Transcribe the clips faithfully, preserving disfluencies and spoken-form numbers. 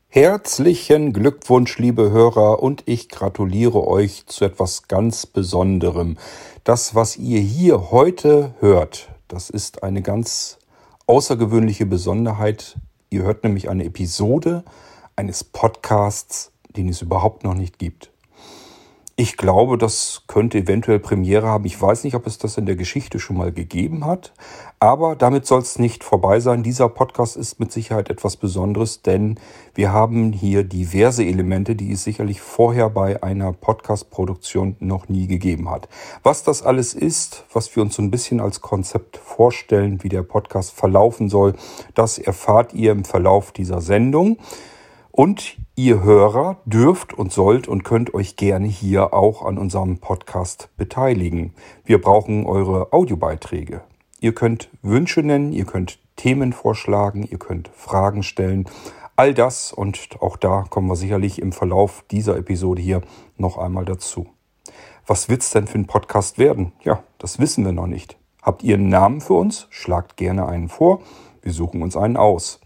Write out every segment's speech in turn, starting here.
Herzlichen Glückwunsch, liebe Hörer, und ich gratuliere euch zu etwas ganz Besonderem. Das, was ihr hier heute hört, das ist eine ganz außergewöhnliche Besonderheit. Ihr hört nämlich eine Episode eines Podcasts, den es überhaupt noch nicht gibt. Ich glaube, das könnte eventuell Premiere haben. Ich weiß nicht, ob es das in der Geschichte schon mal gegeben hat. Aber damit soll es nicht vorbei sein. Dieser Podcast ist mit Sicherheit etwas Besonderes, denn wir haben hier diverse Elemente, die es sicherlich vorher bei einer Podcast-Produktion noch nie gegeben hat. Was das alles ist, was wir uns so ein bisschen als Konzept vorstellen, wie der Podcast verlaufen soll, das erfahrt ihr im Verlauf dieser Sendung. Und ihr Hörer dürft und sollt und könnt euch gerne hier auch an unserem Podcast beteiligen. Wir brauchen eure Audiobeiträge. Ihr könnt Wünsche nennen, ihr könnt Themen vorschlagen, ihr könnt Fragen stellen. All das, und auch da kommen wir sicherlich im Verlauf dieser Episode hier noch einmal dazu. Was wird's denn für ein Podcast werden? Ja, das wissen wir noch nicht. Habt ihr einen Namen für uns? Schlagt gerne einen vor. Wir suchen uns einen aus.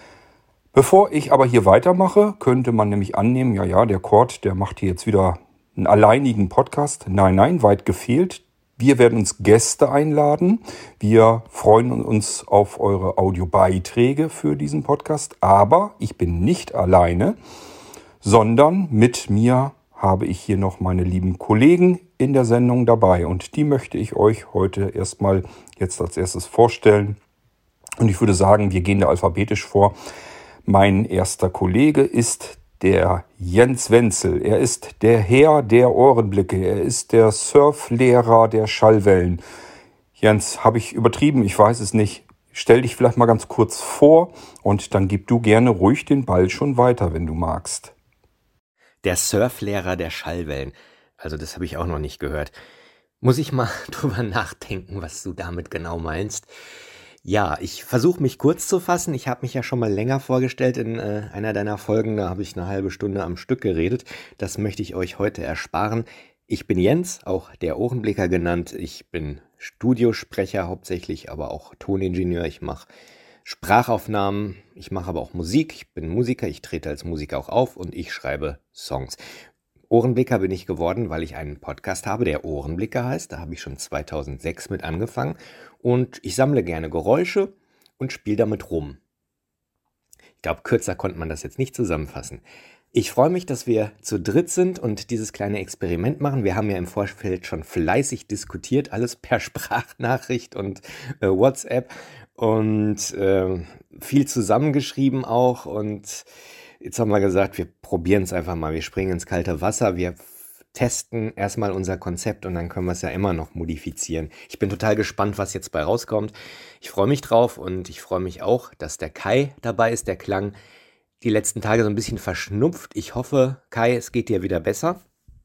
Bevor ich aber hier weitermache, könnte man nämlich annehmen, ja, ja, der Kurt, der macht hier jetzt wieder einen alleinigen Podcast. Nein, nein, weit gefehlt. Wir werden uns Gäste einladen. Wir freuen uns auf eure Audiobeiträge für diesen Podcast. Aber ich bin nicht alleine, sondern mit mir habe ich hier noch meine lieben Kollegen in der Sendung dabei. Und die möchte ich euch heute erstmal jetzt als erstes vorstellen. Und ich würde sagen, wir gehen da alphabetisch vor. Mein erster Kollege ist der Jens Wenzel. Er ist der Herr der Ohrenblicke. Er ist der Surflehrer der Schallwellen. Jens, habe ich übertrieben? Ich weiß es nicht. Stell dich vielleicht mal ganz kurz vor und dann gib du gerne ruhig den Ball schon weiter, wenn du magst. Der Surflehrer der Schallwellen. Also das habe ich auch noch nicht gehört. Muss ich mal drüber nachdenken, was du damit genau meinst. Ja, ich versuche mich kurz zu fassen. Ich habe mich ja schon mal länger vorgestellt in äh, einer deiner Folgen. Da habe ich eine halbe Stunde am Stück geredet. Das möchte ich euch heute ersparen. Ich bin Jens, auch der Ohrenblicker genannt. Ich bin Studiosprecher hauptsächlich, aber auch Toningenieur. Ich mache Sprachaufnahmen, ich mache aber auch Musik. Ich bin Musiker, ich trete als Musiker auch auf und ich schreibe Songs. Ohrenblicker bin ich geworden, weil ich einen Podcast habe, der Ohrenblicker heißt. Da habe ich schon zweitausendsechs mit angefangen. Und ich sammle gerne Geräusche und spiele damit rum. Ich glaube, kürzer konnte man das jetzt nicht zusammenfassen. Ich freue mich, dass wir zu dritt sind und dieses kleine Experiment machen. Wir haben ja im Vorfeld schon fleißig diskutiert, alles per Sprachnachricht und äh, WhatsApp und äh, viel zusammengeschrieben auch. Und jetzt haben wir gesagt, wir probieren es einfach mal. Wir springen ins kalte Wasser, wir testen erstmal unser Konzept und dann können wir es ja immer noch modifizieren. Ich bin total gespannt, was jetzt bei rauskommt. Ich freue mich drauf und ich freue mich auch, dass der Kai dabei ist. Der klang die letzten Tage so ein bisschen verschnupft. Ich hoffe, Kai, es geht dir wieder besser.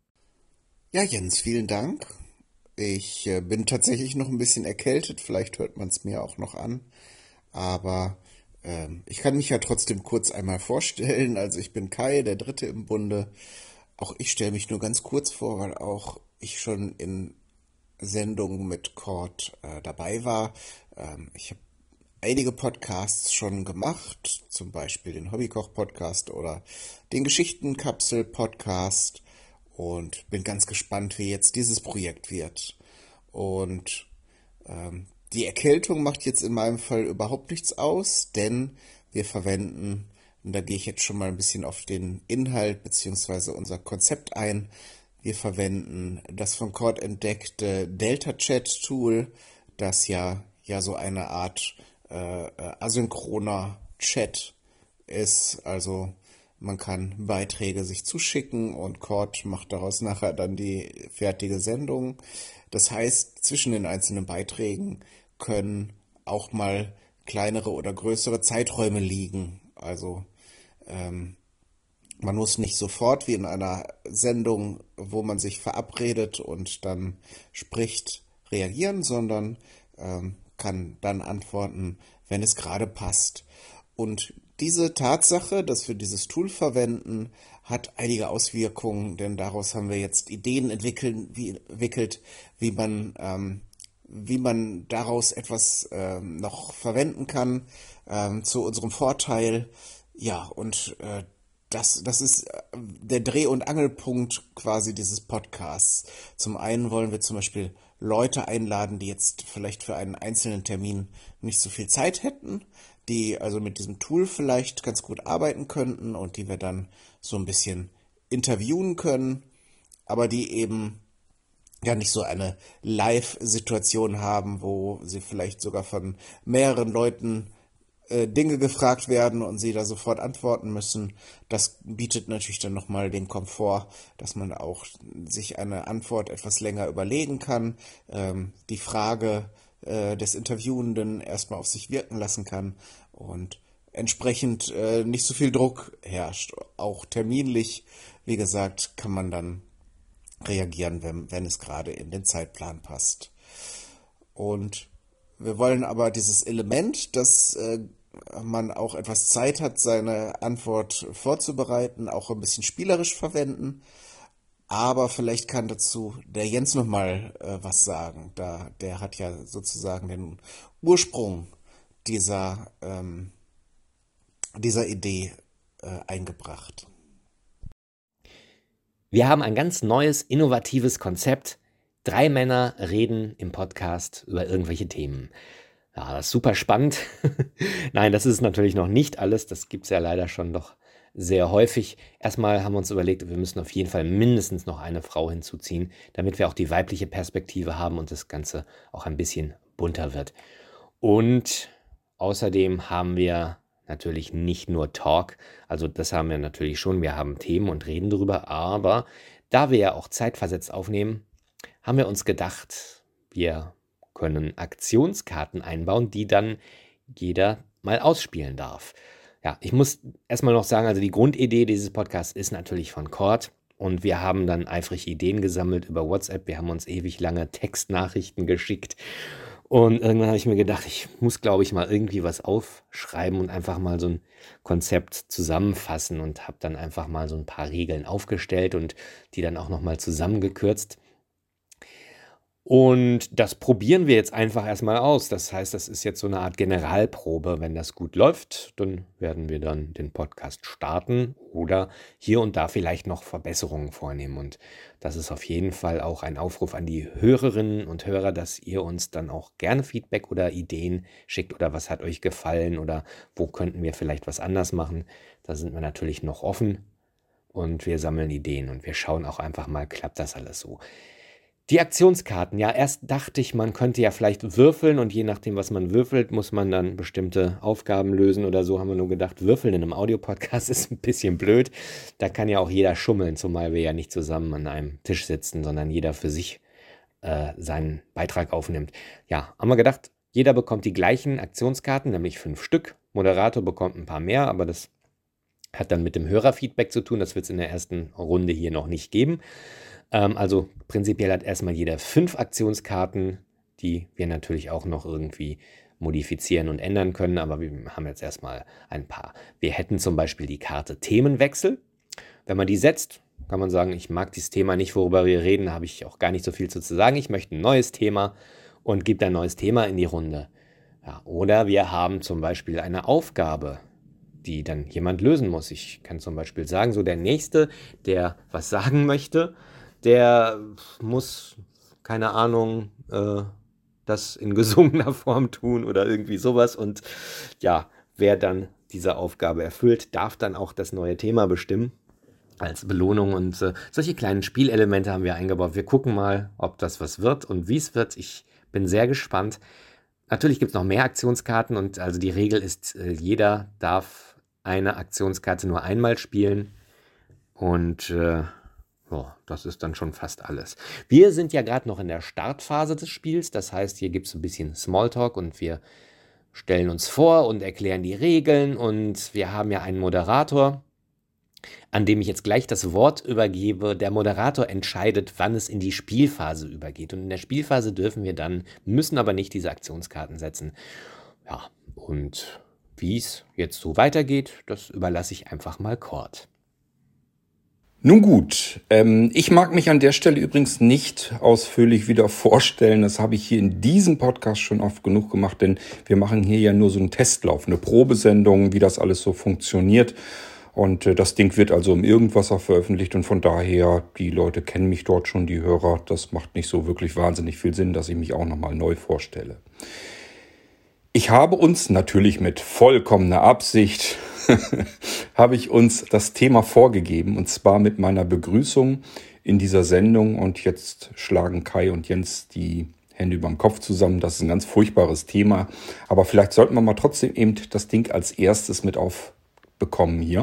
Ja, Jens, vielen Dank. Ich äh, bin tatsächlich noch ein bisschen erkältet. Vielleicht hört man es mir auch noch an. Aber ähm, ich kann mich ja trotzdem kurz einmal vorstellen. Also ich bin Kai, der Dritte im Bunde. Auch ich stelle mich nur ganz kurz vor, weil auch ich schon in Sendungen mit Kurt äh, dabei war. Ähm, ich habe einige Podcasts schon gemacht, zum Beispiel den Hobbykoch-Podcast oder den Geschichtenkapsel-Podcast und bin ganz gespannt, wie jetzt dieses Projekt wird. Und ähm, die Erkältung macht jetzt in meinem Fall überhaupt nichts aus, denn wir verwenden, und da gehe ich jetzt schon mal ein bisschen auf den Inhalt bzw. unser Konzept ein. Wir verwenden das von Kurt entdeckte Delta-Chat-Tool, das ja, ja so eine Art äh, asynchroner Chat ist. Also man kann Beiträge sich zuschicken und Kurt macht daraus nachher dann die fertige Sendung. Das heißt, zwischen den einzelnen Beiträgen können auch mal kleinere oder größere Zeiträume liegen. Also ähm, man muss nicht sofort wie in einer Sendung, wo man sich verabredet und dann spricht, reagieren, sondern ähm, kann dann antworten, wenn es gerade passt. Und diese Tatsache, dass wir dieses Tool verwenden, hat einige Auswirkungen, denn daraus haben wir jetzt Ideen entwickeln, wie, entwickelt, wie man, ähm, wie man daraus etwas ähm, noch verwenden kann, ähm, zu unserem Vorteil. Ja, und äh, das, das ist der Dreh- und Angelpunkt quasi dieses Podcasts. Zum einen wollen wir zum Beispiel Leute einladen, die jetzt vielleicht für einen einzelnen Termin nicht so viel Zeit hätten, die also mit diesem Tool vielleicht ganz gut arbeiten könnten und die wir dann so ein bisschen interviewen können, aber die eben ja nicht so eine Live-Situation haben, wo sie vielleicht sogar von mehreren Leuten äh, Dinge gefragt werden und sie da sofort antworten müssen. Das bietet natürlich dann nochmal den Komfort, dass man auch sich eine Antwort etwas länger überlegen kann, ähm, die Frage äh, des Interviewenden erstmal auf sich wirken lassen kann und entsprechend äh, nicht so viel Druck herrscht. Auch terminlich, wie gesagt, kann man dann reagieren, wenn, wenn es gerade in den Zeitplan passt. Und wir wollen aber dieses Element, dass äh, man auch etwas Zeit hat, seine Antwort vorzubereiten, auch ein bisschen spielerisch verwenden. Aber vielleicht kann dazu der Jens nochmal äh, was sagen. Da, der hat ja sozusagen den Ursprung dieser, ähm, dieser Idee äh, eingebracht. Wir haben ein ganz neues, innovatives Konzept. Drei Männer reden im Podcast über irgendwelche Themen. Ja, das ist super spannend. Nein, das ist natürlich noch nicht alles. Das gibt es ja leider schon doch sehr häufig. Erstmal haben wir uns überlegt, wir müssen auf jeden Fall mindestens noch eine Frau hinzuziehen, damit wir auch die weibliche Perspektive haben und das Ganze auch ein bisschen bunter wird. Und außerdem haben wir natürlich nicht nur Talk, also das haben wir natürlich schon, wir haben Themen und reden darüber, aber da wir ja auch zeitversetzt aufnehmen, haben wir uns gedacht, wir können Aktionskarten einbauen, die dann jeder mal ausspielen darf. Ja, ich muss erstmal noch sagen, also die Grundidee dieses Podcasts ist natürlich von Cord und wir haben dann eifrig Ideen gesammelt über WhatsApp, wir haben uns ewig lange Textnachrichten geschickt. Und irgendwann habe ich mir gedacht, ich muss, glaube ich, mal irgendwie was aufschreiben und einfach mal so ein Konzept zusammenfassen und habe dann einfach mal so ein paar Regeln aufgestellt und die dann auch nochmal zusammengekürzt. Und das probieren wir jetzt einfach erstmal aus. Das heißt, das ist jetzt so eine Art Generalprobe. Wenn das gut läuft, dann werden wir dann den Podcast starten oder hier und da vielleicht noch Verbesserungen vornehmen. Und das ist auf jeden Fall auch ein Aufruf an die Hörerinnen und Hörer, dass ihr uns dann auch gerne Feedback oder Ideen schickt oder was hat euch gefallen oder wo könnten wir vielleicht was anders machen. Da sind wir natürlich noch offen und wir sammeln Ideen und wir schauen auch einfach mal, klappt das alles so. Die Aktionskarten, ja, erst dachte ich, man könnte ja vielleicht würfeln und je nachdem, was man würfelt, muss man dann bestimmte Aufgaben lösen oder so, haben wir nur gedacht, würfeln in einem Audiopodcast ist ein bisschen blöd. Da kann ja auch jeder schummeln, zumal wir ja nicht zusammen an einem Tisch sitzen, sondern jeder für sich äh, seinen Beitrag aufnimmt. Ja, haben wir gedacht, jeder bekommt die gleichen Aktionskarten, nämlich fünf Stück. Moderator bekommt ein paar mehr, aber das hat dann mit dem Hörerfeedback zu tun, das wird es in der ersten Runde hier noch nicht geben. Also prinzipiell hat erstmal jeder fünf Aktionskarten, die wir natürlich auch noch irgendwie modifizieren und ändern können, aber wir haben jetzt erstmal ein paar. Wir hätten zum Beispiel die Karte Themenwechsel. Wenn man die setzt, kann man sagen, ich mag dieses Thema nicht, worüber wir reden, da habe ich auch gar nicht so viel zu sagen. Ich möchte ein neues Thema und gebe ein neues Thema in die Runde. Ja, oder wir haben zum Beispiel eine Aufgabe, die dann jemand lösen muss. Ich kann zum Beispiel sagen, so der Nächste, der was sagen möchte, der muss, keine Ahnung, äh, das in gesungener Form tun oder irgendwie sowas. Und ja, wer dann diese Aufgabe erfüllt, darf dann auch das neue Thema bestimmen als Belohnung. Und äh, solche kleinen Spielelemente haben wir eingebaut. Wir gucken mal, ob das was wird und wie es wird. Ich bin sehr gespannt. Natürlich gibt es noch mehr Aktionskarten und also die Regel ist, äh, jeder darf eine Aktionskarte nur einmal spielen. Und äh, Ja, das ist dann schon fast alles. Wir sind ja gerade noch in der Startphase des Spiels. Das heißt, hier gibt es ein bisschen Smalltalk und wir stellen uns vor und erklären die Regeln. Und wir haben ja einen Moderator, an dem ich jetzt gleich das Wort übergebe. Der Moderator entscheidet, wann es in die Spielphase übergeht. Und in der Spielphase dürfen wir dann, müssen aber nicht diese Aktionskarten setzen. Ja, und wie es jetzt so weitergeht, das überlasse ich einfach mal Cord. Nun gut, ähm, ich mag mich an der Stelle übrigens nicht ausführlich wieder vorstellen. Das habe ich hier in diesem Podcast schon oft genug gemacht, denn wir machen hier ja nur so einen Testlauf, eine Probesendung, wie das alles so funktioniert. Und äh, das Ding wird also im Irgendwasser veröffentlicht und von daher, die Leute kennen mich dort schon, die Hörer. Das macht nicht so wirklich wahnsinnig viel Sinn, dass ich mich auch nochmal neu vorstelle. Ich habe uns natürlich mit vollkommener Absicht, habe ich uns das Thema vorgegeben und zwar mit meiner Begrüßung in dieser Sendung. Und jetzt schlagen Kai und Jens die Hände über dem Kopf zusammen. Das ist ein ganz furchtbares Thema. Aber vielleicht sollten wir mal trotzdem eben das Ding als erstes mit aufbekommen hier.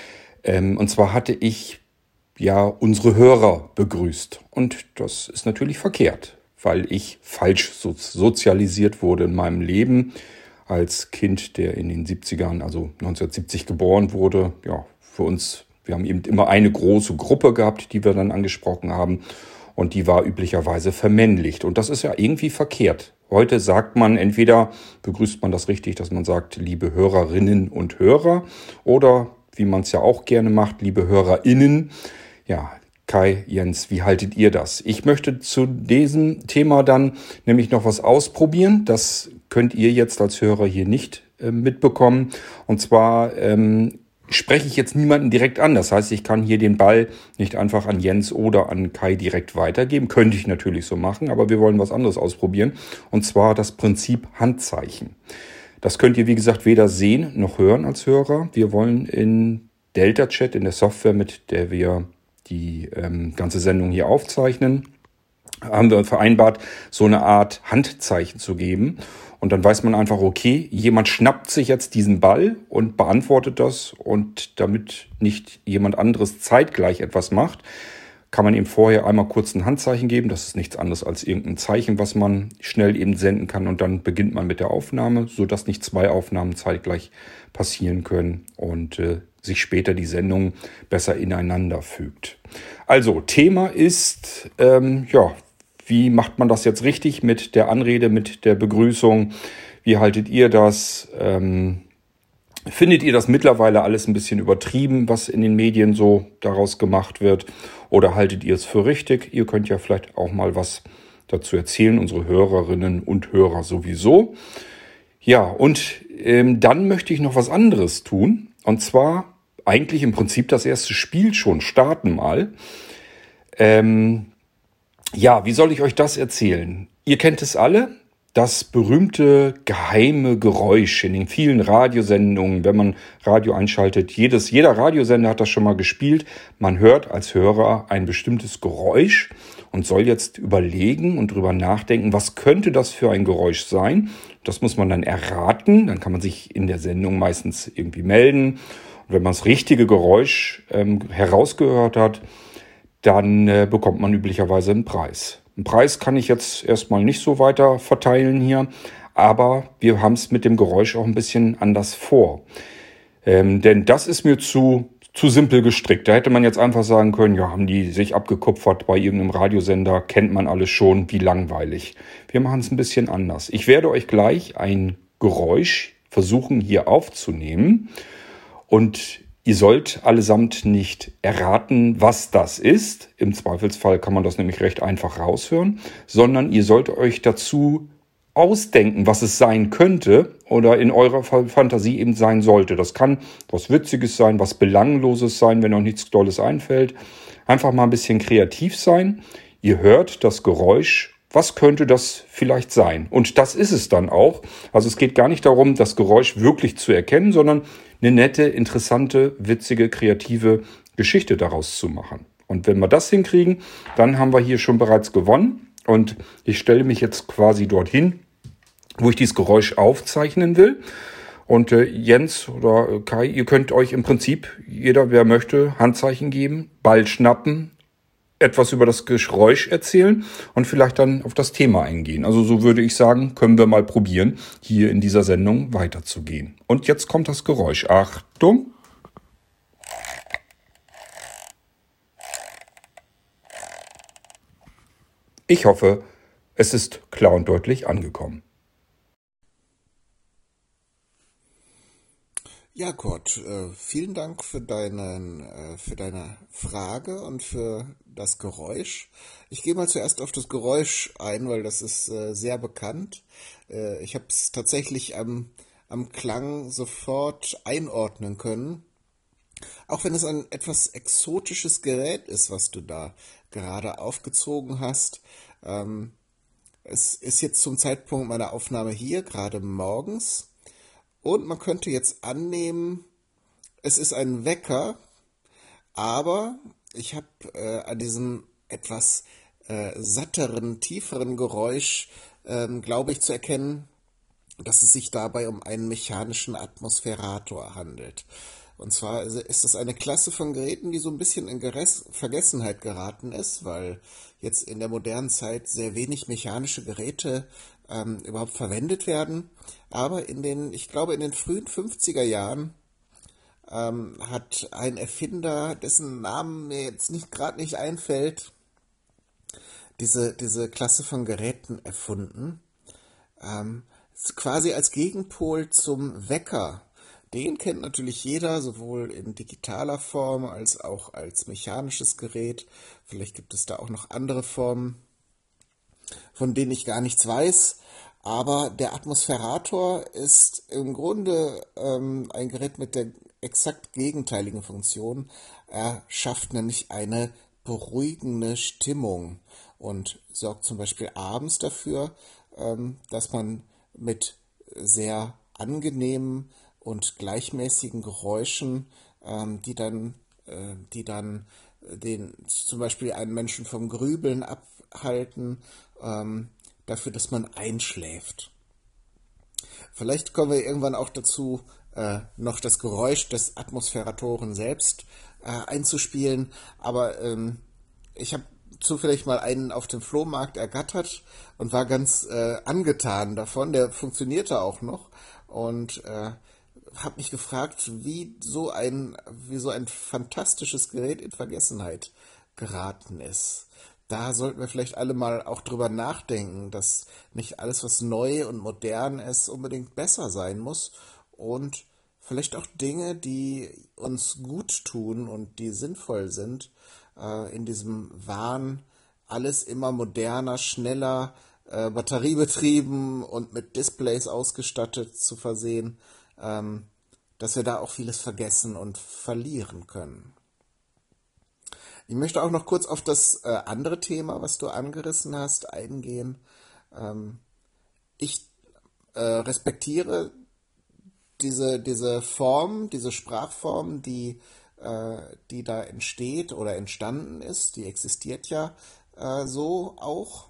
Ähm, und zwar hatte ich ja unsere Hörer begrüßt. Und das ist natürlich verkehrt, weil ich falsch so sozialisiert wurde in meinem Leben. Als Kind, der in den siebzigern, also neunzehnhundertsiebzig geboren wurde. Ja, für uns, wir haben eben immer eine große Gruppe gehabt, die wir dann angesprochen haben. Und die war üblicherweise vermännlicht. Und das ist ja irgendwie verkehrt. Heute sagt man, entweder begrüßt man das richtig, dass man sagt, liebe Hörerinnen und Hörer. Oder, wie man es ja auch gerne macht, liebe HörerInnen. Ja, Kai, Jens, wie haltet ihr das? Ich möchte zu diesem Thema dann nämlich noch was ausprobieren. Das könnt ihr jetzt als Hörer hier nicht äh, mitbekommen. Und zwar ähm, spreche ich jetzt niemanden direkt an. Das heißt, ich kann hier den Ball nicht einfach an Jens oder an Kai direkt weitergeben. Könnte ich natürlich so machen, aber wir wollen was anderes ausprobieren. Und zwar das Prinzip Handzeichen. Das könnt ihr, wie gesagt, weder sehen noch hören als Hörer. Wir wollen in DeltaChat, in der Software, mit der wir die ähm, ganze Sendung hier aufzeichnen, haben wir vereinbart, so eine Art Handzeichen zu geben. Und dann weiß man einfach, okay, jemand schnappt sich jetzt diesen Ball und beantwortet das. Und damit nicht jemand anderes zeitgleich etwas macht, kann man ihm vorher einmal kurz ein Handzeichen geben. Das ist nichts anderes als irgendein Zeichen, was man schnell eben senden kann. Und dann beginnt man mit der Aufnahme, sodass nicht zwei Aufnahmen zeitgleich passieren können und äh, sich später die Sendung besser ineinander fügt. Also, Thema ist, ähm, ja, wie macht man das jetzt richtig mit der Anrede, mit der Begrüßung? Wie haltet ihr das? Ähm, findet ihr das mittlerweile alles ein bisschen übertrieben, was in den Medien so daraus gemacht wird? Oder haltet ihr es für richtig? Ihr könnt ja vielleicht auch mal was dazu erzählen, unsere Hörerinnen und Hörer sowieso. Ja, und ähm, dann möchte ich noch was anderes tun. Und zwar eigentlich im Prinzip das erste Spiel schon starten mal. Ähm, ja, wie soll ich euch das erzählen? Ihr kennt es alle, das berühmte geheime Geräusch in den vielen Radiosendungen, wenn man Radio einschaltet. Jedes, jeder Radiosender hat das schon mal gespielt. Man hört als Hörer ein bestimmtes Geräusch und soll jetzt überlegen und drüber nachdenken, was könnte das für ein Geräusch sein? Das muss man dann erraten. Dann kann man sich in der Sendung meistens irgendwie melden. Und wenn man das richtige Geräusch ähm, herausgehört hat, dann äh, bekommt man üblicherweise einen Preis. Einen Preis kann ich jetzt erstmal nicht so weiter verteilen hier, aber wir haben es mit dem Geräusch auch ein bisschen anders vor. Ähm, denn das ist mir zu, zu simpel gestrickt. Da hätte man jetzt einfach sagen können, ja, haben die sich abgekupfert bei irgendeinem Radiosender, kennt man alles schon, wie langweilig. Wir machen es ein bisschen anders. Ich werde euch gleich ein Geräusch versuchen hier aufzunehmen und ihr sollt allesamt nicht erraten, was das ist. Im Zweifelsfall kann man das nämlich recht einfach raushören, sondern ihr sollt euch dazu ausdenken, was es sein könnte oder in eurer Fantasie eben sein sollte. Das kann was Witziges sein, was Belangloses sein, wenn euch nichts Tolles einfällt. Einfach mal ein bisschen kreativ sein. Ihr hört das Geräusch. Was könnte das vielleicht sein? Und das ist es dann auch. Also es geht gar nicht darum, das Geräusch wirklich zu erkennen, sondern eine nette, interessante, witzige, kreative Geschichte daraus zu machen. Und wenn wir das hinkriegen, dann haben wir hier schon bereits gewonnen. Und ich stelle mich jetzt quasi dorthin, wo ich dieses Geräusch aufzeichnen will. Und äh, Jens oder äh, Kai, ihr könnt euch im Prinzip, jeder, wer möchte, Handzeichen geben, Ball schnappen, etwas über das Geräusch erzählen und vielleicht dann auf das Thema eingehen. Also so würde ich sagen, können wir mal probieren, hier in dieser Sendung weiterzugehen. Und jetzt kommt das Geräusch. Achtung! Ich hoffe, es ist klar und deutlich angekommen. Ja, Kurt, äh, vielen Dank für deinen, äh, für deine Frage und für das Geräusch. Ich gehe mal zuerst auf das Geräusch ein, weil das ist äh, sehr bekannt. Äh, ich habe es tatsächlich am, am Klang sofort einordnen können. Auch wenn es ein etwas exotisches Gerät ist, was du da gerade aufgezogen hast. Ähm, es ist jetzt zum Zeitpunkt meiner Aufnahme hier gerade morgens und man könnte jetzt annehmen, es ist ein Wecker, aber ich habe äh, an diesem etwas äh, satteren, tieferen Geräusch, ähm, glaube ich, zu erkennen, dass es sich dabei um einen mechanischen Atmosphärator handelt. Und zwar ist es eine Klasse von Geräten, die so ein bisschen in Geres Vergessenheit geraten ist, weil jetzt in der modernen Zeit sehr wenig mechanische Geräte ähm, überhaupt verwendet werden. Aber in den, ich glaube, in den frühen fünfziger Jahren ähm, hat ein Erfinder, dessen Namen mir jetzt nicht gerade nicht einfällt, diese, diese Klasse von Geräten erfunden. Ähm, quasi als Gegenpol zum Wecker. Den kennt natürlich jeder, sowohl in digitaler Form als auch als mechanisches Gerät. Vielleicht gibt es da auch noch andere Formen, von denen ich gar nichts weiß. Aber der Atmosphärator ist im Grunde ähm, ein Gerät mit der exakt gegenteiligen Funktion. Er schafft nämlich eine beruhigende Stimmung und sorgt zum Beispiel abends dafür, ähm, dass man mit sehr angenehmen und gleichmäßigen Geräuschen, ähm, die dann, äh, die dann den, zum Beispiel einen Menschen vom Grübeln abhalten, ähm, dafür, dass man einschläft. Vielleicht kommen wir irgendwann auch dazu, äh, noch das Geräusch des Atmosphäratoren selbst äh, einzuspielen, aber ähm, ich habe zufällig mal einen auf dem Flohmarkt ergattert und war ganz äh, angetan davon. Der funktionierte auch noch und äh, habe mich gefragt, wie so ein wie so ein fantastisches Gerät in Vergessenheit geraten ist. Da sollten wir vielleicht alle mal auch drüber nachdenken, dass nicht alles, was neu und modern ist, unbedingt besser sein muss und vielleicht auch Dinge, die uns gut tun und die sinnvoll sind, äh, in diesem Wahn, alles immer moderner, schneller, äh, batteriebetrieben und mit Displays ausgestattet zu versehen, ähm, dass wir da auch vieles vergessen und verlieren können. Ich möchte auch noch kurz auf das äh, andere Thema, was du angerissen hast, eingehen. Ähm, ich äh, respektiere diese, diese Form, diese Sprachform, die, äh, die da entsteht oder entstanden ist, die existiert ja äh, so auch.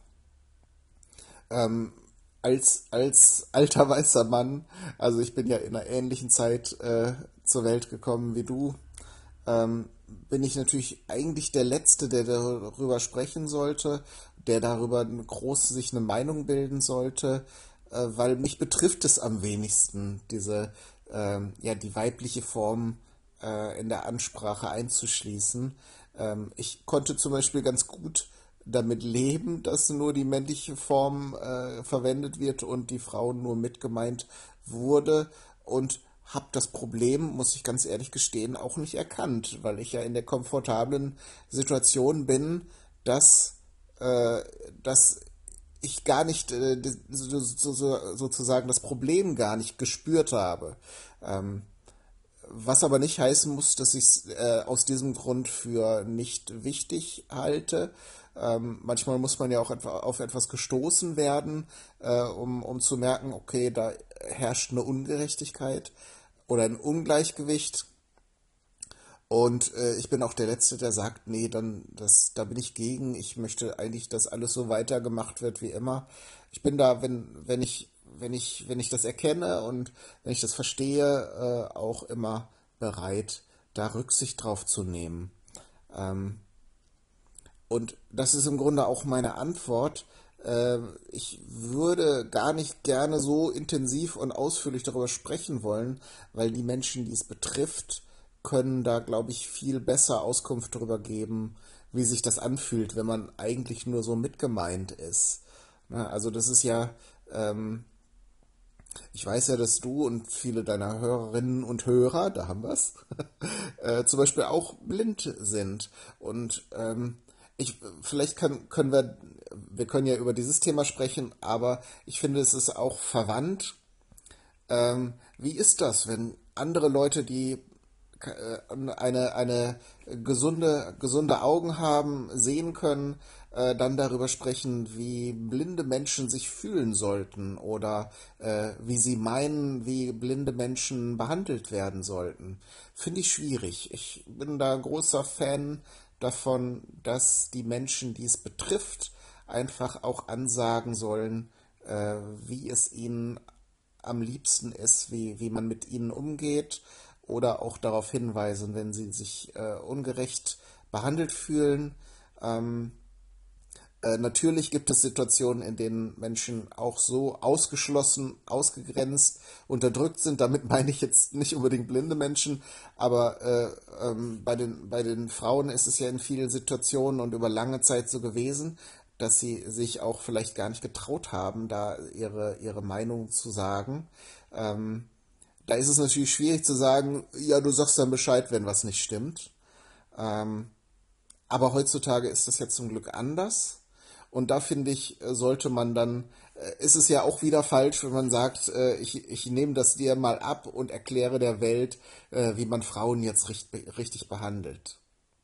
Ähm, als, als alter weißer Mann, also ich bin ja in einer ähnlichen Zeit äh, zur Welt gekommen wie du, ähm, bin ich natürlich eigentlich der Letzte, der darüber sprechen sollte, der darüber groß sich eine Meinung bilden sollte, äh, weil mich betrifft es am wenigsten, diese, ähm, ja, die weibliche Form äh, in der Ansprache einzuschließen. Ähm, ich konnte zum Beispiel ganz gut damit leben, dass nur die männliche Form äh, verwendet wird und die Frau nur mitgemeint wurde und habe das Problem, muss ich ganz ehrlich gestehen, auch nicht erkannt, weil ich ja in der komfortablen Situation bin, dass, äh, dass ich gar nicht äh, so, so, so, sozusagen das Problem gar nicht gespürt habe. Ähm, was aber nicht heißen muss, dass ich es äh, aus diesem Grund für nicht wichtig halte. Ähm, manchmal muss man ja auch etwa auf etwas gestoßen werden, äh, um, um zu merken, okay, da herrscht eine Ungerechtigkeit oder ein Ungleichgewicht. Und äh, ich bin auch der Letzte, der sagt, nee, dann das, da bin ich gegen. Ich möchte eigentlich, dass alles so weitergemacht wird wie immer. Ich bin da, wenn, wenn ich, wenn ich, wenn ich das erkenne und wenn ich das verstehe, äh, auch immer bereit, da Rücksicht drauf zu nehmen. Ähm, und das ist im Grunde auch meine Antwort. Äh, ich würde gar nicht gerne so intensiv und ausführlich darüber sprechen wollen, weil die Menschen, die es betrifft, können da, glaube ich, viel besser Auskunft darüber geben, wie sich das anfühlt, wenn man eigentlich nur so mitgemeint ist. Na, also das ist ja, ähm, ich weiß ja, dass du und viele deiner Hörerinnen und Hörer, da haben wir es, äh, zum Beispiel auch blind sind. Und ähm, ich, vielleicht kann, können wir, wir können ja über dieses Thema sprechen, aber ich finde, es ist auch verwandt. Ähm, wie ist das, wenn andere Leute, die äh, eine, eine gesunde, gesunde Augen haben, sehen können, äh, dann darüber sprechen, wie blinde Menschen sich fühlen sollten oder äh, wie sie meinen, wie blinde Menschen behandelt werden sollten. Finde ich schwierig. Ich bin da großer Fan davon, dass die Menschen, die es betrifft, einfach auch ansagen sollen, äh, wie es ihnen am liebsten ist, wie, wie man mit ihnen umgeht oder auch darauf hinweisen, wenn sie sich äh, ungerecht behandelt fühlen. Ähm, äh, natürlich gibt es Situationen, in denen Menschen auch so ausgeschlossen, ausgegrenzt, unterdrückt sind. Damit meine ich jetzt nicht unbedingt blinde Menschen, aber äh, ähm, bei den, bei den Frauen ist es ja in vielen Situationen und über lange Zeit so gewesen, dass sie sich auch vielleicht gar nicht getraut haben, da ihre, ihre Meinung zu sagen. Ähm, da ist es natürlich schwierig zu sagen, ja, du sagst dann Bescheid, wenn was nicht stimmt. Ähm, aber heutzutage ist das ja zum Glück anders. Und da finde ich, äh, sollte man dann, äh, ist es ja auch wieder falsch, wenn man sagt, äh, ich, ich nehme das dir mal ab und erkläre der Welt, äh, wie man Frauen jetzt richt, richtig behandelt.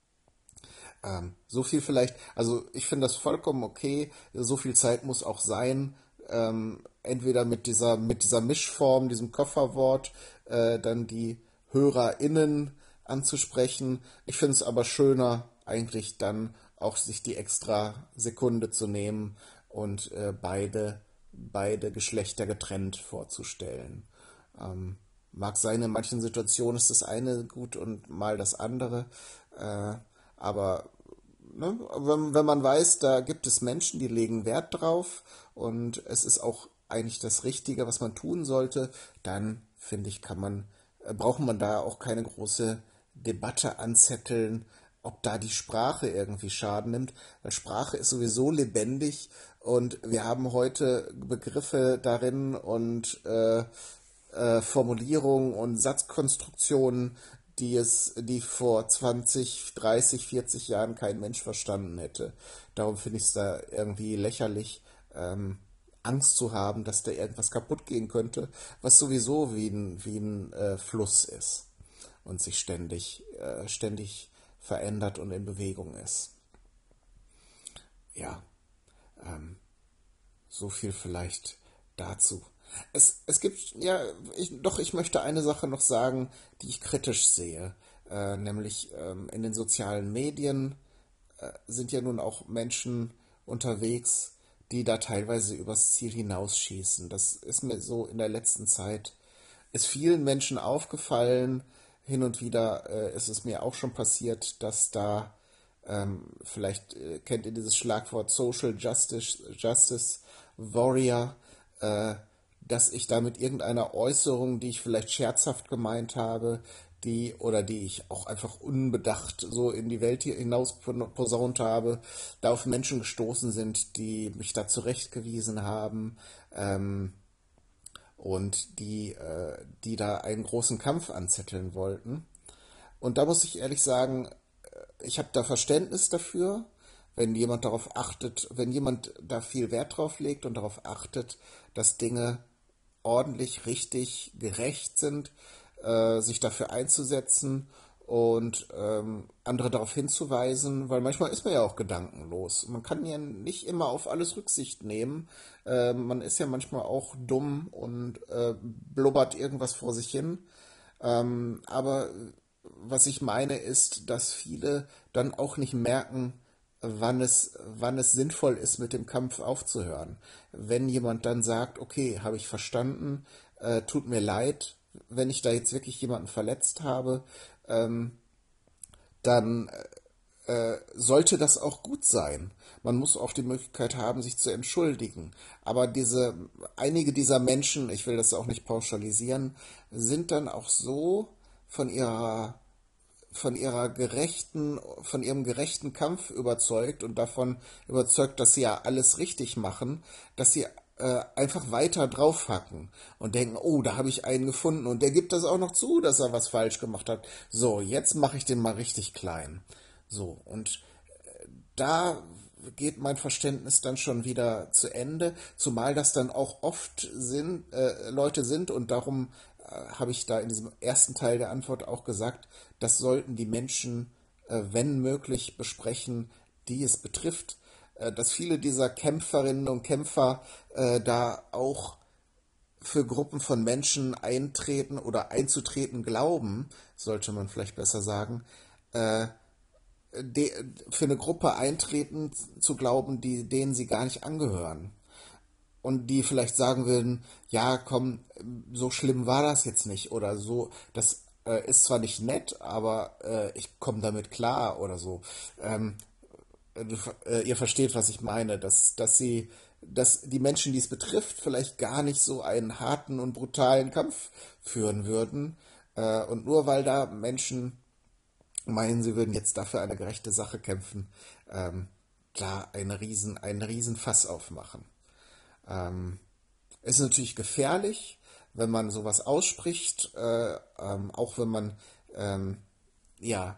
Ähm, so viel vielleicht, also ich finde das vollkommen okay, so viel Zeit muss auch sein, ähm, entweder mit dieser, mit dieser Mischform, diesem Kofferwort, äh, dann die HörerInnen anzusprechen. Ich finde es aber schöner, eigentlich dann auch sich die extra Sekunde zu nehmen und äh, beide, beide Geschlechter getrennt vorzustellen. Ähm, mag sein, in manchen Situationen ist das eine gut und mal das andere, äh, aber ne, wenn, wenn man weiß, da gibt es Menschen, die legen Wert drauf und es ist auch eigentlich das Richtige, was man tun sollte, dann finde ich, kann man, äh, braucht man da auch keine große Debatte anzetteln, ob da die Sprache irgendwie Schaden nimmt, weil Sprache ist sowieso lebendig und wir haben heute Begriffe darin und äh, äh, Formulierungen und Satzkonstruktionen, die es, die vor zwanzig, dreißig, vierzig Jahren kein Mensch verstanden hätte. Darum finde ich es da irgendwie lächerlich, ähm, Angst zu haben, dass da irgendwas kaputt gehen könnte, was sowieso wie ein, wie ein äh, Fluss ist und sich ständig, äh, ständig verändert und in Bewegung ist. Ja, ähm, so viel vielleicht dazu. Es, es gibt, ja, ich, doch, ich möchte eine Sache noch sagen, die ich kritisch sehe. Äh, nämlich ähm, in den sozialen Medien äh, sind ja nun auch Menschen unterwegs, die da teilweise übers Ziel hinausschießen. Das ist mir so in der letzten Zeit, ist vielen Menschen aufgefallen. Hin und wieder äh, ist es mir auch schon passiert, dass da ähm, vielleicht äh, kennt ihr dieses Schlagwort Social Justice, Justice Warrior, äh, dass ich da mit irgendeiner Äußerung, die ich vielleicht scherzhaft gemeint habe, die oder die ich auch einfach unbedacht so in die Welt hier hinaus posaunt habe, da auf Menschen gestoßen sind, die mich da zurechtgewiesen haben, ähm, und die, äh, die da einen großen Kampf anzetteln wollten. Und da muss ich ehrlich sagen, ich habe da Verständnis dafür, wenn jemand darauf achtet, wenn jemand da viel Wert drauf legt und darauf achtet, dass Dinge ordentlich, richtig, gerecht sind, äh, sich dafür einzusetzen und ähm, andere darauf hinzuweisen, weil manchmal ist man ja auch gedankenlos. Man kann ja nicht immer auf alles Rücksicht nehmen. Äh, man ist ja manchmal auch dumm und äh, blubbert irgendwas vor sich hin. Ähm, aber was ich meine ist, dass viele dann auch nicht merken, wann es, wann es sinnvoll ist, mit dem Kampf aufzuhören. Wenn jemand dann sagt, okay, habe ich verstanden, äh, tut mir leid, wenn ich da jetzt wirklich jemanden verletzt habe, ähm, dann äh, sollte das auch gut sein. Man muss auch die Möglichkeit haben, sich zu entschuldigen. Aber diese, einige dieser Menschen, ich will das auch nicht pauschalisieren, sind dann auch so von ihrer von ihrer gerechten, von ihrem gerechten Kampf überzeugt und davon überzeugt, dass sie ja alles richtig machen, dass sie äh, einfach weiter draufhacken und denken, oh, da habe ich einen gefunden und der gibt das auch noch zu, dass er was falsch gemacht hat. So, jetzt mache ich den mal richtig klein. So, und da geht mein Verständnis dann schon wieder zu Ende, zumal das dann auch oft sind, äh, Leute sind und darum habe ich da in diesem ersten Teil der Antwort auch gesagt, das sollten die Menschen, äh, wenn möglich, besprechen, die es betrifft, äh, dass viele dieser Kämpferinnen und Kämpfer äh, da auch für Gruppen von Menschen eintreten oder einzutreten glauben, sollte man vielleicht besser sagen, äh, de, für eine Gruppe eintreten zu glauben, die, denen sie gar nicht angehören. Und die vielleicht sagen würden, ja, komm, so schlimm war das jetzt nicht oder so, das äh, ist zwar nicht nett, aber äh, ich komme damit klar oder so. Ähm, du, äh, ihr versteht, was ich meine, dass, dass sie, dass die Menschen, die es betrifft, vielleicht gar nicht so einen harten und brutalen Kampf führen würden. Äh, und nur weil da Menschen meinen, sie würden jetzt dafür eine gerechte Sache kämpfen, ähm, da eine riesen, einen riesen Fass aufmachen. Ähm, ist natürlich gefährlich, wenn man sowas ausspricht, äh, ähm, auch wenn man, ähm, ja,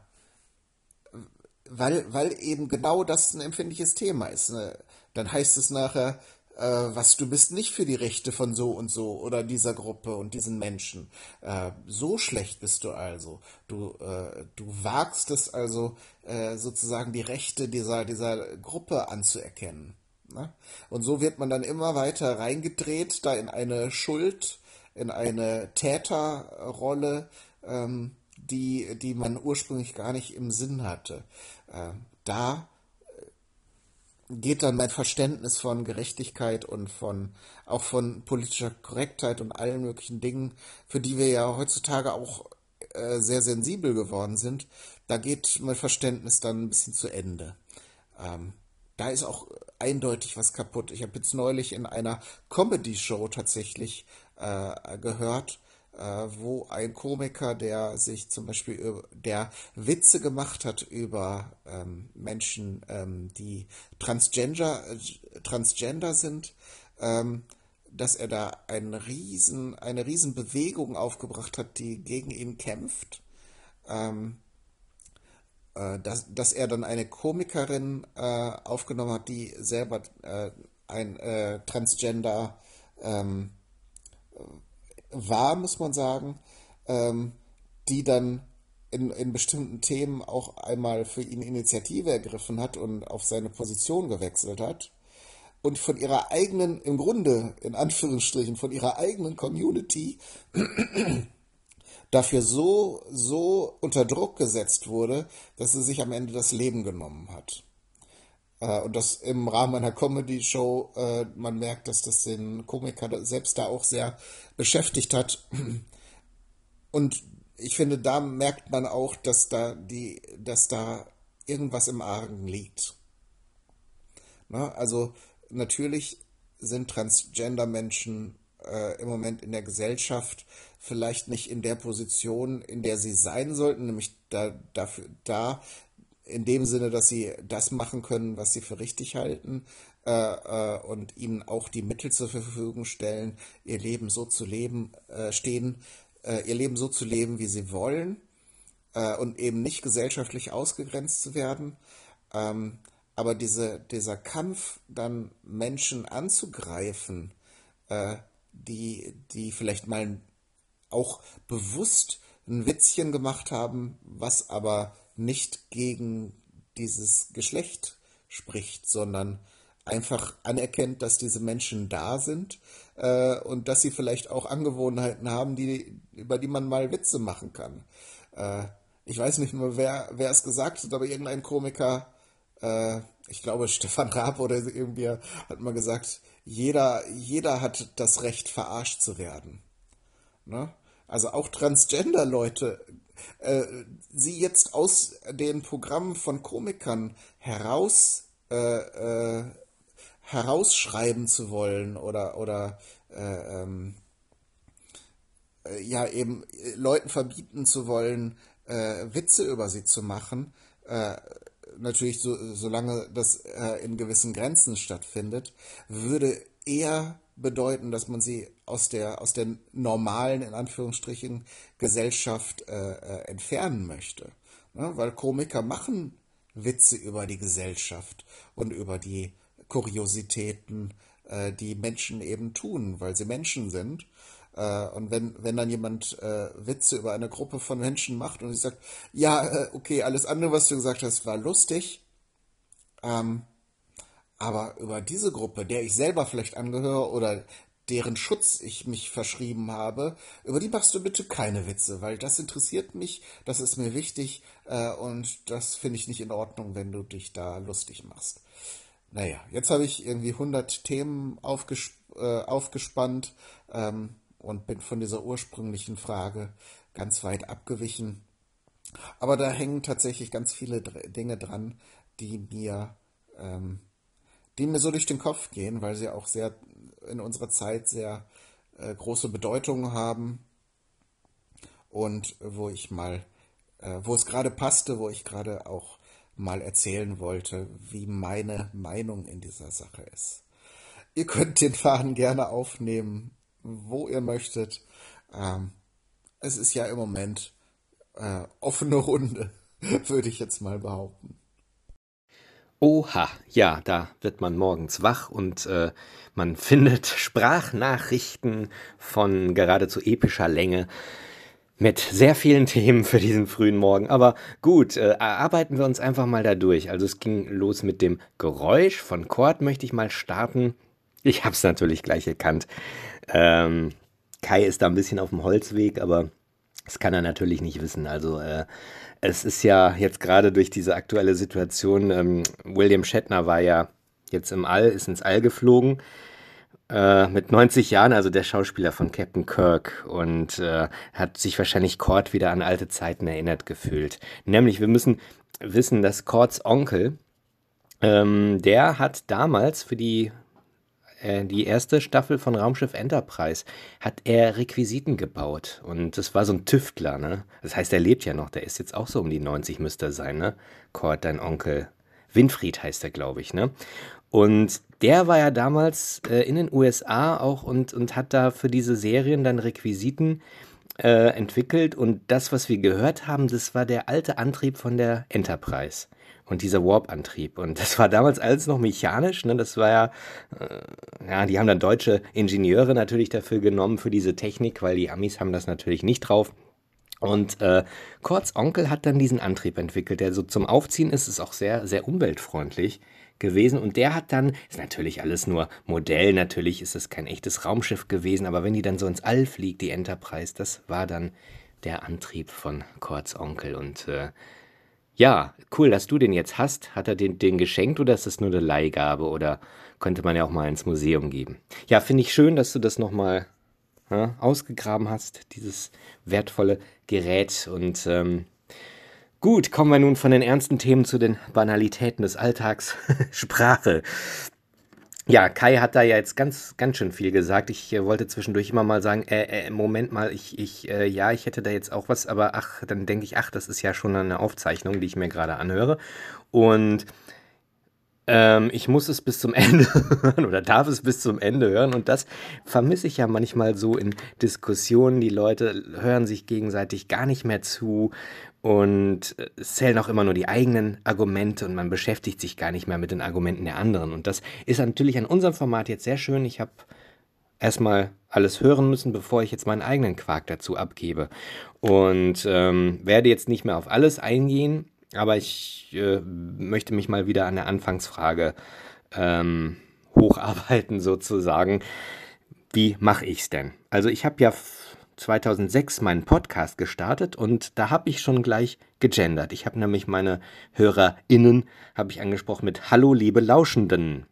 weil, weil eben genau das ein empfindliches Thema ist. Ne? Dann heißt es nachher, äh, was, du bist nicht für die Rechte von so und so oder dieser Gruppe und diesen Menschen. Äh, so schlecht bist du also. Du, äh, du wagst es also, äh, sozusagen die Rechte dieser, dieser Gruppe anzuerkennen. Ne? Und so wird man dann immer weiter reingedreht, da in eine Schuld, in eine Täterrolle, ähm, die, die man ursprünglich gar nicht im Sinn hatte. Äh, da geht dann mein Verständnis von Gerechtigkeit und von auch von politischer Korrektheit und allen möglichen Dingen, für die wir ja heutzutage auch äh, sehr sensibel geworden sind, da geht mein Verständnis dann ein bisschen zu Ende. Ähm, da ist auch eindeutig was kaputt. Ich habe jetzt neulich in einer Comedy-Show tatsächlich äh, gehört, äh, wo ein Komiker, der sich zum Beispiel, über, der Witze gemacht hat über ähm, Menschen, ähm, die Transgender, äh, Transgender sind, ähm, dass er da einen riesen, eine riesen Bewegung aufgebracht hat, die gegen ihn kämpft. Ähm, äh, dass, dass er dann eine Komikerin äh, aufgenommen hat, die selber äh, ein äh, Transgender ähm, war, muss man sagen, ähm, die dann in, in bestimmten Themen auch einmal für ihn Initiative ergriffen hat und auf seine Position gewechselt hat und von ihrer eigenen, im Grunde, in Anführungsstrichen, von ihrer eigenen Community dafür so, so unter Druck gesetzt wurde, dass sie sich am Ende das Leben genommen hat. Äh, und das im Rahmen einer Comedy-Show, äh, man merkt, dass das den Komiker selbst da auch sehr beschäftigt hat. Und ich finde, da merkt man auch, dass da die, dass da irgendwas im Argen liegt. Na, also natürlich sind Transgender-Menschen äh, im Moment in der Gesellschaft vielleicht nicht in der Position, in der sie sein sollten, nämlich da, dafür, da in dem Sinne, dass sie das machen können, was sie für richtig halten äh, äh, und ihnen auch die Mittel zur Verfügung stellen, ihr Leben so zu leben, äh, stehen, äh, ihr Leben so zu leben, wie sie wollen äh, und eben nicht gesellschaftlich ausgegrenzt zu werden. Ähm, aber diese, dieser Kampf, dann Menschen anzugreifen, äh, die, die vielleicht mal auch bewusst ein Witzchen gemacht haben, was aber nicht gegen dieses Geschlecht spricht, sondern einfach anerkennt, dass diese Menschen da sind äh, und dass sie vielleicht auch Angewohnheiten haben, die, über die man mal Witze machen kann. Äh, ich weiß nicht mehr, wer, wer es gesagt hat, aber irgendein Komiker, äh, ich glaube Stefan Raab oder irgendwie hat mal gesagt, jeder, jeder hat das Recht, verarscht zu werden. Ne? Also auch Transgender-Leute, äh, sie jetzt aus den Programmen von Komikern heraus äh, äh, herausschreiben zu wollen oder oder äh, ähm, äh, ja eben äh, Leuten verbieten zu wollen, äh, Witze über sie zu machen, äh, natürlich so, solange das äh, in gewissen Grenzen stattfindet, würde eher bedeuten, dass man sie aus der aus der normalen, in Anführungsstrichen, Gesellschaft äh, äh, entfernen möchte. Ne? Weil Komiker machen Witze über die Gesellschaft und über die Kuriositäten, äh, die Menschen eben tun, weil sie Menschen sind. Äh, und wenn, wenn dann jemand äh, Witze über eine Gruppe von Menschen macht und sie sagt, ja, äh, okay, alles andere, was du gesagt hast, war lustig, ähm, aber über diese Gruppe, der ich selber vielleicht angehöre oder deren Schutz ich mich verschrieben habe, über die machst du bitte keine Witze, weil das interessiert mich, das ist mir wichtig äh, und das finde ich nicht in Ordnung, wenn du dich da lustig machst. Naja, jetzt habe ich irgendwie hundert Themen aufges äh, aufgespannt ähm, und bin von dieser ursprünglichen Frage ganz weit abgewichen. Aber da hängen tatsächlich ganz viele Dr- Dinge dran, die mir ähm, die mir so durch den Kopf gehen, weil sie auch sehr in unserer Zeit sehr äh, große Bedeutung haben und wo ich mal, äh, wo es gerade passte, wo ich gerade auch mal erzählen wollte, wie meine Meinung in dieser Sache ist. Ihr könnt den Faden gerne aufnehmen, wo ihr möchtet. Ähm, es ist ja im Moment äh, offene Runde, würde ich jetzt mal behaupten. Oha, ja, da wird man morgens wach und äh, man findet Sprachnachrichten von geradezu epischer Länge mit sehr vielen Themen für diesen frühen Morgen. Aber gut, äh, arbeiten wir uns einfach mal da durch. Also es ging los mit dem Geräusch von Kord, möchte ich mal starten. Ich habe es natürlich gleich erkannt. Ähm, Kai ist da ein bisschen auf dem Holzweg, aber das kann er natürlich nicht wissen. Also äh, es ist ja jetzt gerade durch diese aktuelle Situation, ähm, William Shatner war ja jetzt im All, ist ins All geflogen äh, mit neunzig Jahren, also der Schauspieler von Captain Kirk und äh, hat sich wahrscheinlich Kord wieder an alte Zeiten erinnert gefühlt. Nämlich, wir müssen wissen, dass Kords Onkel, ähm, der hat damals für die äh, die erste Staffel von Raumschiff Enterprise hat er Requisiten gebaut. Und das war so ein Tüftler, ne? Das heißt, er lebt ja noch. Der ist jetzt auch so um die neunzig, müsste er sein, ne? Kord, dein Onkel. Winfried heißt er, glaube ich, ne? Und der war ja damals äh, in den U S A auch und, und hat da für diese Serien dann Requisiten äh, entwickelt. Und das, was wir gehört haben, das war der alte Antrieb von der Enterprise. Und dieser Warp-Antrieb. Und das war damals alles noch mechanisch, ne? Das war ja, äh, ja, die haben dann deutsche Ingenieure natürlich dafür genommen, für diese Technik, weil die Amis haben das natürlich nicht drauf. Und äh, Kords Onkel hat dann diesen Antrieb entwickelt, der so zum Aufziehen ist, ist auch sehr, sehr umweltfreundlich gewesen. Und der hat dann, ist natürlich alles nur Modell, natürlich ist es kein echtes Raumschiff gewesen, aber wenn die dann so ins All fliegt, die Enterprise, das war dann der Antrieb von Kords Onkel. Und äh, ja, cool, dass du den jetzt hast. Hat er den, den geschenkt oder ist das nur eine Leihgabe oder könnte man ja auch mal ins Museum geben? Ja, finde ich schön, dass du das nochmal ja, ausgegraben hast, dieses wertvolle Gerät. Und ähm, gut, kommen wir nun von den ernsten Themen zu den Banalitäten des Alltags. Sprache. Ja, Kai hat da ja jetzt ganz, ganz schön viel gesagt. Ich äh, wollte zwischendurch immer mal sagen, äh, äh, Moment mal, ich, ich, äh, ja, ich hätte da jetzt auch was, aber ach, dann denke ich, ach, das ist ja schon eine Aufzeichnung, die ich mir gerade anhöre. Und ähm, ich muss es bis zum Ende hören oder darf es bis zum Ende hören. Und das vermisse ich ja manchmal so in Diskussionen. Die Leute hören sich gegenseitig gar nicht mehr zu und äh, es zählen auch immer nur die eigenen Argumente und man beschäftigt sich gar nicht mehr mit den Argumenten der anderen. Und das ist natürlich an unserem Format jetzt sehr schön. Ich habe erstmal alles hören müssen, bevor ich jetzt meinen eigenen Quark dazu abgebe. Und ähm, werde jetzt nicht mehr auf alles eingehen, aber ich äh, möchte mich mal wieder an der Anfangsfrage ähm, hocharbeiten sozusagen. Wie mache ich's denn? Also ich habe ja zweitausendsechs meinen Podcast gestartet und da habe ich schon gleich gegendert. Ich habe nämlich meine HörerInnen, habe ich angesprochen mit Hallo liebe Lauschenden.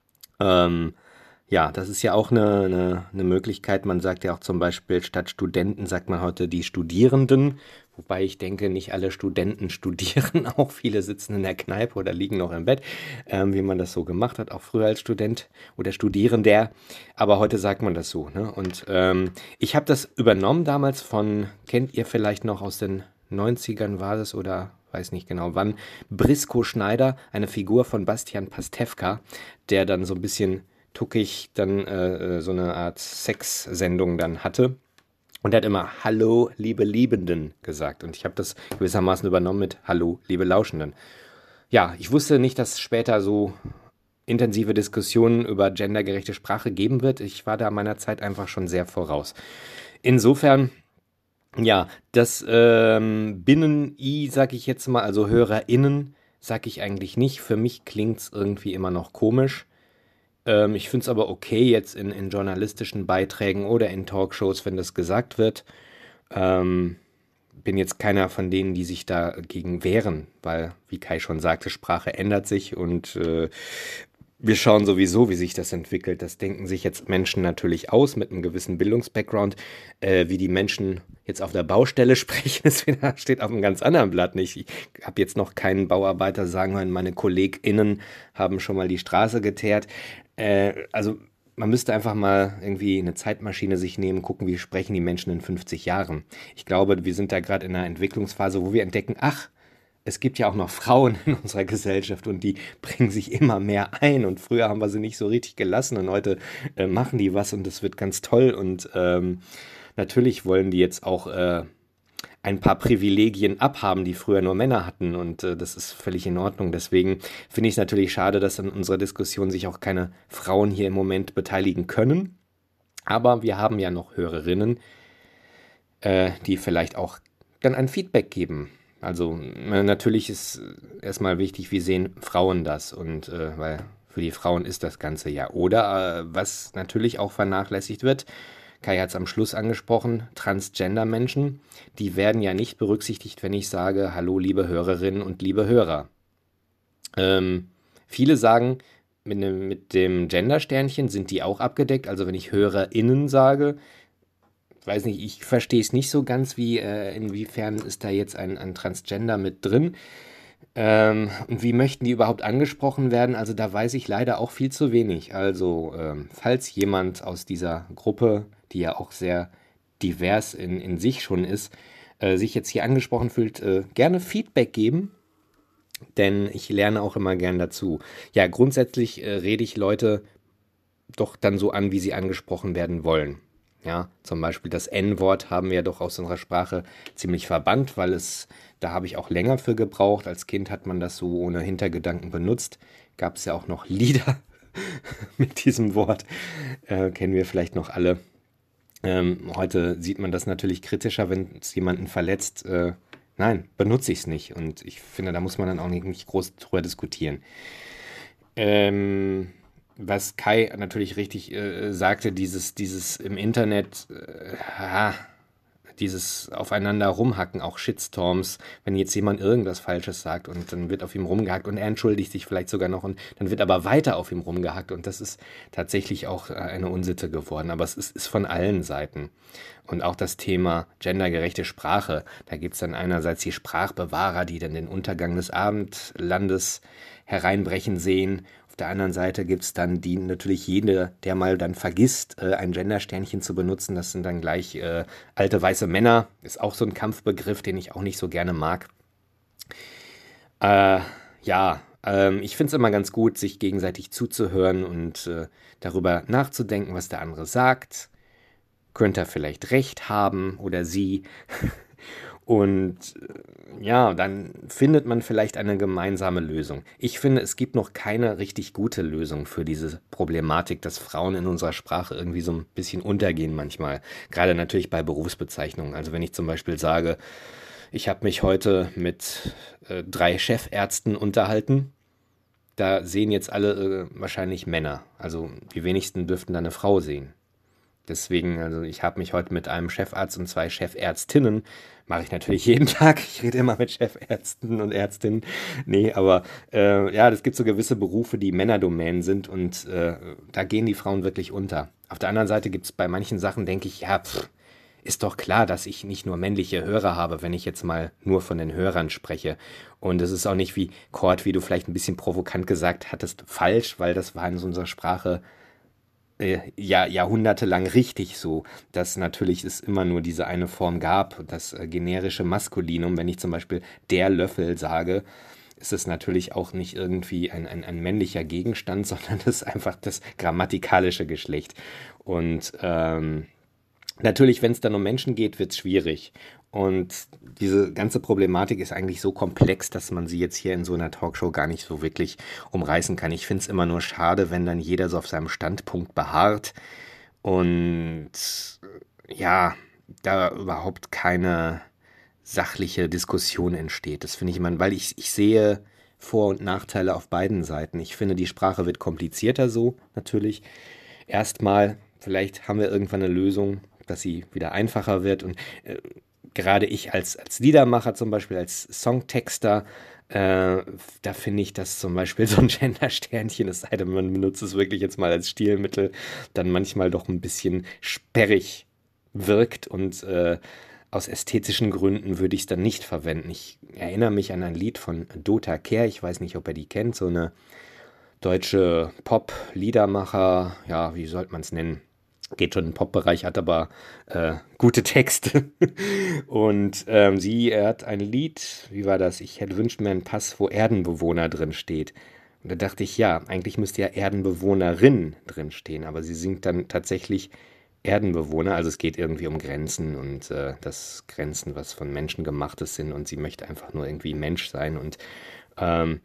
Ähm, ja, das ist ja auch eine, eine, eine Möglichkeit. Man sagt ja auch zum Beispiel, statt Studenten sagt man heute die Studierenden. Wobei ich denke, nicht alle Studenten studieren. Auch viele sitzen in der Kneipe oder liegen noch im Bett, ähm, wie man das so gemacht hat, auch früher als Student oder Studierender. Aber heute sagt man das so, ne? Und ähm, ich habe das übernommen damals von, kennt ihr vielleicht noch aus den neunzigern war das oder weiß nicht genau wann, Brisco Schneider, eine Figur von Bastian Pastewka, der dann so ein bisschen tuckig dann äh, so eine Art Sexsendung dann hatte. Und er hat immer Hallo, liebe Liebenden gesagt. Und ich habe das gewissermaßen übernommen mit Hallo, liebe Lauschenden. Ja, ich wusste nicht, dass später so intensive Diskussionen über gendergerechte Sprache geben wird. Ich war da meiner Zeit einfach schon sehr voraus. Insofern, ja, das ähm, Binnen-I, sag ich jetzt mal, also HörerInnen, sag ich eigentlich nicht. Für mich klingt es irgendwie immer noch komisch. Ähm, ich finde es aber okay jetzt in, in journalistischen Beiträgen oder in Talkshows, wenn das gesagt wird. Ähm, bin jetzt keiner von denen, die sich dagegen wehren, weil, wie Kai schon sagte, Sprache ändert sich und äh, wir schauen sowieso, wie sich das entwickelt. Das denken sich jetzt Menschen natürlich aus mit einem gewissen Bildungsbackground. Äh, wie die Menschen jetzt auf der Baustelle sprechen, das wieder, steht auf einem ganz anderen Blatt. Nicht? Ich habe jetzt noch keinen Bauarbeiter sagen hören, meine KollegInnen haben schon mal die Straße geteert. Äh, also man müsste einfach mal irgendwie eine Zeitmaschine sich nehmen, gucken, wie sprechen die Menschen in fünfzig Jahren. Ich glaube, wir sind da gerade in einer Entwicklungsphase, wo wir entdecken, ach, es gibt ja auch noch Frauen in unserer Gesellschaft und die bringen sich immer mehr ein und früher haben wir sie nicht so richtig gelassen und heute äh, machen die was und das wird ganz toll und ähm, natürlich wollen die jetzt auch äh, ein paar Privilegien abhaben, die früher nur Männer hatten und äh, das ist völlig in Ordnung. Deswegen finde ich es natürlich schade, dass in unserer Diskussion sich auch keine Frauen hier im Moment beteiligen können, aber wir haben ja noch Hörerinnen, äh, die vielleicht auch dann ein Feedback geben. Also äh, natürlich ist erstmal wichtig, wie sehen Frauen das und äh, weil für die Frauen ist das Ganze ja. Oder äh, was natürlich auch vernachlässigt wird, Kai hat es am Schluss angesprochen, Transgender-Menschen, die werden ja nicht berücksichtigt, wenn ich sage, hallo liebe Hörerinnen und liebe Hörer. Ähm, viele sagen, mit, ne, mit dem Gender-Sternchen sind die auch abgedeckt, also wenn ich HörerInnen sage, weiß nicht, ich verstehe es nicht so ganz, wie äh, inwiefern ist da jetzt ein, ein Transgender mit drin ähm, und wie möchten die überhaupt angesprochen werden, also da weiß ich leider auch viel zu wenig. Also ähm, falls jemand aus dieser Gruppe, die ja auch sehr divers in, in sich schon ist, äh, sich jetzt hier angesprochen fühlt, äh, gerne Feedback geben, denn ich lerne auch immer gern dazu. Ja, grundsätzlich äh, rede ich Leute doch dann so an, wie sie angesprochen werden wollen. Ja, zum Beispiel das En-Wort haben wir doch aus unserer Sprache ziemlich verbannt, weil es, da habe ich auch länger für gebraucht. Als Kind hat man das so ohne Hintergedanken benutzt. Gab es ja auch noch Lieder mit diesem Wort. Äh, kennen wir vielleicht noch alle. Ähm, heute sieht man das natürlich kritischer, wenn es jemanden verletzt. Äh, nein, benutze ich es nicht. Und ich finde, da muss man dann auch nicht, nicht groß drüber diskutieren. Ähm... Was Kai natürlich richtig äh, sagte, dieses, dieses im Internet, äh, ah, dieses aufeinander rumhacken, auch Shitstorms, wenn jetzt jemand irgendwas Falsches sagt und dann wird auf ihm rumgehackt und er entschuldigt sich vielleicht sogar noch und dann wird aber weiter auf ihm rumgehackt und das ist tatsächlich auch eine Unsitte geworden, aber es ist, ist von allen Seiten. Und auch das Thema gendergerechte Sprache, da gibt es dann einerseits die Sprachbewahrer, die dann den Untergang des Abendlandes hereinbrechen sehen. Auf der anderen Seite gibt es dann die natürlich jede, der mal dann vergisst, äh, ein Gendersternchen zu benutzen. Das sind dann gleich äh, alte weiße Männer. Ist auch so ein Kampfbegriff, den ich auch nicht so gerne mag. Äh, ja, ähm, ich finde es immer ganz gut, sich gegenseitig zuzuhören und äh, darüber nachzudenken, was der andere sagt. Könnte er vielleicht recht haben oder sie. Und ja, dann findet man vielleicht eine gemeinsame Lösung. Ich finde, es gibt noch keine richtig gute Lösung für diese Problematik, dass Frauen in unserer Sprache irgendwie so ein bisschen untergehen manchmal. Gerade natürlich bei Berufsbezeichnungen. Also wenn ich zum Beispiel sage, ich habe mich heute mit äh, drei Chefärzten unterhalten, da sehen jetzt alle äh, wahrscheinlich Männer. Also die wenigsten dürften da eine Frau sehen. Deswegen, also ich habe mich heute mit einem Chefarzt und zwei Chefärztinnen, mache ich natürlich jeden Tag, ich rede immer mit Chefärzten und Ärztinnen, nee, aber äh, ja, es gibt so gewisse Berufe, die Männerdomänen sind und äh, da gehen die Frauen wirklich unter. Auf der anderen Seite gibt es bei manchen Sachen, denke ich, ja, pff, ist doch klar, dass ich nicht nur männliche Hörer habe, wenn ich jetzt mal nur von den Hörern spreche. Und es ist auch nicht wie Kurt, wie du vielleicht ein bisschen provokant gesagt hattest, falsch, weil das war in unserer Sprache ja, jahrhundertelang richtig so, dass natürlich es immer nur diese eine Form gab, das äh, generische Maskulinum. Wenn ich zum Beispiel der Löffel sage, ist es natürlich auch nicht irgendwie ein, ein, ein männlicher Gegenstand, sondern das ist einfach das grammatikalische Geschlecht. Und ähm, natürlich, wenn es dann um Menschen geht, wird es schwierig. Und diese ganze Problematik ist eigentlich so komplex, dass man sie jetzt hier in so einer Talkshow gar nicht so wirklich umreißen kann. Ich finde es immer nur schade, wenn dann jeder so auf seinem Standpunkt beharrt und ja, da überhaupt keine sachliche Diskussion entsteht. Das finde ich immer, weil ich, ich sehe Vor- und Nachteile auf beiden Seiten. Ich finde, die Sprache wird komplizierter so, natürlich. Erstmal, vielleicht haben wir irgendwann eine Lösung, dass sie wieder einfacher wird. Und äh, gerade ich als, als Liedermacher zum Beispiel, als Songtexter, äh, da finde ich, dass zum Beispiel so ein Gender-Sternchen, es sei denn, man benutzt es wirklich jetzt mal als Stilmittel, dann manchmal doch ein bisschen sperrig wirkt und äh, aus ästhetischen Gründen würde ich es dann nicht verwenden. Ich erinnere mich an ein Lied von Dota Kehr, ich weiß nicht, ob ihr die kennt, so eine deutsche Pop-Liedermacher, ja, wie sollte man es nennen? Geht schon im Pop-Bereich, hat aber äh, gute Texte. Und ähm, sie er hat ein Lied, wie war das? Ich hätte wünscht mir einen Pass, wo Erdenbewohner drin steht. Und da dachte ich, ja, eigentlich müsste ja Erdenbewohnerin drin stehen, aber sie singt dann tatsächlich Erdenbewohner, also es geht irgendwie um Grenzen und äh, dass Grenzen was von Menschen gemachtes sind und sie möchte einfach nur irgendwie Mensch sein und ähm,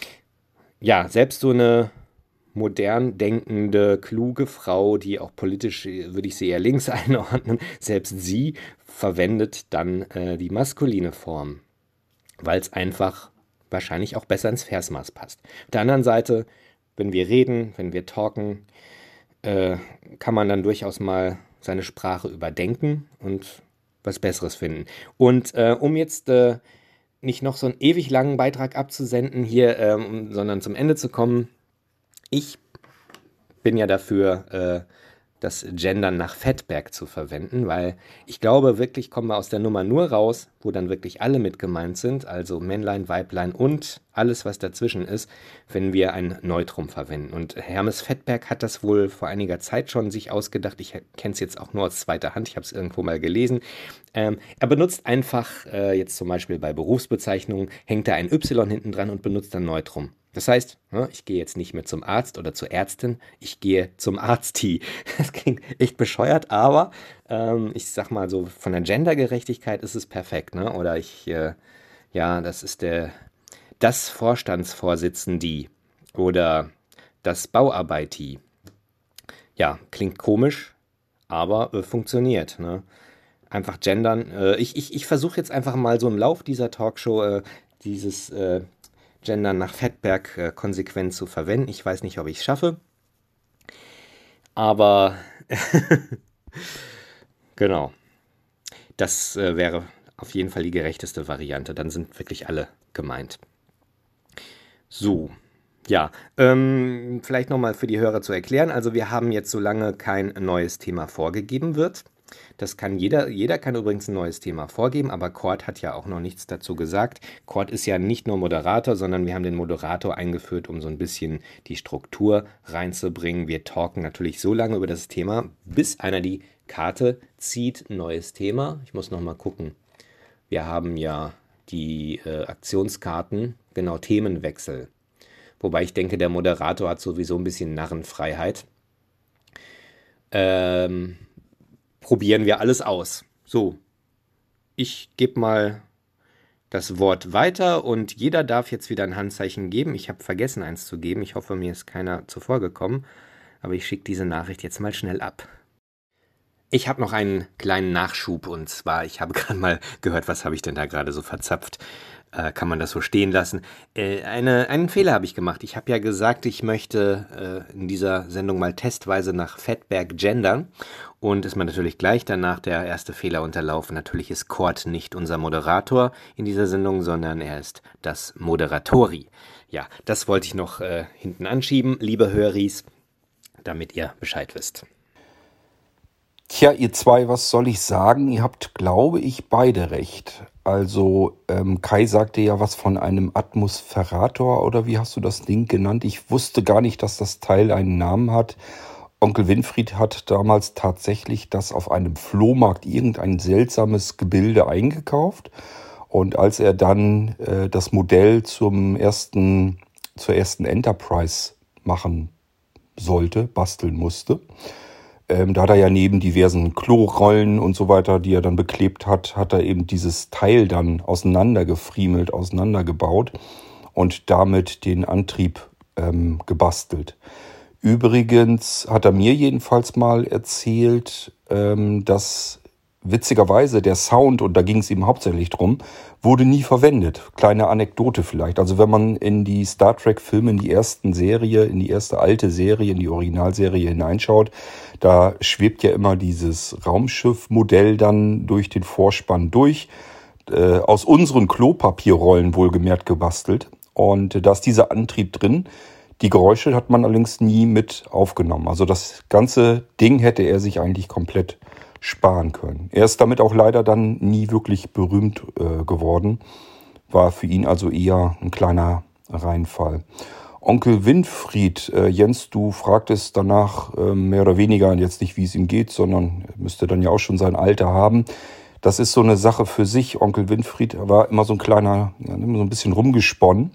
ja, selbst so eine modern denkende, kluge Frau, die auch politisch, äh, würde ich sie eher links einordnen, selbst sie verwendet dann äh, die maskuline Form, weil es einfach wahrscheinlich auch besser ins Versmaß passt. Auf der anderen Seite, wenn wir reden, wenn wir talken, äh, kann man dann durchaus mal seine Sprache überdenken und was Besseres finden. Und äh, um jetzt äh, nicht noch so einen ewig langen Beitrag abzusenden hier, ähm, sondern zum Ende zu kommen, ich bin ja dafür, äh, das Gendern nach Fettberg zu verwenden, weil ich glaube wirklich, kommen wir aus der Nummer nur raus, wo dann wirklich alle mit gemeint sind, also Männlein, Weiblein und alles, was dazwischen ist, wenn wir ein Neutrum verwenden. Und Hermes Fettberg hat das wohl vor einiger Zeit schon sich ausgedacht. Ich kenne es jetzt auch nur aus zweiter Hand, ich habe es irgendwo mal gelesen. Ähm, er benutzt einfach, äh, jetzt zum Beispiel bei Berufsbezeichnungen, hängt da ein Y hinten dran und benutzt dann Neutrum. Das heißt, ich gehe jetzt nicht mehr zum Arzt oder zur Ärztin, ich gehe zum Arzti. Das klingt echt bescheuert, aber ähm, ich sag mal so, von der Gendergerechtigkeit ist es perfekt, ne? Oder ich, äh, ja, das ist der, das Vorstandsvorsitzende oder das Bauarbeiti. Ja, klingt komisch, aber äh, funktioniert, ne? Einfach gendern. Äh, ich ich, ich versuche jetzt einfach mal so im Lauf dieser Talkshow äh, dieses äh, Gendern nach Fettberg äh, konsequent zu verwenden. Ich weiß nicht, ob ich es schaffe. Aber genau. Das äh, wäre auf jeden Fall die gerechteste Variante. Dann sind wirklich alle gemeint. So. Ja, ähm, vielleicht nochmal für die Hörer zu erklären. Also wir haben jetzt, solange kein neues Thema vorgegeben wird, das kann jeder, jeder kann übrigens ein neues Thema vorgeben, aber Cord hat ja auch noch nichts dazu gesagt. Cord ist ja nicht nur Moderator, sondern wir haben den Moderator eingeführt, um so ein bisschen die Struktur reinzubringen. Wir talken natürlich so lange über das Thema, bis einer die Karte zieht, neues Thema. Ich muss nochmal gucken. Wir haben ja die äh, Aktionskarten, genau, Themenwechsel. Wobei ich denke, der Moderator hat sowieso ein bisschen Narrenfreiheit. Ähm... Probieren wir alles aus. So, ich gebe mal das Wort weiter und jeder darf jetzt wieder ein Handzeichen geben. Ich habe vergessen, eins zu geben. Ich hoffe, mir ist keiner zuvor gekommen. Aber ich schicke diese Nachricht jetzt mal schnell ab. Ich habe noch einen kleinen Nachschub und zwar, ich habe gerade mal gehört, was habe ich denn da gerade so verzapft. Äh, kann man das so stehen lassen? Äh, eine, einen Fehler habe ich gemacht. Ich habe ja gesagt, ich möchte äh, in dieser Sendung mal testweise nach Fettberg gendern. Und ist mir natürlich gleich danach der erste Fehler unterlaufen. Natürlich ist Cord nicht unser Moderator in dieser Sendung, sondern er ist das Moderatori. Ja, das wollte ich noch äh, hinten anschieben, liebe Höris, damit ihr Bescheid wisst. Tja, ihr zwei, was soll ich sagen? Ihr habt, glaube ich, beide recht. Also ähm, Kai sagte ja was von einem Atmosphärator oder wie hast du das Ding genannt? Ich wusste gar nicht, dass das Teil einen Namen hat. Onkel Winfried hat damals tatsächlich das auf einem Flohmarkt irgendein seltsames Gebilde eingekauft. Und als er dann äh, das Modell zum ersten, zur ersten Enterprise machen sollte, basteln musste, ähm, da hat er ja neben diversen Klorollen und so weiter, die er dann beklebt hat, hat er eben dieses Teil dann auseinandergefriemelt, auseinandergebaut und damit den Antrieb ähm, gebastelt. Übrigens hat er mir jedenfalls mal erzählt, ähm, dass witzigerweise der Sound, und da ging es ihm hauptsächlich drum, wurde nie verwendet. Kleine Anekdote vielleicht. Also wenn man in die Star Trek-Filme, in die ersten Serie, in die erste alte Serie, in die Originalserie hineinschaut, da schwebt ja immer dieses Raumschiff-Modell dann durch den Vorspann durch, äh, aus unseren Klopapierrollen wohlgemerkt gebastelt. Und äh, da ist dieser Antrieb drin. Die Geräusche hat man allerdings nie mit aufgenommen. Also das ganze Ding hätte er sich eigentlich komplett sparen können. Er ist damit auch leider dann nie wirklich berühmt äh, geworden. War für ihn also eher ein kleiner Reinfall. Onkel Winfried, äh, Jens, du fragtest danach äh, mehr oder weniger, jetzt nicht wie es ihm geht, sondern er müsste dann ja auch schon sein Alter haben. Das ist so eine Sache für sich. Onkel Winfried war immer so ein kleiner, ja, immer so ein bisschen rumgesponnen.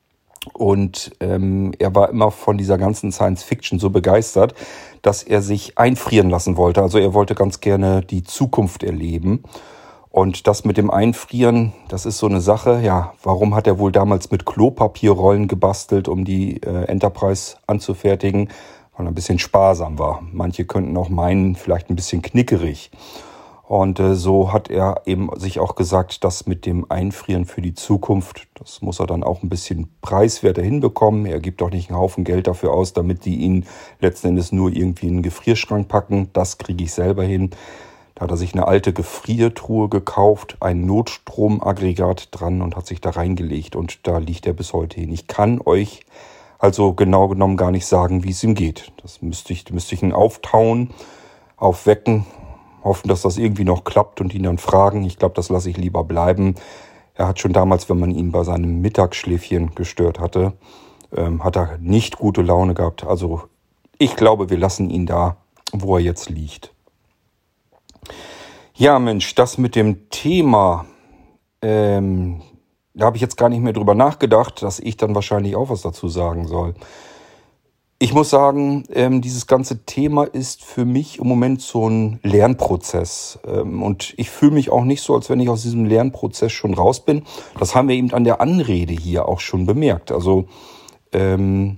Und ähm, er war immer von dieser ganzen Science-Fiction so begeistert, dass er sich einfrieren lassen wollte. Also er wollte ganz gerne die Zukunft erleben. Und das mit dem Einfrieren, das ist so eine Sache. Ja, warum hat er wohl damals mit Klopapierrollen gebastelt, um die äh, Enterprise anzufertigen? Weil er ein bisschen sparsam war. Manche könnten auch meinen, vielleicht ein bisschen knickerig. Und äh, so hat er eben sich auch gesagt, dass mit dem Einfrieren für die Zukunft, das muss er dann auch ein bisschen preiswerter hinbekommen. Er gibt auch nicht einen Haufen Geld dafür aus, damit die ihn letzten Endes nur irgendwie in einen Gefrierschrank packen. Das kriege ich selber hin. Da hat er sich eine alte Gefriertruhe gekauft, ein Notstromaggregat dran und hat sich da reingelegt. Und da liegt er bis heute hin. Ich kann euch also genau genommen gar nicht sagen, wie es ihm geht. Das müsste ich, müsste ich ihn auftauen, aufwecken, hoffen, dass das irgendwie noch klappt und ihn dann fragen. Ich glaube, das lasse ich lieber bleiben. Er hat schon damals, wenn man ihn bei seinem Mittagsschläfchen gestört hatte, ähm, hat er nicht gute Laune gehabt. Also ich glaube, wir lassen ihn da, wo er jetzt liegt. Ja, Mensch, das mit dem Thema, ähm, da habe ich jetzt gar nicht mehr drüber nachgedacht, dass ich dann wahrscheinlich auch was dazu sagen soll. Ich muss sagen, ähm, dieses ganze Thema ist für mich im Moment so ein Lernprozess. Ähm, und ich fühle mich auch nicht so, als wenn ich aus diesem Lernprozess schon raus bin. Das haben wir eben an der Anrede hier auch schon bemerkt. Also ähm,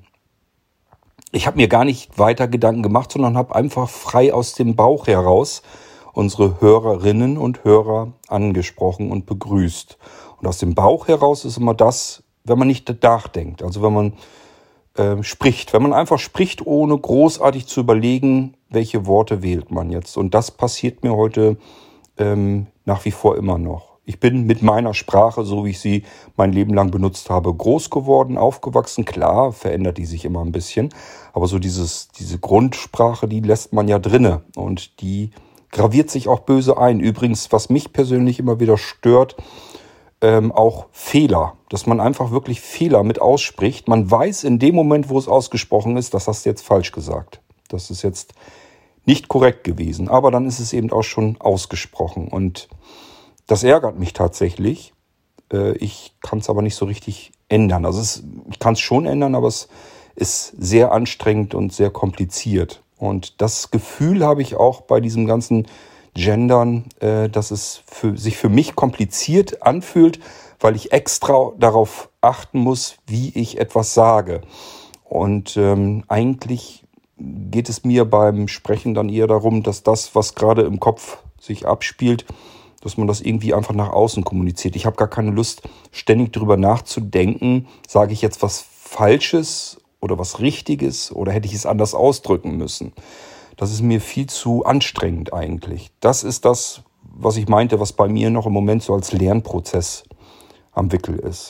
ich habe mir gar nicht weiter Gedanken gemacht, sondern habe einfach frei aus dem Bauch heraus unsere Hörerinnen und Hörer angesprochen und begrüßt. Und aus dem Bauch heraus ist immer das, wenn man nicht nachdenkt. Also wenn man äh, spricht. Wenn man einfach spricht, ohne großartig zu überlegen, welche Worte wählt man jetzt. Und das passiert mir heute ähm, nach wie vor immer noch. Ich bin mit meiner Sprache, so wie ich sie mein Leben lang benutzt habe, groß geworden, aufgewachsen. Klar, verändert die sich immer ein bisschen. Aber so dieses, diese Grundsprache, die lässt man ja drinne. Und die graviert sich auch böse ein. Übrigens, was mich persönlich immer wieder stört, ähm, auch Fehler. Dass man einfach wirklich Fehler mit ausspricht. Man weiß in dem Moment, wo es ausgesprochen ist, das hast du jetzt falsch gesagt. Das ist jetzt nicht korrekt gewesen. Aber dann ist es eben auch schon ausgesprochen. Und das ärgert mich tatsächlich. Äh, ich kann es aber nicht so richtig ändern. Also es, ich kann es schon ändern, aber es ist sehr anstrengend und sehr kompliziert. Und das Gefühl habe ich auch bei diesem ganzen Gendern, äh, dass es für, sich für mich kompliziert anfühlt, weil ich extra darauf achten muss, wie ich etwas sage. Und ähm, eigentlich geht es mir beim Sprechen dann eher darum, dass das, was gerade im Kopf sich abspielt, dass man das irgendwie einfach nach außen kommuniziert. Ich habe gar keine Lust, ständig darüber nachzudenken, sage ich jetzt was Falsches oder was Richtiges oder hätte ich es anders ausdrücken müssen. Das ist mir viel zu anstrengend eigentlich. Das ist das, was ich meinte, was bei mir noch im Moment so als Lernprozess am Wickel ist.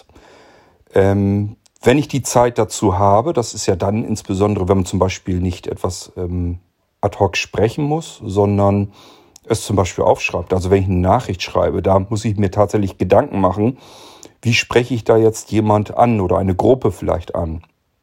Ähm, wenn ich die Zeit dazu habe, das ist ja dann insbesondere, wenn man zum Beispiel nicht etwas ähm, ad hoc sprechen muss, sondern es zum Beispiel aufschreibt. Also wenn ich eine Nachricht schreibe, da muss ich mir tatsächlich Gedanken machen, wie spreche ich da jetzt jemand an oder eine Gruppe vielleicht an.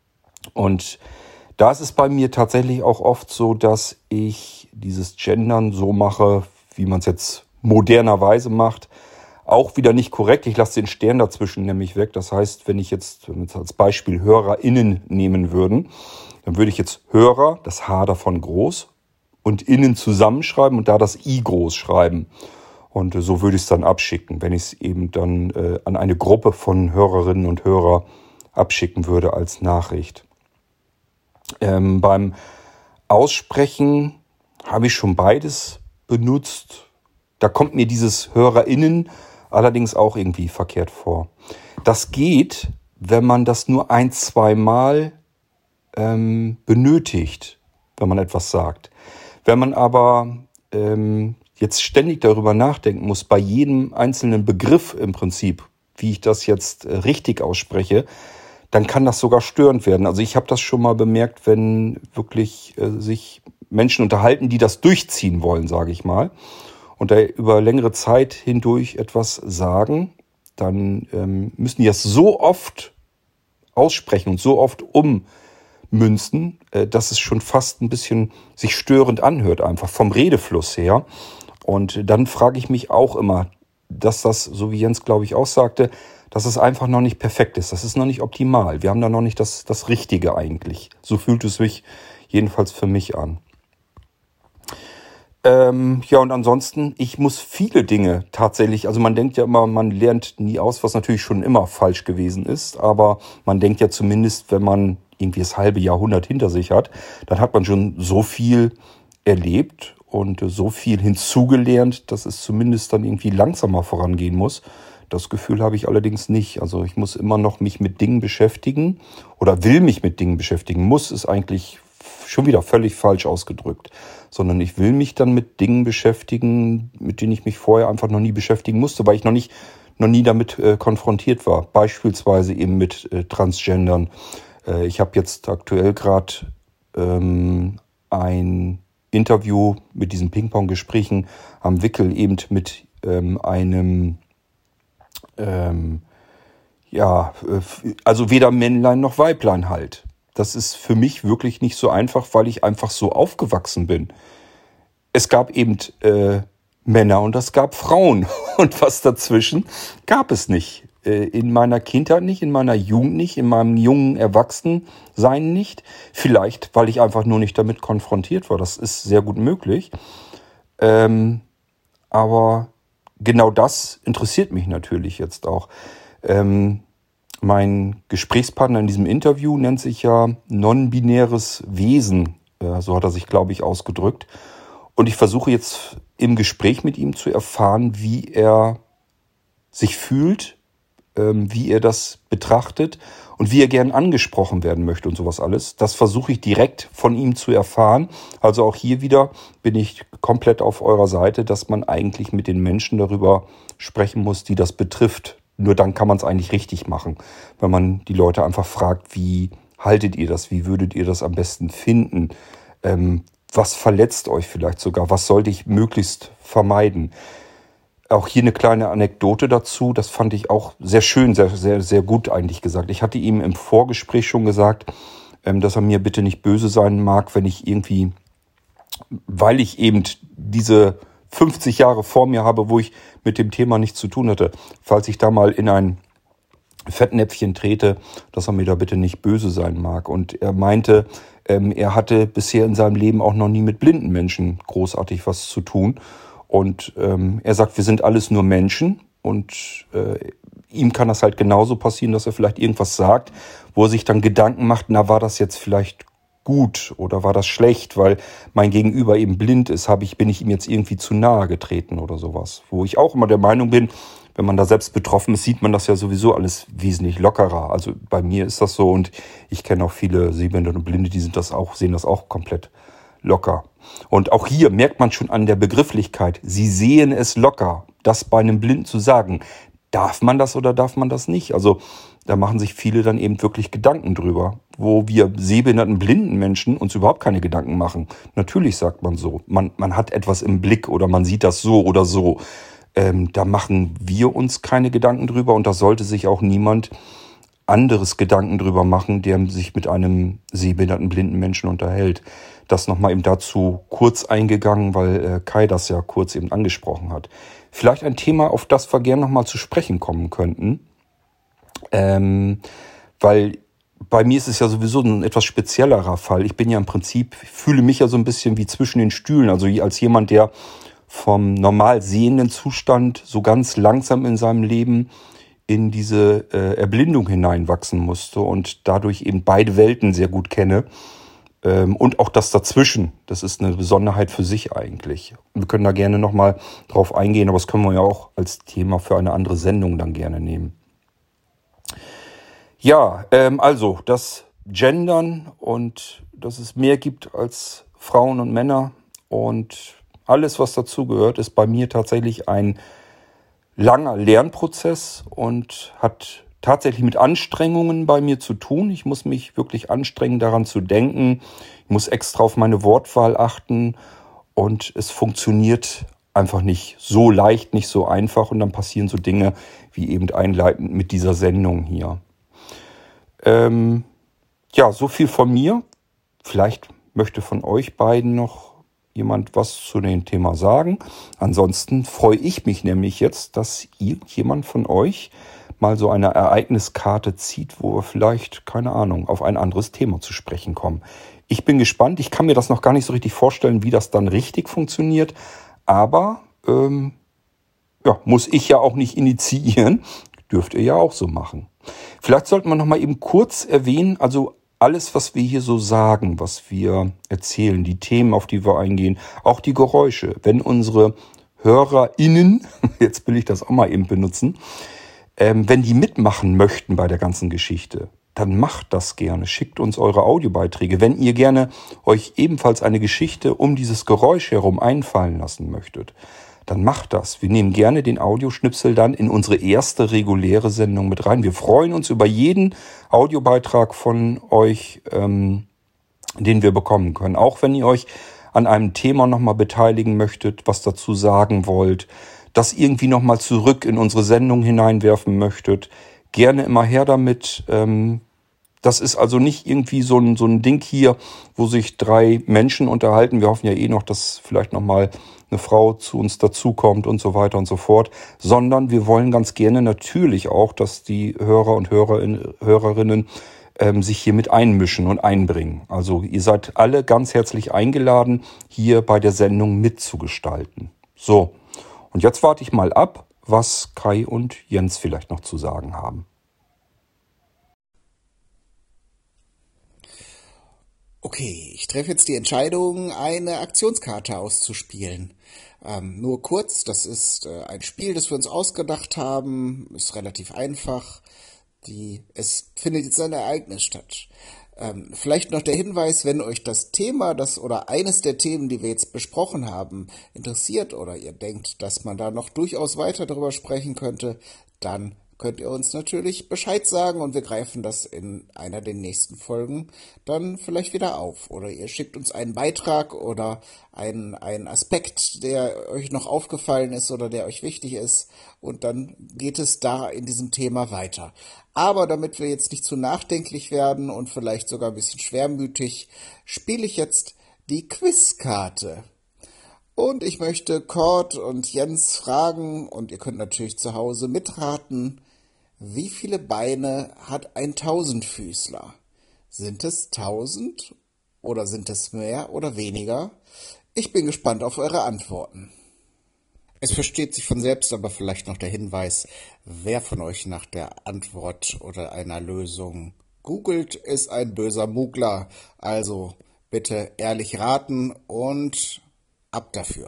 Und da ist es bei mir tatsächlich auch oft so, dass ich dieses Gendern so mache, wie man es jetzt modernerweise macht, auch wieder nicht korrekt. Ich lasse den Stern dazwischen nämlich weg. Das heißt, wenn ich jetzt, wenn wir jetzt als Beispiel HörerInnen nehmen würden, dann würde ich jetzt Hörer, das H davon groß, und innen zusammenschreiben und da das I groß schreiben. Und äh, so würde ich es dann abschicken, wenn ich es eben dann äh, an eine Gruppe von Hörerinnen und Hörern abschicken würde als Nachricht. Ähm, beim Aussprechen habe ich schon beides benutzt. Da kommt mir dieses HörerInnen allerdings auch irgendwie verkehrt vor. Das geht, wenn man das nur ein, zwei Mal ähm, benötigt, wenn man etwas sagt. Wenn man aber ähm, jetzt ständig darüber nachdenken muss, bei jedem einzelnen Begriff im Prinzip, wie ich das jetzt äh, richtig ausspreche, dann kann das sogar störend werden. Also ich habe das schon mal bemerkt, wenn wirklich äh, sich Menschen unterhalten, die das durchziehen wollen, sage ich mal, und da über längere Zeit hindurch etwas sagen, dann ähm, müssen die das so oft aussprechen und so oft ummünzen, äh, dass es schon fast ein bisschen sich störend anhört, einfach vom Redefluss her. Und dann frage ich mich auch immer, dass das, so wie Jens, glaube ich, auch sagte, dass es einfach noch nicht perfekt ist. Das ist noch nicht optimal. Wir haben da noch nicht das, das Richtige eigentlich. So fühlt es sich jedenfalls für mich an. Ähm, ja, und ansonsten, ich muss viele Dinge tatsächlich, also man denkt ja immer, man lernt nie aus, was natürlich schon immer falsch gewesen ist, aber man denkt ja zumindest, wenn man irgendwie das halbe Jahrhundert hinter sich hat, dann hat man schon so viel erlebt und so viel hinzugelernt, dass es zumindest dann irgendwie langsamer vorangehen muss. Das Gefühl habe ich allerdings nicht. Also ich muss immer noch mich mit Dingen beschäftigen oder will mich mit Dingen beschäftigen. Muss ist eigentlich schon wieder völlig falsch ausgedrückt. Sondern ich will mich dann mit Dingen beschäftigen, mit denen ich mich vorher einfach noch nie beschäftigen musste, weil ich noch nicht, noch nie damit äh, konfrontiert war. Beispielsweise eben mit äh, Transgendern. Äh, ich habe jetzt aktuell gerade ähm, ein Interview mit diesen Ping-Pong-Gesprächen am Wickel eben mit ähm, einem Ähm, ja, also weder Männlein noch Weiblein halt. Das ist für mich wirklich nicht so einfach, weil ich einfach so aufgewachsen bin. Es gab eben äh, Männer und es gab Frauen. Und was dazwischen gab es nicht. Äh, in meiner Kindheit nicht, in meiner Jugend nicht, in meinem jungen Erwachsensein nicht. Vielleicht, weil ich einfach nur nicht damit konfrontiert war. Das ist sehr gut möglich. Ähm, aber genau das interessiert mich natürlich jetzt auch. Ähm, mein Gesprächspartner in diesem Interview nennt sich ja non-binäres Wesen. Äh, so hat er sich, glaube ich, ausgedrückt. Und ich versuche jetzt im Gespräch mit ihm zu erfahren, wie er sich fühlt, ähm, wie er das betrachtet und wie er gern angesprochen werden möchte und sowas alles. Das versuche ich direkt von ihm zu erfahren. Also auch hier wieder bin ich komplett auf eurer Seite, dass man eigentlich mit den Menschen darüber sprechen muss, die das betrifft. Nur dann kann man es eigentlich richtig machen, wenn man die Leute einfach fragt, wie haltet ihr das, wie würdet ihr das am besten finden, ähm, was verletzt euch vielleicht sogar, was sollte ich möglichst vermeiden. Auch hier eine kleine Anekdote dazu, das fand ich auch sehr schön, sehr, sehr, sehr gut eigentlich gesagt. Ich hatte ihm im Vorgespräch schon gesagt, dass er mir bitte nicht böse sein mag, wenn ich irgendwie, weil ich eben diese fünfzig Jahre vor mir habe, wo ich mit dem Thema nichts zu tun hatte, falls ich da mal in ein Fettnäpfchen trete, dass er mir da bitte nicht böse sein mag. Und er meinte, er hatte bisher in seinem Leben auch noch nie mit blinden Menschen großartig was zu tun. Und ähm, er sagt, wir sind alles nur Menschen und äh, ihm kann das halt genauso passieren, dass er vielleicht irgendwas sagt, wo er sich dann Gedanken macht, na, war das jetzt vielleicht gut oder war das schlecht, weil mein Gegenüber eben blind ist, habe ich, bin ich ihm jetzt irgendwie zu nahe getreten oder sowas. Wo ich auch immer der Meinung bin, wenn man da selbst betroffen ist, sieht man das ja sowieso alles wesentlich lockerer. Also bei mir ist das so und ich kenne auch viele Sehbehinderte und Blinde, die sind das auch, sehen das auch komplett locker. Und auch hier merkt man schon an der Begrifflichkeit, sie sehen es locker, das bei einem Blinden zu sagen. Darf man das oder darf man das nicht? Also da machen sich viele dann eben wirklich Gedanken drüber, wo wir sehbehinderten, blinden Menschen uns überhaupt keine Gedanken machen. Natürlich sagt man so, man, man hat etwas im Blick oder man sieht das so oder so. Ähm, da machen wir uns keine Gedanken drüber und da sollte sich auch niemand anderes Gedanken drüber machen, der sich mit einem sehbehinderten, blinden Menschen unterhält. Das nochmal eben dazu kurz eingegangen, weil äh, Kai das ja kurz eben angesprochen hat. Vielleicht ein Thema, auf das wir gerne nochmal zu sprechen kommen könnten. Ähm, weil bei mir ist es ja sowieso ein etwas speziellerer Fall. Ich bin ja im Prinzip, fühle mich ja so ein bisschen wie zwischen den Stühlen. Also als jemand, der vom normal sehenden Zustand so ganz langsam in seinem Leben in diese äh, Erblindung hineinwachsen musste und dadurch eben beide Welten sehr gut kenne. Ähm, und auch das dazwischen, das ist eine Besonderheit für sich eigentlich. Wir können da gerne nochmal drauf eingehen, aber das können wir ja auch als Thema für eine andere Sendung dann gerne nehmen. Ja, ähm, also das Gendern und dass es mehr gibt als Frauen und Männer und alles, was dazugehört, ist bei mir tatsächlich ein langer Lernprozess und hat tatsächlich mit Anstrengungen bei mir zu tun. Ich muss mich wirklich anstrengen, daran zu denken. Ich muss extra auf meine Wortwahl achten und es funktioniert einfach nicht so leicht, nicht so einfach und dann passieren so Dinge wie eben einleitend mit dieser Sendung hier. Ähm, ja, so viel von mir. Vielleicht möchte von euch beiden noch jemand was zu dem Thema sagen. Ansonsten freue ich mich nämlich jetzt, dass irgendjemand von euch mal so eine Ereigniskarte zieht, wo wir vielleicht, keine Ahnung, auf ein anderes Thema zu sprechen kommen. Ich bin gespannt. Ich kann mir das noch gar nicht so richtig vorstellen, wie das dann richtig funktioniert. Aber ähm, ja, muss ich ja auch nicht initiieren. Dürft ihr ja auch so machen. Vielleicht sollten wir noch mal eben kurz erwähnen, also alles, was wir hier so sagen, was wir erzählen, die Themen, auf die wir eingehen, auch die Geräusche. Wenn unsere HörerInnen, jetzt will ich das auch mal eben benutzen, ähm, wenn die mitmachen möchten bei der ganzen Geschichte, dann macht das gerne. Schickt uns eure Audiobeiträge. Wenn ihr gerne euch ebenfalls eine Geschichte um dieses Geräusch herum einfallen lassen möchtet, dann macht das. Wir nehmen gerne den Audioschnipsel dann in unsere erste reguläre Sendung mit rein. Wir freuen uns über jeden Audiobeitrag von euch, ähm, den wir bekommen können. Auch wenn ihr euch an einem Thema nochmal beteiligen möchtet, was dazu sagen wollt, das irgendwie nochmal zurück in unsere Sendung hineinwerfen möchtet, gerne immer her damit. Ähm, Das ist also nicht irgendwie so ein, so ein Ding hier, wo sich drei Menschen unterhalten. Wir hoffen ja eh noch, dass vielleicht nochmal eine Frau zu uns dazukommt und so weiter und so fort. Sondern wir wollen ganz gerne natürlich auch, dass die Hörer und Hörerin, Hörerinnen ähm, sich hier mit einmischen und einbringen. Also ihr seid alle ganz herzlich eingeladen, hier bei der Sendung mitzugestalten. So, und jetzt warte ich mal ab, was Kai und Jens vielleicht noch zu sagen haben. Okay, ich treffe jetzt die Entscheidung, eine Aktionskarte auszuspielen. Ähm, nur kurz, das ist äh, ein Spiel, das wir uns ausgedacht haben, ist relativ einfach. Die, es findet jetzt ein Ereignis statt. Ähm, vielleicht noch der Hinweis, wenn euch das Thema, das oder eines der Themen, die wir jetzt besprochen haben, interessiert oder ihr denkt, dass man da noch durchaus weiter darüber sprechen könnte, dann könnt ihr uns natürlich Bescheid sagen und wir greifen das in einer der nächsten Folgen dann vielleicht wieder auf. Oder ihr schickt uns einen Beitrag oder einen, einen Aspekt, der euch noch aufgefallen ist oder der euch wichtig ist und dann geht es da in diesem Thema weiter. Aber damit wir jetzt nicht zu nachdenklich werden und vielleicht sogar ein bisschen schwermütig, spiele ich jetzt die Quizkarte. Und ich möchte Kurt und Jens fragen, und ihr könnt natürlich zu Hause mitraten, wie viele Beine hat ein Tausendfüßler? Sind es tausend oder sind es mehr oder weniger? Ich bin gespannt auf eure Antworten. Es versteht sich von selbst, aber vielleicht noch der Hinweis, wer von euch nach der Antwort oder einer Lösung googelt, ist ein böser Muggler. Also bitte ehrlich raten und ab dafür.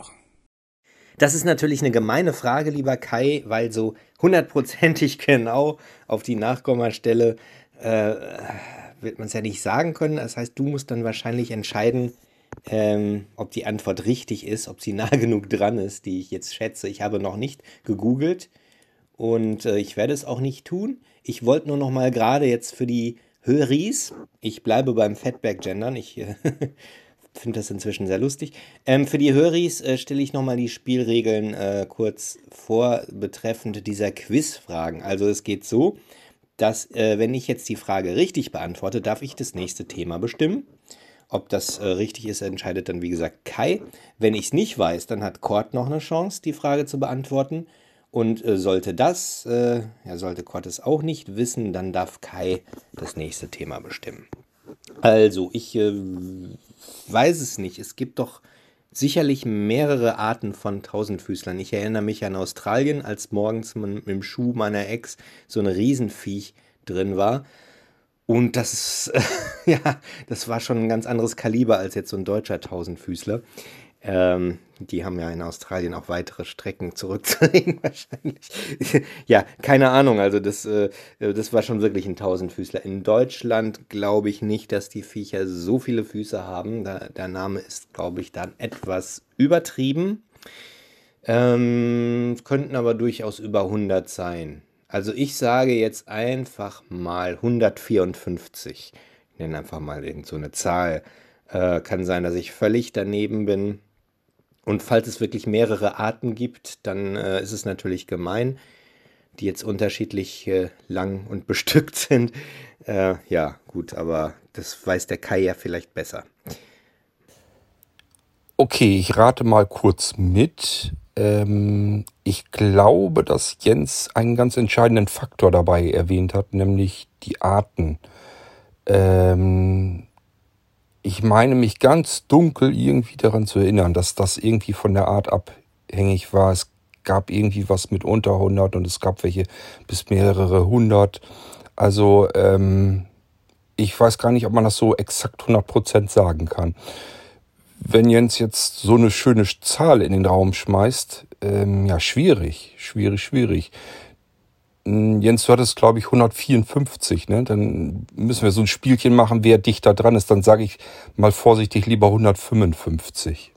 Das ist natürlich eine gemeine Frage, lieber Kai, weil so hundertprozentig genau auf die Nachkommastelle äh, wird man es ja nicht sagen können. Das heißt, du musst dann wahrscheinlich entscheiden, ähm, ob die Antwort richtig ist, ob sie nah genug dran ist, die ich jetzt schätze. Ich habe noch nicht gegoogelt und äh, ich werde es auch nicht tun. Ich wollte nur noch mal gerade jetzt für die Höris, ich bleibe beim Fatback-Gendern, ich äh, finde das inzwischen sehr lustig. Ähm, für die Höris äh, stelle ich nochmal die Spielregeln äh, kurz vor, betreffend dieser Quizfragen. Also es geht so, dass äh, wenn ich jetzt die Frage richtig beantworte, darf ich das nächste Thema bestimmen. Ob das äh, richtig ist, entscheidet dann wie gesagt Kai. Wenn ich es nicht weiß, dann hat Kurt noch eine Chance, die Frage zu beantworten. Und äh, sollte das, äh, ja, sollte Kurt es auch nicht wissen, dann darf Kai das nächste Thema bestimmen. Also, ich äh, weiß es nicht. Es gibt doch sicherlich mehrere Arten von Tausendfüßlern. Ich erinnere mich an Australien, als morgens mit dem Schuh meiner Ex so ein Riesenviech drin war. Und das ist, äh, ja, das war schon ein ganz anderes Kaliber als jetzt so ein deutscher Tausendfüßler. Ähm, die haben ja in Australien auch weitere Strecken zurückzulegen wahrscheinlich. Ja, keine Ahnung, also das, äh, das war schon wirklich ein Tausendfüßler. In Deutschland glaube ich nicht, dass die Viecher so viele Füße haben. Da, der Name ist, glaube ich, dann etwas übertrieben. Ähm, könnten aber durchaus über hundert sein. Also ich sage jetzt einfach mal hundertvierundfünfzig. Ich nenne einfach mal irgend so eine Zahl. Äh, kann sein, dass ich völlig daneben bin. Und falls es wirklich mehrere Arten gibt, dann äh, ist es natürlich gemein, die jetzt unterschiedlich äh, lang und bestückt sind. Äh, ja, gut, aber das weiß der Kai ja vielleicht besser. Okay, ich rate mal kurz mit. Ähm, ich glaube, dass Jens einen ganz entscheidenden Faktor dabei erwähnt hat, nämlich die Arten. Ähm, ich meine mich ganz dunkel irgendwie daran zu erinnern, dass das irgendwie von der Art abhängig war. Es gab irgendwie was mit unter hundert und es gab welche bis mehrere hundert. Also ähm, ich weiß gar nicht, ob man das so exakt hundert Prozent sagen kann. Wenn Jens jetzt so eine schöne Zahl in den Raum schmeißt, ähm, ja, schwierig, schwierig, schwierig. Hm, Jens, du hattest, glaube ich, hundertvierundfünfzig, ne? Dann müssen wir so ein Spielchen machen, wer dichter dran ist. Dann sage ich mal vorsichtig lieber hundertfünfundfünfzig.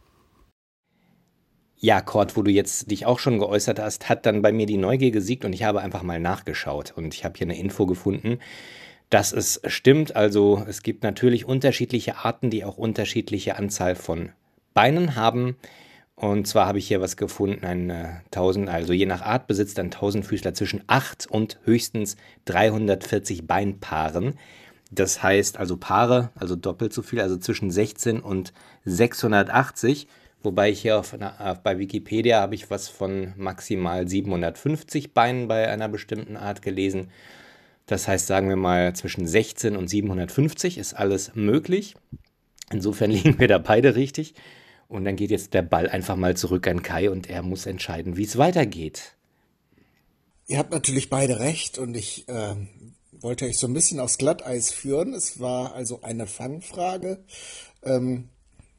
Ja, Kurt, wo du jetzt dich auch schon geäußert hast, hat dann bei mir die Neugier gesiegt und ich habe einfach mal nachgeschaut. Und ich habe hier eine Info gefunden, dass es stimmt. Also es gibt natürlich unterschiedliche Arten, die auch unterschiedliche Anzahl von Beinen haben. Und zwar habe ich hier was gefunden, ein äh, tausend, also je nach Art besitzt ein Tausendfüßler zwischen acht und höchstens dreihundertvierzig Beinpaaren. Das heißt also Paare, also doppelt so viel, also zwischen sechzehn und sechshundertachtzig. Wobei ich hier auf einer, bei Wikipedia habe ich was von maximal siebenhundertfünfzig Beinen bei einer bestimmten Art gelesen. Das heißt, sagen wir mal, zwischen sechzehn und siebenhundertfünfzig ist alles möglich. Insofern liegen wir da beide richtig. Und dann geht jetzt der Ball einfach mal zurück an Kai und er muss entscheiden, wie es weitergeht. Ihr habt natürlich beide recht und ich äh, wollte euch so ein bisschen aufs Glatteis führen. Es war also eine Fangfrage. Ähm,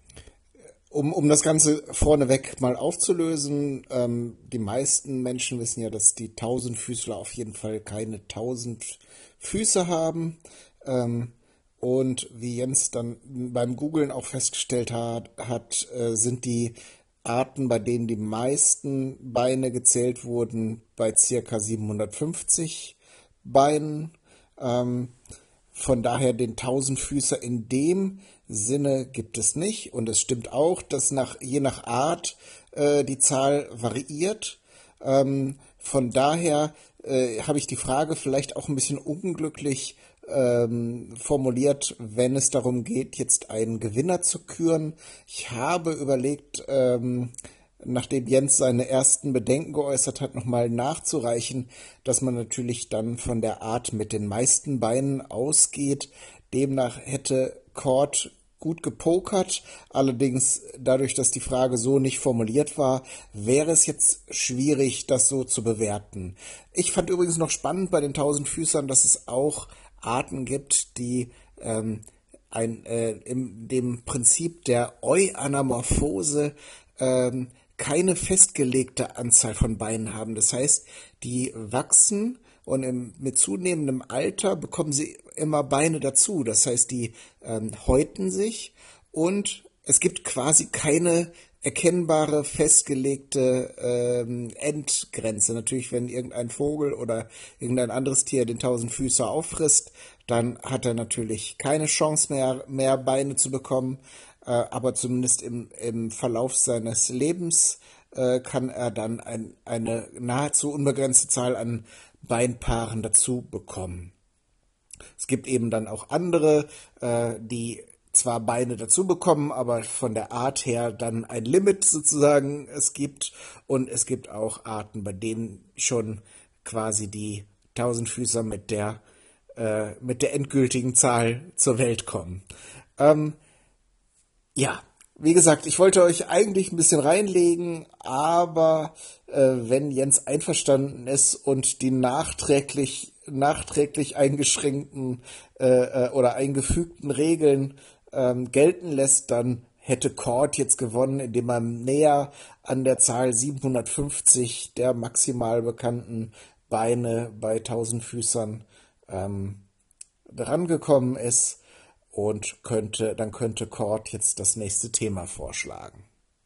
um, um das Ganze vorneweg mal aufzulösen, ähm, die meisten Menschen wissen ja, dass die Tausendfüßler auf jeden Fall keine tausend Füße haben. Ähm, und wie Jens dann beim Googlen auch festgestellt hat, hat äh, sind die Arten, bei denen die meisten Beine gezählt wurden, bei circa siebenhundertfünfzig Beinen. Ähm, von daher den Tausendfüßer in dem Sinne gibt es nicht. Und es stimmt auch, dass nach, je nach Art äh, die Zahl variiert. Ähm, von daher äh, habe ich die Frage vielleicht auch ein bisschen unglücklich ähm, formuliert, wenn es darum geht, jetzt einen Gewinner zu küren. Ich habe überlegt, ähm, nachdem Jens seine ersten Bedenken geäußert hat, nochmal nachzureichen, dass man natürlich dann von der Art mit den meisten Beinen ausgeht. Demnach hätte Kurt gut gepokert, allerdings dadurch, dass die Frage so nicht formuliert war, wäre es jetzt schwierig, das so zu bewerten. Ich fand übrigens noch spannend bei den Tausendfüßern, dass es auch Arten gibt, die ähm, ein, äh, in dem Prinzip der Euanamorphose ähm, keine festgelegte Anzahl von Beinen haben. Das heißt, die wachsen und im, mit zunehmendem Alter bekommen sie immer Beine dazu. Das heißt, die ähm, häuten sich und es gibt quasi keine erkennbare, festgelegte ähm, Endgrenze. Natürlich, wenn irgendein Vogel oder irgendein anderes Tier den Tausendfüßer auffrisst, dann hat er natürlich keine Chance mehr, mehr Beine zu bekommen. Äh, aber zumindest im, im Verlauf seines Lebens äh, kann er dann ein, eine nahezu unbegrenzte Zahl an Beinpaaren dazu bekommen. Es gibt eben dann auch andere, äh, die zwar Beine dazu bekommen, aber von der Art her dann ein Limit sozusagen es gibt. Und es gibt auch Arten, bei denen schon quasi die Tausendfüßer mit der, äh, mit der endgültigen Zahl zur Welt kommen. Ähm, ja, wie gesagt, ich wollte euch eigentlich ein bisschen reinlegen, aber äh, wenn Jens einverstanden ist und die nachträglich nachträglich eingeschränkten äh, äh, oder eingefügten Regeln ähm, gelten lässt, dann hätte Cord jetzt gewonnen, indem er näher an der Zahl siebenhundertfünfzig der maximal bekannten Beine bei Tausendfüßern ähm, drangekommen ist und könnte, dann könnte Cord jetzt das nächste Thema vorschlagen.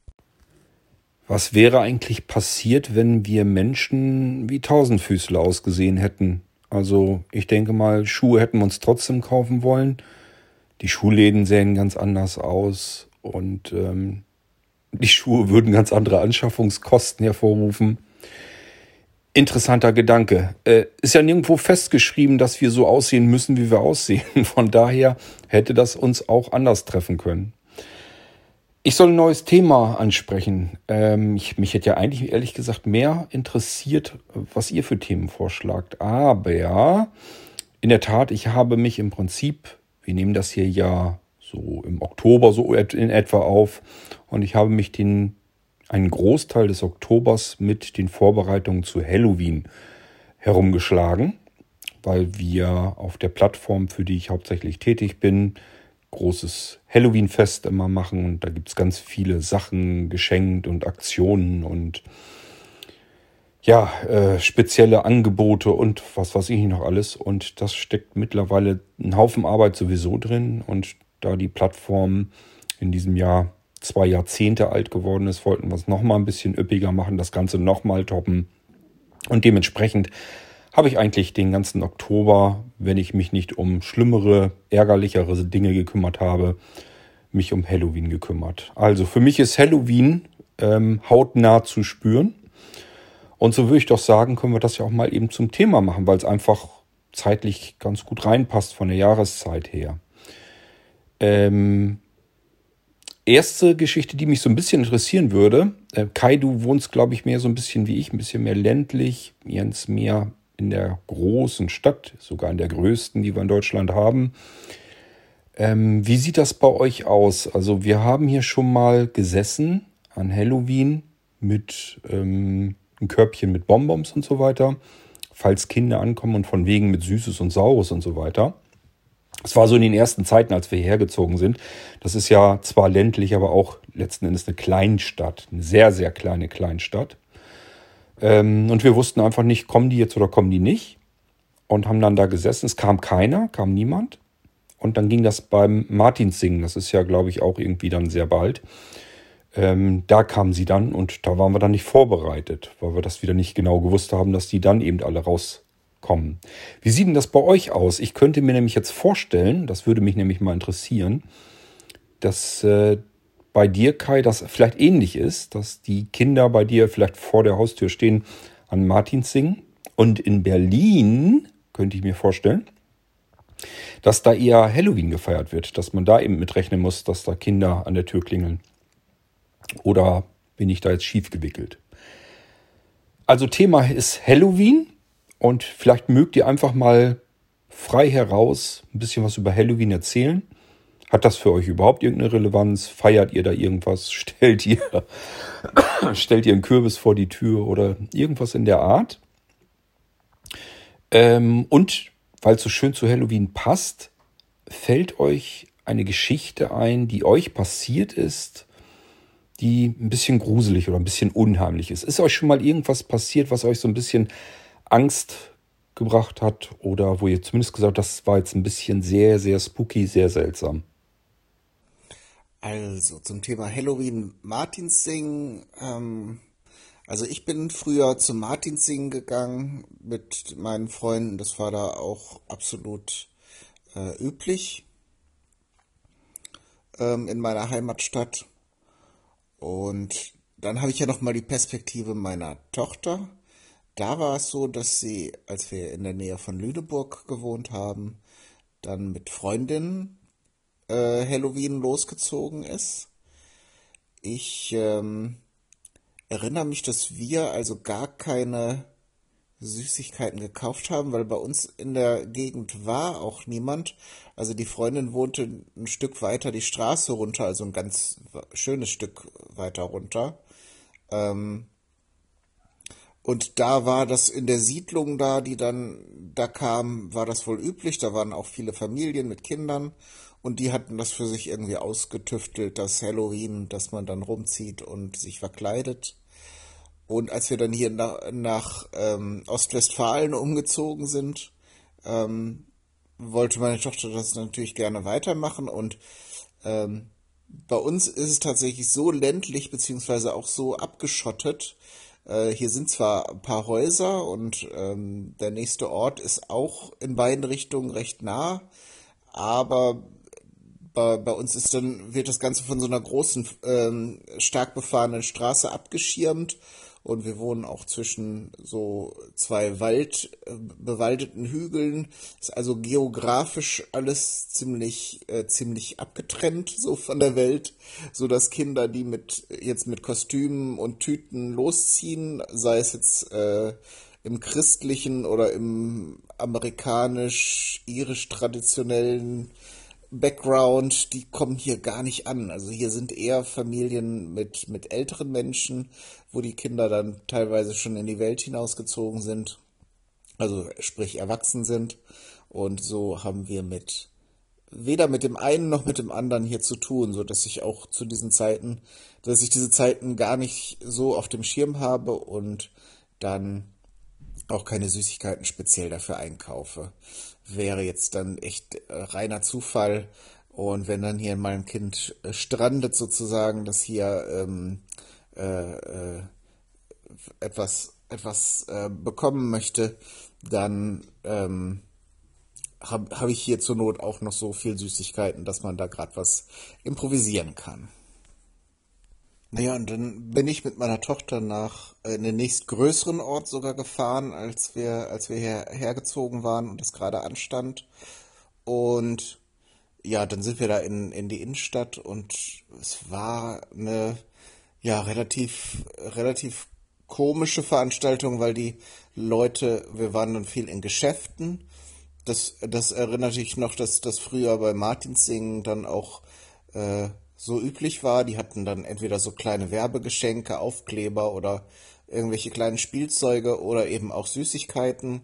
Was wäre eigentlich passiert, wenn wir Menschen wie Tausendfüßler ausgesehen hätten? Also ich denke mal, Schuhe hätten wir uns trotzdem kaufen wollen. Die Schuhläden sähen ganz anders aus und ähm, die Schuhe würden ganz andere Anschaffungskosten hervorrufen. Interessanter Gedanke. Äh, ist ja nirgendwo festgeschrieben, dass wir so aussehen müssen, wie wir aussehen. Von daher hätte das uns auch anders treffen können. Ich soll ein neues Thema ansprechen. Ähm, ich, mich hätte ja eigentlich ehrlich gesagt mehr interessiert, was ihr für Themen vorschlagt. Aber in der Tat, ich habe mich im Prinzip, wir nehmen das hier ja so im Oktober so in etwa auf, und ich habe mich den einen Großteil des Oktobers mit den Vorbereitungen zu Halloween herumgeschlagen, weil wir auf der Plattform, für die ich hauptsächlich tätig bin, großes Halloween-Fest immer machen, und da gibt es ganz viele Sachen geschenkt und Aktionen und ja, äh, spezielle Angebote und was weiß ich noch alles, und das steckt mittlerweile ein Haufen Arbeit sowieso drin, und da die Plattform in diesem Jahr zwei Jahrzehnte alt geworden ist, wollten wir es nochmal ein bisschen üppiger machen, das Ganze nochmal toppen, und dementsprechend habe ich eigentlich den ganzen Oktober, wenn ich mich nicht um schlimmere, ärgerlichere Dinge gekümmert habe, mich um Halloween gekümmert. Also für mich ist Halloween ähm, hautnah zu spüren. Und so würde ich doch sagen, können wir das ja auch mal eben zum Thema machen, weil es einfach zeitlich ganz gut reinpasst von der Jahreszeit her. Ähm, erste Geschichte, die mich so ein bisschen interessieren würde. Äh, Kai, du wohnst, glaube ich, mehr so ein bisschen wie ich, ein bisschen mehr ländlich, Jens mehr in der großen Stadt, sogar in der größten, die wir in Deutschland haben. Ähm, wie sieht das bei euch aus? Also wir haben hier schon mal gesessen an Halloween mit ähm, einem Körbchen mit Bonbons und so weiter, falls Kinder ankommen, und von wegen mit Süßes und Saures und so weiter. Es war so in den ersten Zeiten, als wir hergezogen sind. Das ist ja zwar ländlich, aber auch letzten Endes eine Kleinstadt, eine sehr, sehr kleine Kleinstadt. Ähm, und wir wussten einfach nicht, kommen die jetzt oder kommen die nicht. Und haben dann da gesessen. Es kam keiner, kam niemand. Und dann ging das beim Martinssingen. Das ist ja, glaube ich, auch irgendwie dann sehr bald. Ähm, da kamen sie dann, und da waren wir dann nicht vorbereitet, weil wir das wieder nicht genau gewusst haben, dass die dann eben alle rauskommen. Wie sieht denn das bei euch aus? Ich könnte mir nämlich jetzt vorstellen, das würde mich nämlich mal interessieren, dass äh, bei dir, Kai, das vielleicht ähnlich ist, dass die Kinder bei dir vielleicht vor der Haustür stehen an Martinssingen. Und in Berlin, könnte ich mir vorstellen, dass da eher Halloween gefeiert wird, dass man da eben mitrechnen muss, dass da Kinder an der Tür klingeln. Oder bin ich da jetzt schief gewickelt? Also Thema ist Halloween, und vielleicht mögt ihr einfach mal frei heraus ein bisschen was über Halloween erzählen. Hat das für euch überhaupt irgendeine Relevanz? Feiert ihr da irgendwas? Stellt ihr, stellt ihr einen Kürbis vor die Tür oder irgendwas in der Art? Ähm, und weil es so schön zu Halloween passt, fällt euch eine Geschichte ein, die euch passiert ist, die ein bisschen gruselig oder ein bisschen unheimlich ist. Ist euch schon mal irgendwas passiert, was euch so ein bisschen Angst gebracht hat, oder wo ihr zumindest gesagt habt, das war jetzt ein bisschen sehr, sehr spooky, sehr seltsam? Also zum Thema Halloween Martinssingen. Ähm, also ich bin früher zum Martinssingen gegangen mit meinen Freunden. Das war da auch absolut äh, üblich ähm, in meiner Heimatstadt. Und dann habe ich ja noch mal die Perspektive meiner Tochter. Da war es so, dass sie, als wir in der Nähe von Lüneburg gewohnt haben, dann mit Freundinnen äh, Halloween losgezogen ist. Ich ähm, erinnere mich, dass wir also gar keine Süßigkeiten gekauft haben, weil bei uns in der Gegend war auch niemand. Also die Freundin wohnte ein Stück weiter die Straße runter, also ein ganz schönes Stück weiter runter. Ähm, und da war das in der Siedlung da, die dann da kam, war das wohl üblich. Da waren auch viele Familien mit Kindern und die hatten das für sich irgendwie ausgetüftelt, das Halloween, dass man dann rumzieht und sich verkleidet. Und als wir dann hier nach, nach ähm, Ostwestfalen umgezogen sind, ähm, wollte meine Tochter das natürlich gerne weitermachen. Und ähm, bei uns ist es tatsächlich so ländlich beziehungsweise auch so abgeschottet. Äh, hier sind zwar ein paar Häuser und ähm, der nächste Ort ist auch in beiden Richtungen recht nah, aber bei, bei uns ist dann, wird das Ganze von so einer großen, ähm, stark befahrenen Straße abgeschirmt und wir wohnen auch zwischen so zwei Wald, äh, bewaldeten Hügeln. Ist also geografisch alles ziemlich, äh, ziemlich abgetrennt so von der Welt, so dass Kinder, die mit jetzt mit Kostümen und Tüten losziehen, sei es jetzt äh, im christlichen oder im amerikanisch-irisch traditionellen Background, die kommen hier gar nicht an. Also hier sind eher Familien mit, mit älteren Menschen, wo die Kinder dann teilweise schon in die Welt hinausgezogen sind, also sprich erwachsen sind. Und so haben wir mit weder mit dem einen noch mit dem anderen hier zu tun, so dass ich auch zu diesen Zeiten, dass ich diese Zeiten gar nicht so auf dem Schirm habe und dann auch keine Süßigkeiten speziell dafür einkaufe. Wäre jetzt dann echt äh, reiner Zufall. Und wenn dann hier mal ein Kind äh, strandet sozusagen, das hier ähm, äh, äh, etwas, etwas äh, bekommen möchte, dann ähm, habe hab ich hier zur Not auch noch so viel Süßigkeiten, dass man da gerade was improvisieren kann. Naja, und dann bin ich mit meiner Tochter nach äh, in den nächstgrößeren Ort sogar gefahren, als wir, als wir hier hergezogen waren und das gerade anstand. Und ja, dann sind wir da in, in die Innenstadt und es war eine ja relativ, relativ komische Veranstaltung, weil die Leute, wir waren dann viel in Geschäften. Das, das erinnerte ich noch, dass das früher bei Martinssingen dann auch äh, so üblich war. Die hatten dann entweder so kleine Werbegeschenke, Aufkleber oder irgendwelche kleinen Spielzeuge oder eben auch Süßigkeiten.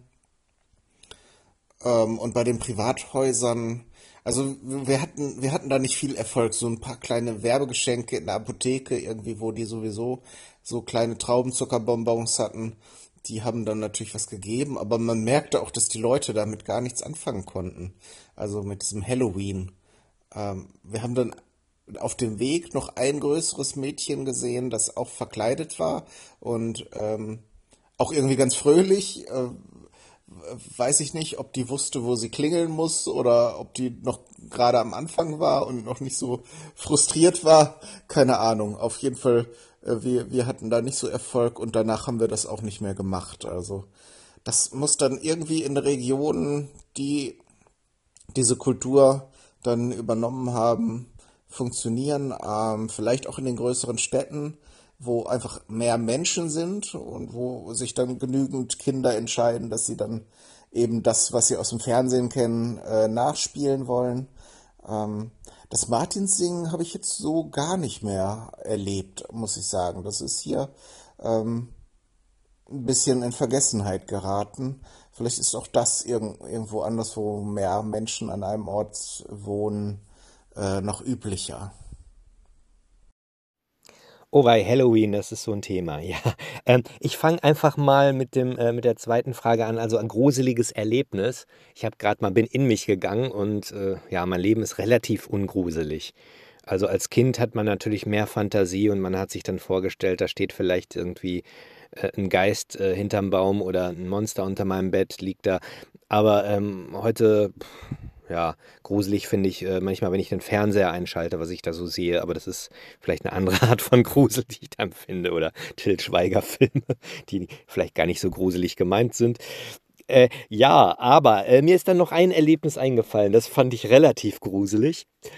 Ähm, und bei den Privathäusern, also wir hatten, wir hatten da nicht viel Erfolg. So ein paar kleine Werbegeschenke in der Apotheke, irgendwie, wo die sowieso so kleine Traubenzuckerbonbons hatten. Die haben dann natürlich was gegeben, aber man merkte auch, dass die Leute damit gar nichts anfangen konnten. Also mit diesem Halloween. Ähm, wir haben dann auf dem Weg noch ein größeres Mädchen gesehen, das auch verkleidet war und ähm, auch irgendwie ganz fröhlich. Äh, weiß ich nicht, ob die wusste, wo sie klingeln muss oder ob die noch gerade am Anfang war und noch nicht so frustriert war. Keine Ahnung. Auf jeden Fall, äh, wir, wir hatten da nicht so Erfolg und danach haben wir das auch nicht mehr gemacht. Also das muss dann irgendwie in Regionen, die diese Kultur dann übernommen haben, funktionieren. Ähm, vielleicht auch in den größeren Städten, wo einfach mehr Menschen sind und wo sich dann genügend Kinder entscheiden, dass sie dann eben das, was sie aus dem Fernsehen kennen, äh, nachspielen wollen. Ähm, das Martinssingen habe ich jetzt so gar nicht mehr erlebt, muss ich sagen. Das ist hier ähm, ein bisschen in Vergessenheit geraten. Vielleicht ist auch das irg irgendwo anders, wo mehr Menschen an einem Ort wohnen, äh, noch üblicher. Oh, bei Halloween, das ist so ein Thema, ja. Ähm, ich fange einfach mal mit dem, äh, mit der zweiten Frage an, also ein gruseliges Erlebnis. Ich habe gerade mal bin in mich gegangen und äh, ja, mein Leben ist relativ ungruselig. Also als Kind hat man natürlich mehr Fantasie und man hat sich dann vorgestellt, da steht vielleicht irgendwie äh, ein Geist äh, hinterm Baum oder ein Monster unter meinem Bett liegt da. Aber ähm, heute, pff, ja, gruselig finde ich äh, manchmal, wenn ich den Fernseher einschalte, was ich da so sehe. Aber das ist vielleicht eine andere Art von Grusel, die ich da empfinde. Oder Til Schweiger-Filme, die vielleicht gar nicht so gruselig gemeint sind. Äh, ja, aber äh, mir ist dann noch ein Erlebnis eingefallen. Das fand ich relativ gruselig.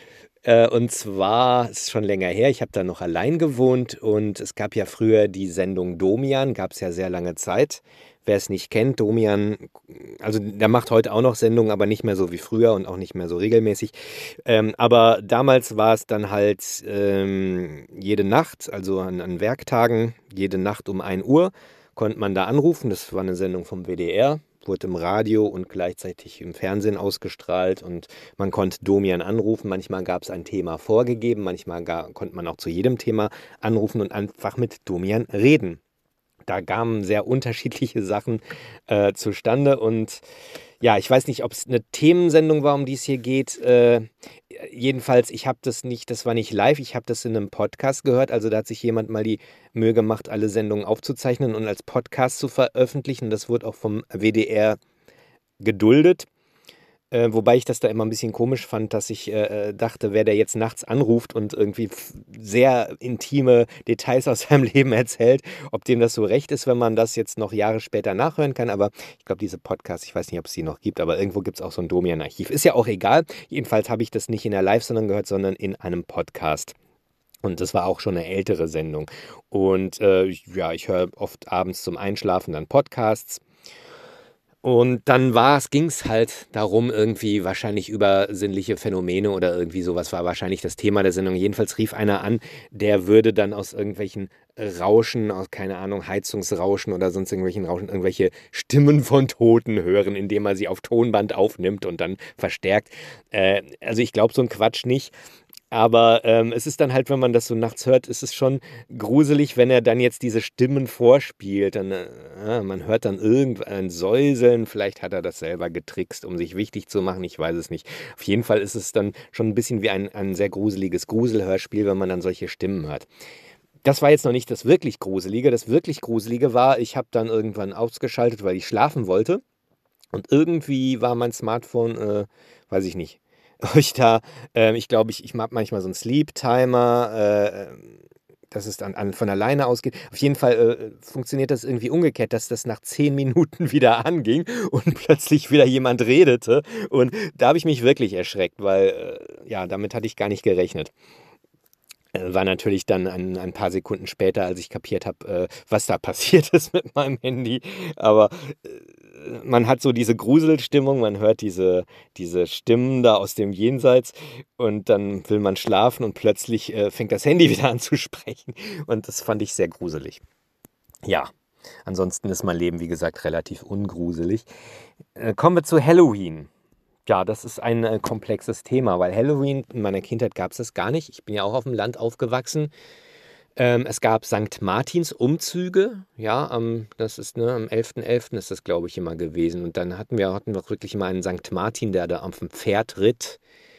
Äh, und zwar, es ist schon länger her, ich habe da noch allein gewohnt und es gab ja früher die Sendung Domian, gab es ja sehr lange Zeit. Wer es nicht kennt, Domian, also der macht heute auch noch Sendungen, aber nicht mehr so wie früher und auch nicht mehr so regelmäßig. Ähm, aber damals war es dann halt ähm, jede Nacht, also an, an Werktagen, jede Nacht um ein Uhr konnte man da anrufen. Das war eine Sendung vom W D R, wurde im Radio und gleichzeitig im Fernsehen ausgestrahlt und man konnte Domian anrufen. Manchmal gab es ein Thema vorgegeben, manchmal gar, konnte man auch zu jedem Thema anrufen und einfach mit Domian reden. Da kamen sehr unterschiedliche Sachen äh, zustande und ja, ich weiß nicht, ob es eine Themensendung war, um die es hier geht. Äh, jedenfalls, ich habe das nicht, das war nicht live, ich habe das in einem Podcast gehört. Also da hat sich jemand mal die Mühe gemacht, alle Sendungen aufzuzeichnen und als Podcast zu veröffentlichen. Das wurde auch vom W D R geduldet. Äh, wobei ich das da immer ein bisschen komisch fand, dass ich äh, dachte, wer der jetzt nachts anruft und irgendwie f- sehr intime Details aus seinem Leben erzählt, ob dem das so recht ist, wenn man das jetzt noch Jahre später nachhören kann. Aber ich glaube, diese Podcasts, ich weiß nicht, ob es die noch gibt, aber irgendwo gibt es auch so ein Domian-Archiv. Ist ja auch egal. Jedenfalls habe ich das nicht in der Live-Sendung gehört, sondern in einem Podcast. Und das war auch schon eine ältere Sendung. Und äh, ich- ja, ich höre oft abends zum Einschlafen dann Podcasts. Und dann ging es halt darum, irgendwie wahrscheinlich über sinnliche Phänomene oder irgendwie sowas war wahrscheinlich das Thema der Sendung. Jedenfalls rief einer an, der würde dann aus irgendwelchen Rauschen, aus keine Ahnung, Heizungsrauschen oder sonst irgendwelchen Rauschen, irgendwelche Stimmen von Toten hören, indem er sie auf Tonband aufnimmt und dann verstärkt. Äh, also ich glaube so ein Quatsch nicht. Aber ähm, es ist dann halt, wenn man das so nachts hört, ist es schon gruselig, wenn er dann jetzt diese Stimmen vorspielt. Dann, äh, ah, man hört dann irgendein Säuseln. Vielleicht hat er das selber getrickst, um sich wichtig zu machen. Ich weiß es nicht. Auf jeden Fall ist es dann schon ein bisschen wie ein, ein sehr gruseliges Gruselhörspiel, wenn man dann solche Stimmen hört. Das war jetzt noch nicht das wirklich Gruselige. Das wirklich Gruselige war, ich habe dann irgendwann ausgeschaltet, weil ich schlafen wollte. Und irgendwie war mein Smartphone, äh, weiß ich nicht, ob ich da, ähm, ich glaube, ich, ich mache manchmal so einen Sleep-Timer, äh, ähm, dass es dann an, von alleine ausgeht. Auf jeden Fall äh, funktioniert das irgendwie umgekehrt, dass das nach zehn Minuten wieder anging und plötzlich wieder jemand redete. Und da habe ich mich wirklich erschreckt, weil, äh, ja, damit hatte ich gar nicht gerechnet. Äh, War natürlich dann ein, ein paar Sekunden später, als ich kapiert habe, äh, was da passiert ist mit meinem Handy. Aber äh, man hat so diese Gruselstimmung, man hört diese, diese Stimmen da aus dem Jenseits und dann will man schlafen und plötzlich äh, fängt das Handy wieder an zu sprechen. Und das fand ich sehr gruselig. Ja, ansonsten ist mein Leben, wie gesagt, relativ ungruselig. Äh, kommen wir zu Halloween. Ja, das ist ein äh, komplexes Thema, weil Halloween in meiner Kindheit gab es das gar nicht. Ich bin ja auch auf dem Land aufgewachsen. Ähm, es gab Sankt Martins Umzüge, ja, am, das ist, ne, am elften elften ist das, glaube ich, immer gewesen. Und dann hatten wir, hatten wir auch wirklich immer einen Sankt Martin, der da auf dem Pferd ritt.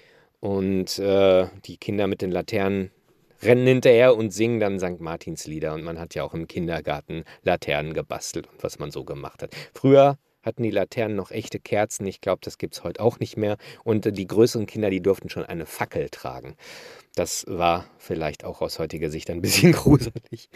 Und äh, die Kinder mit den Laternen rennen hinterher und singen dann Sankt Martins Lieder. Und man hat ja auch im Kindergarten Laternen gebastelt und was man so gemacht hat. Früher hatten die Laternen noch echte Kerzen. Ich glaube, das gibt es heute auch nicht mehr. Und äh, die größeren Kinder, die durften schon eine Fackel tragen. Das war vielleicht auch aus heutiger Sicht ein bisschen gruselig.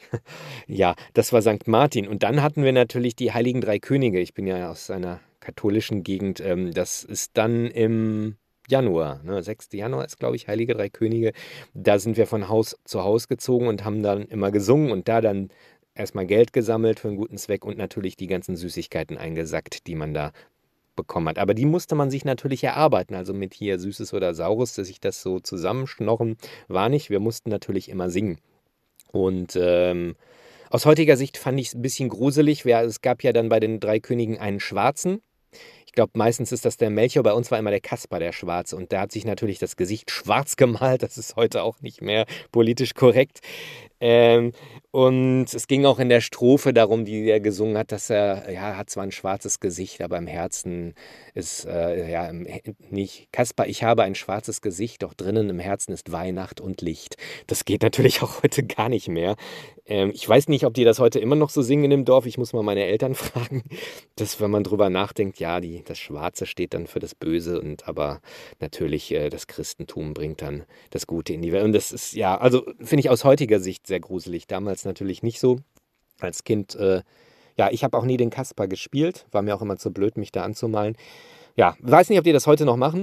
Ja, das war Sankt Martin. Und dann hatten wir natürlich die Heiligen Drei Könige. Ich bin ja aus einer katholischen Gegend. Ähm, das ist dann im Januar, ne? sechsten Januar ist, glaube ich, Heilige Drei Könige. Da sind wir von Haus zu Haus gezogen und haben dann immer gesungen und da dann erstmal Geld gesammelt für einen guten Zweck und natürlich die ganzen Süßigkeiten eingesackt, die man da bekommen hat. Aber die musste man sich natürlich erarbeiten. Also mit hier Süßes oder Saures, dass sich das so zusammenschnorren, war nicht. Wir mussten natürlich immer singen. Und ähm, aus heutiger Sicht fand ich es ein bisschen gruselig. Wer- Es gab ja dann bei den drei Königen einen Schwarzen. Ich glaube, meistens ist das der Melchior. Bei uns war immer der Kaspar der Schwarze. Und der hat sich natürlich das Gesicht schwarz gemalt. Das ist heute auch nicht mehr politisch korrekt. Ähm, und es ging auch in der Strophe darum, die er gesungen hat, dass er, ja, er hat zwar ein schwarzes Gesicht, aber im Herzen ist, äh, ja, im, nicht, Kaspar, ich habe ein schwarzes Gesicht, doch drinnen im Herzen ist Weihnacht und Licht. Das geht natürlich auch heute gar nicht mehr. Ähm, ich weiß nicht, ob die das heute immer noch so singen im Dorf. Ich muss mal meine Eltern fragen. Dass, wenn man drüber nachdenkt, ja, die, das Schwarze steht dann für das Böse und aber natürlich äh, das Christentum bringt dann das Gute in die Welt. Und das ist, ja, also finde ich aus heutiger Sicht sehr gruselig. Damals natürlich nicht so. Als Kind, äh, ja, ich habe auch nie den Kaspar gespielt. War mir auch immer zu blöd, mich da anzumalen. Ja, weiß nicht, ob die das heute noch machen.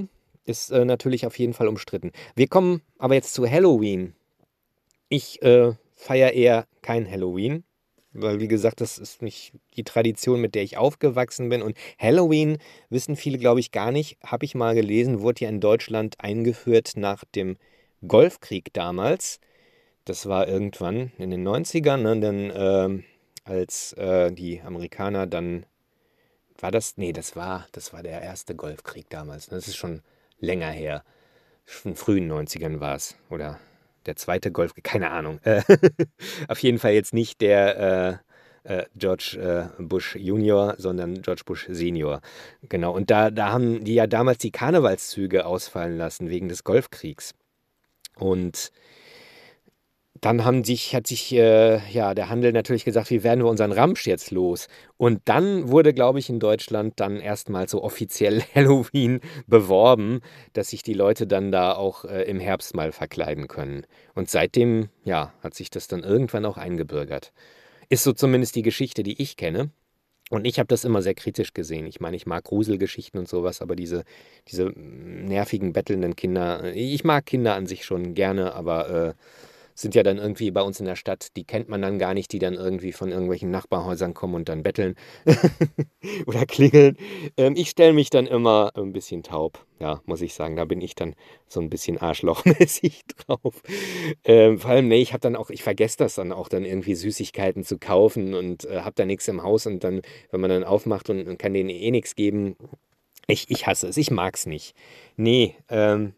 ist äh, natürlich auf jeden Fall umstritten. Wir kommen aber jetzt zu Halloween. Ich äh, feiere eher kein Halloween, weil wie gesagt, das ist nicht die Tradition, mit der ich aufgewachsen bin. Und Halloween, wissen viele, glaube ich, gar nicht, habe ich mal gelesen, wurde ja in Deutschland eingeführt nach dem Golfkrieg damals. Das war irgendwann in den neunzigern, ne, dann äh, als äh, die Amerikaner dann, war das, nee, das war, das war der erste Golfkrieg damals. Das ist schon länger her. In den frühen neunzigern war es, oder der zweite Golfkrieg, keine Ahnung. Äh, auf jeden Fall jetzt nicht der äh, äh, George äh, Bush Junior, sondern George Bush Senior. Genau, und da, da haben die ja damals die Karnevalszüge ausfallen lassen wegen des Golfkriegs. Und dann haben sich, hat sich äh, ja, der Handel natürlich gesagt, wie werden wir unseren Ramsch jetzt los? Und dann wurde, glaube ich, in Deutschland dann erstmals so offiziell Halloween beworben, dass sich die Leute dann da auch äh, im Herbst mal verkleiden können. Und seitdem, ja, hat sich das dann irgendwann auch eingebürgert. Ist so zumindest die Geschichte, die ich kenne. Und ich habe das immer sehr kritisch gesehen. Ich meine, ich mag Gruselgeschichten und sowas, aber diese, diese nervigen, bettelnden Kinder, ich mag Kinder an sich schon gerne, aber äh, sind ja dann irgendwie bei uns in der Stadt, die kennt man dann gar nicht, die dann irgendwie von irgendwelchen Nachbarhäusern kommen und dann betteln oder klingeln. Ähm, ich stelle mich dann immer ein bisschen taub, ja, muss ich sagen. Da bin ich dann so ein bisschen arschlochmäßig drauf. Ähm, vor allem, nee, ich habe dann auch, ich vergesse das dann auch dann irgendwie Süßigkeiten zu kaufen und äh, habe da nichts im Haus und dann, wenn man dann aufmacht und, und kann denen eh nichts geben, ich, ich hasse es, ich mag es nicht. Nee, ähm,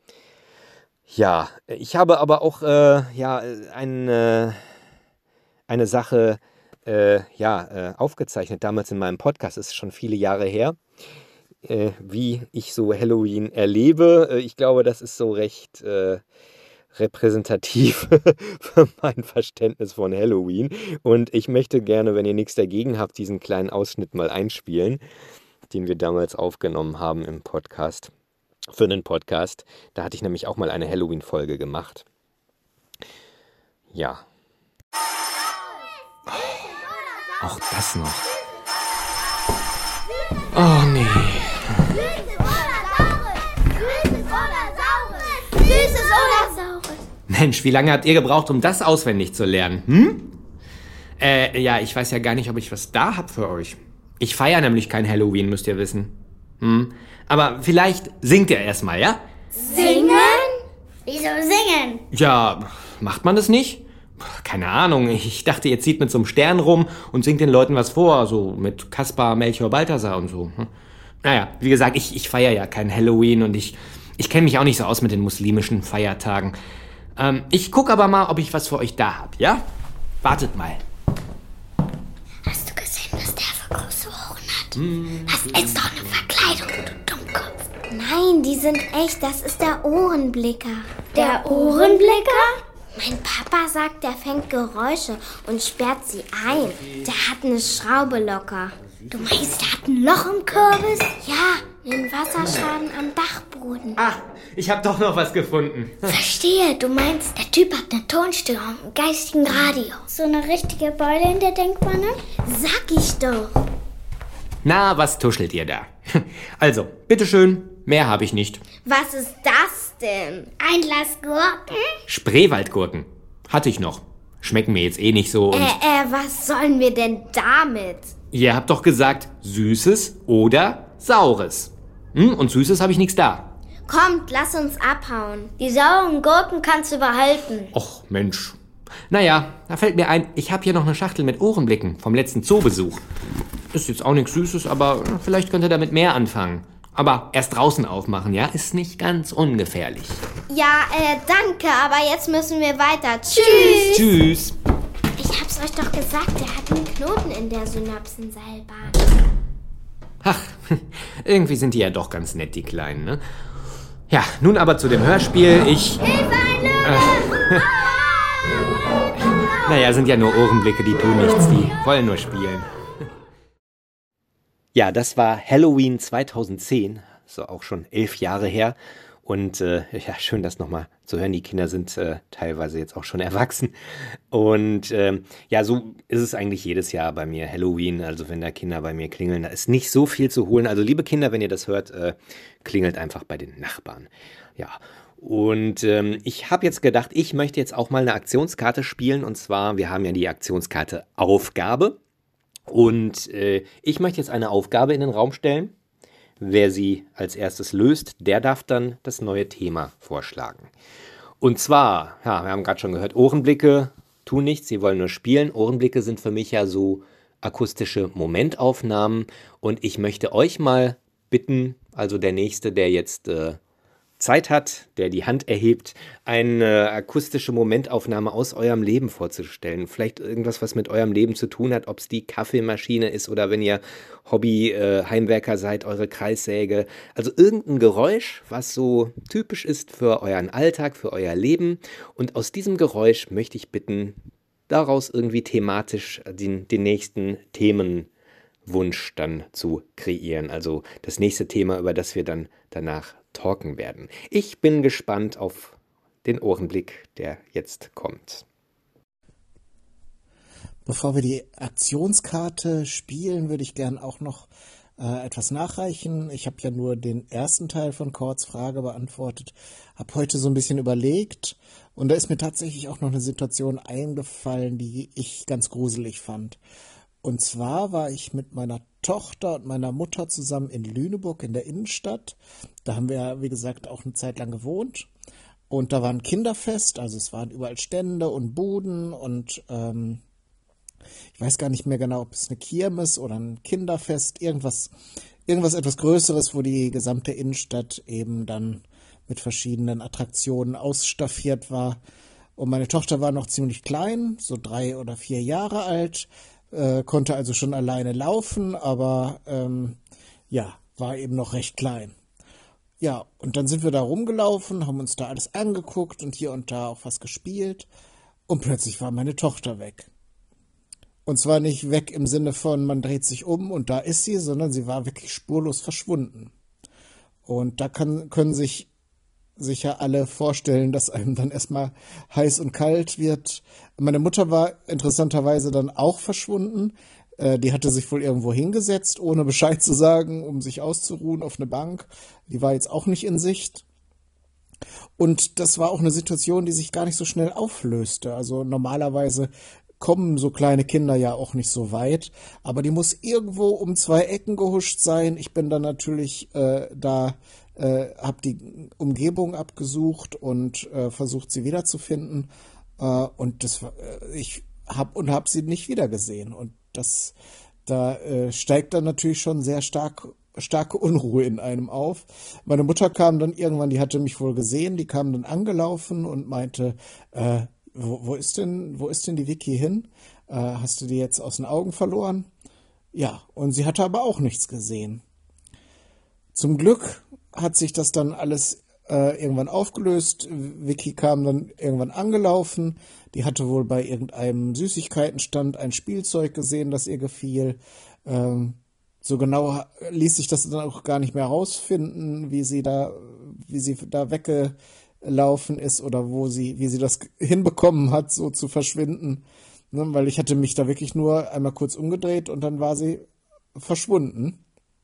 Ja, ich habe aber auch äh, ja, eine, eine Sache äh, ja, äh, aufgezeichnet, damals in meinem Podcast, ist schon viele Jahre her, äh, wie ich so Halloween erlebe. Äh, Ich glaube, das ist so recht äh, repräsentativ für mein Verständnis von Halloween. Und ich möchte gerne, wenn ihr nichts dagegen habt, diesen kleinen Ausschnitt mal einspielen, den wir damals aufgenommen haben im Podcast. Für einen Podcast. Da hatte ich nämlich auch mal eine Halloween-Folge gemacht. Ja. Auch das noch. Oh nee. Süßes oder Saures? Mensch, wie lange habt ihr gebraucht, um das auswendig zu lernen? Hm? Äh, ja, ich weiß ja gar nicht, ob ich was da hab für euch. Ich feiere nämlich kein Halloween, müsst ihr wissen. Hm? Aber vielleicht singt ihr erstmal, ja? Singen? Wieso singen? Ja, macht man das nicht? Keine Ahnung, ich dachte, ihr zieht mit so einem Stern rum und singt den Leuten was vor, so mit Kaspar, Melchior, Balthasar und so. Naja, wie gesagt, ich, ich feiere ja kein Halloween und ich, ich kenne mich auch nicht so aus mit den muslimischen Feiertagen. Ähm, ich gucke aber mal, ob ich was für euch da habe, ja? Wartet mal. Hast du gesehen, dass der für große Ohren hat? Hm. Das ist doch eine Verkleidung, du Dummkopf. Nein, die sind echt. Das ist der Ohrenblicker. Der Ohrenblicker? Mein Papa sagt, der fängt Geräusche und sperrt sie ein. Der hat eine Schraube locker. Du meinst, der hat ein Loch im Kürbis? Ja, einen Wasserschaden am Dachboden. Ah, ich habe doch noch was gefunden. Verstehe, du meinst, der Typ hat eine Tonstelle und einen geistigen Radio. So eine richtige Beule in der Denkwanne? Sag ich doch. Na, was tuschelt ihr da? Also, bitteschön, mehr habe ich nicht. Was ist das denn? Ein Glas Gurken? Spreewaldgurken. Hatte ich noch. Schmecken mir jetzt eh nicht so und... Äh, äh, was sollen wir denn damit? Ihr habt doch gesagt, Süßes oder Saures. Hm? Und Süßes habe ich nichts da. Kommt, lass uns abhauen. Die sauren Gurken kannst du behalten. Och, Mensch. Naja, da fällt mir ein, ich habe hier noch eine Schachtel mit Ohrenblicken vom letzten Zoobesuch. Ist jetzt auch nichts Süßes, aber vielleicht könnt ihr damit mehr anfangen. Aber erst draußen aufmachen, ja? Ist nicht ganz ungefährlich. Ja, äh, danke, aber jetzt müssen wir weiter. Tschüss. Tschüss. Ich hab's euch doch gesagt, der hat einen Knoten in der Synapsenseilbahn. Ach, irgendwie sind die ja doch ganz nett, die Kleinen, ne? Ja, nun aber zu dem Hörspiel. Ich... Hilfe, ein Löwe! Äh, naja, sind ja nur Ohrenblicke, die tun nichts, die wollen nur spielen. Ja, das war Halloween zweitausendzehn, so auch schon elf Jahre her. Und äh, ja, schön, das nochmal zu hören. Die Kinder sind äh, teilweise jetzt auch schon erwachsen. Und ähm, ja, so ist es eigentlich jedes Jahr bei mir, Halloween. Also wenn da Kinder bei mir klingeln, da ist nicht so viel zu holen. Also liebe Kinder, wenn ihr das hört, äh, klingelt einfach bei den Nachbarn. Ja, und ähm, ich habe jetzt gedacht, ich möchte jetzt auch mal eine Aktionskarte spielen. Und zwar, wir haben ja die Aktionskarte Aufgabe. Und äh, ich möchte jetzt eine Aufgabe in den Raum stellen. Wer sie als erstes löst, der darf dann das neue Thema vorschlagen. Und zwar, ja, wir haben gerade schon gehört, Ohrenblicke tun nichts, sie wollen nur spielen. Ohrenblicke sind für mich ja so akustische Momentaufnahmen. Und ich möchte euch mal bitten, also der Nächste, der jetzt äh, Zeit hat, der die Hand erhebt, eine akustische Momentaufnahme aus eurem Leben vorzustellen. Vielleicht irgendwas, was mit eurem Leben zu tun hat, ob es die Kaffeemaschine ist oder wenn ihr Hobby-Heimwerker seid, eure Kreissäge. Also irgendein Geräusch, was so typisch ist für euren Alltag, für euer Leben. Und aus diesem Geräusch möchte ich bitten, daraus irgendwie thematisch den, den nächsten Themenwunsch dann zu kreieren. Also das nächste Thema, über das wir dann danach talken werden. Ich bin gespannt auf den Ohrenblick, der jetzt kommt. Bevor wir die Aktionskarte spielen, würde ich gern auch noch äh, etwas nachreichen. Ich habe ja nur den ersten Teil von Kords Frage beantwortet, habe heute so ein bisschen überlegt und da ist mir tatsächlich auch noch eine Situation eingefallen, die ich ganz gruselig fand. Und zwar war ich mit meiner Tochter und meiner Mutter zusammen in Lüneburg in der Innenstadt. Da haben wir, wie gesagt, auch eine Zeit lang gewohnt. Und da war ein Kinderfest, also es waren überall Stände und Buden und ähm, ich weiß gar nicht mehr genau, ob es eine Kirmes oder ein Kinderfest, irgendwas, irgendwas etwas Größeres, wo die gesamte Innenstadt eben dann mit verschiedenen Attraktionen ausstaffiert war. Und meine Tochter war noch ziemlich klein, so drei oder vier Jahre alt, Äh, konnte also schon alleine laufen, aber ähm, ja, war eben noch recht klein. Ja, und dann sind wir da rumgelaufen, haben uns da alles angeguckt und hier und da auch was gespielt und plötzlich war meine Tochter weg. Und zwar nicht weg im Sinne von, man dreht sich um und da ist sie, sondern sie war wirklich spurlos verschwunden. Und da kann, können sich sicher alle vorstellen, dass einem dann erstmal heiß und kalt wird. Meine Mutter war interessanterweise dann auch verschwunden. Äh, die hatte sich wohl irgendwo hingesetzt, ohne Bescheid zu sagen, um sich auszuruhen auf eine Bank. Die war jetzt auch nicht in Sicht. Und das war auch eine Situation, die sich gar nicht so schnell auflöste. Also normalerweise kommen so kleine Kinder ja auch nicht so weit, aber die muss irgendwo um zwei Ecken gehuscht sein. Ich bin dann natürlich äh, da Äh, habe die Umgebung abgesucht und äh, versucht, sie wiederzufinden. Äh, und das, äh, ich habe und habe sie nicht wiedergesehen. Und das, da äh, steigt dann natürlich schon sehr stark, starke Unruhe in einem auf. Meine Mutter kam dann irgendwann, die hatte mich wohl gesehen, die kam dann angelaufen und meinte, äh, wo, wo ist denn, wo ist denn die Vicky hin? Äh, hast du die jetzt aus den Augen verloren? Ja, und sie hatte aber auch nichts gesehen. Zum Glück hat sich das dann alles äh, irgendwann aufgelöst. Vicky kam dann irgendwann angelaufen. Die hatte wohl bei irgendeinem Süßigkeitenstand ein Spielzeug gesehen, das ihr gefiel. Ähm, so genau ließ sich das dann auch gar nicht mehr herausfinden, wie sie da, wie sie da weggelaufen ist oder wo sie, wie sie das hinbekommen hat, so zu verschwinden. Ne, weil ich hatte mich da wirklich nur einmal kurz umgedreht und dann war sie verschwunden.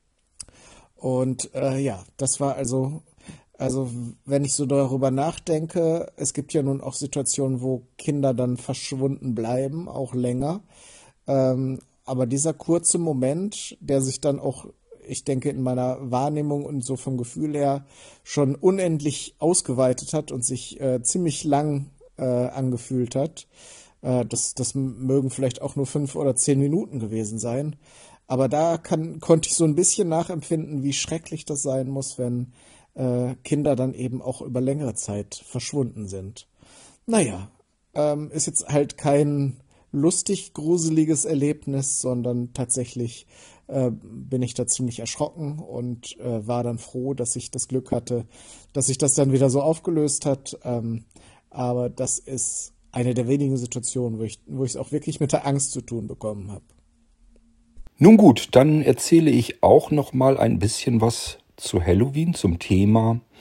Und äh, ja, das war also, also wenn ich so darüber nachdenke, es gibt ja nun auch Situationen, wo Kinder dann verschwunden bleiben, auch länger. Ähm, aber dieser kurze Moment, der sich dann auch, ich denke, in meiner Wahrnehmung und so vom Gefühl her schon unendlich ausgeweitet hat und sich äh, ziemlich lang äh, angefühlt hat, äh, das, das mögen vielleicht auch nur fünf oder zehn Minuten gewesen sein. Aber da kann, konnte ich so ein bisschen nachempfinden, wie schrecklich das sein muss, wenn äh, Kinder dann eben auch über längere Zeit verschwunden sind. Naja, ähm, ist jetzt halt kein lustig, gruseliges Erlebnis, sondern tatsächlich äh, bin ich da ziemlich erschrocken und äh, war dann froh, dass ich das Glück hatte, dass sich das dann wieder so aufgelöst hat. Ähm, aber das ist eine der wenigen Situationen, wo ich wo ich es auch wirklich mit der Angst zu tun bekommen habe. Nun gut, dann erzähle ich auch noch mal ein bisschen was zu Halloween, zum Thema.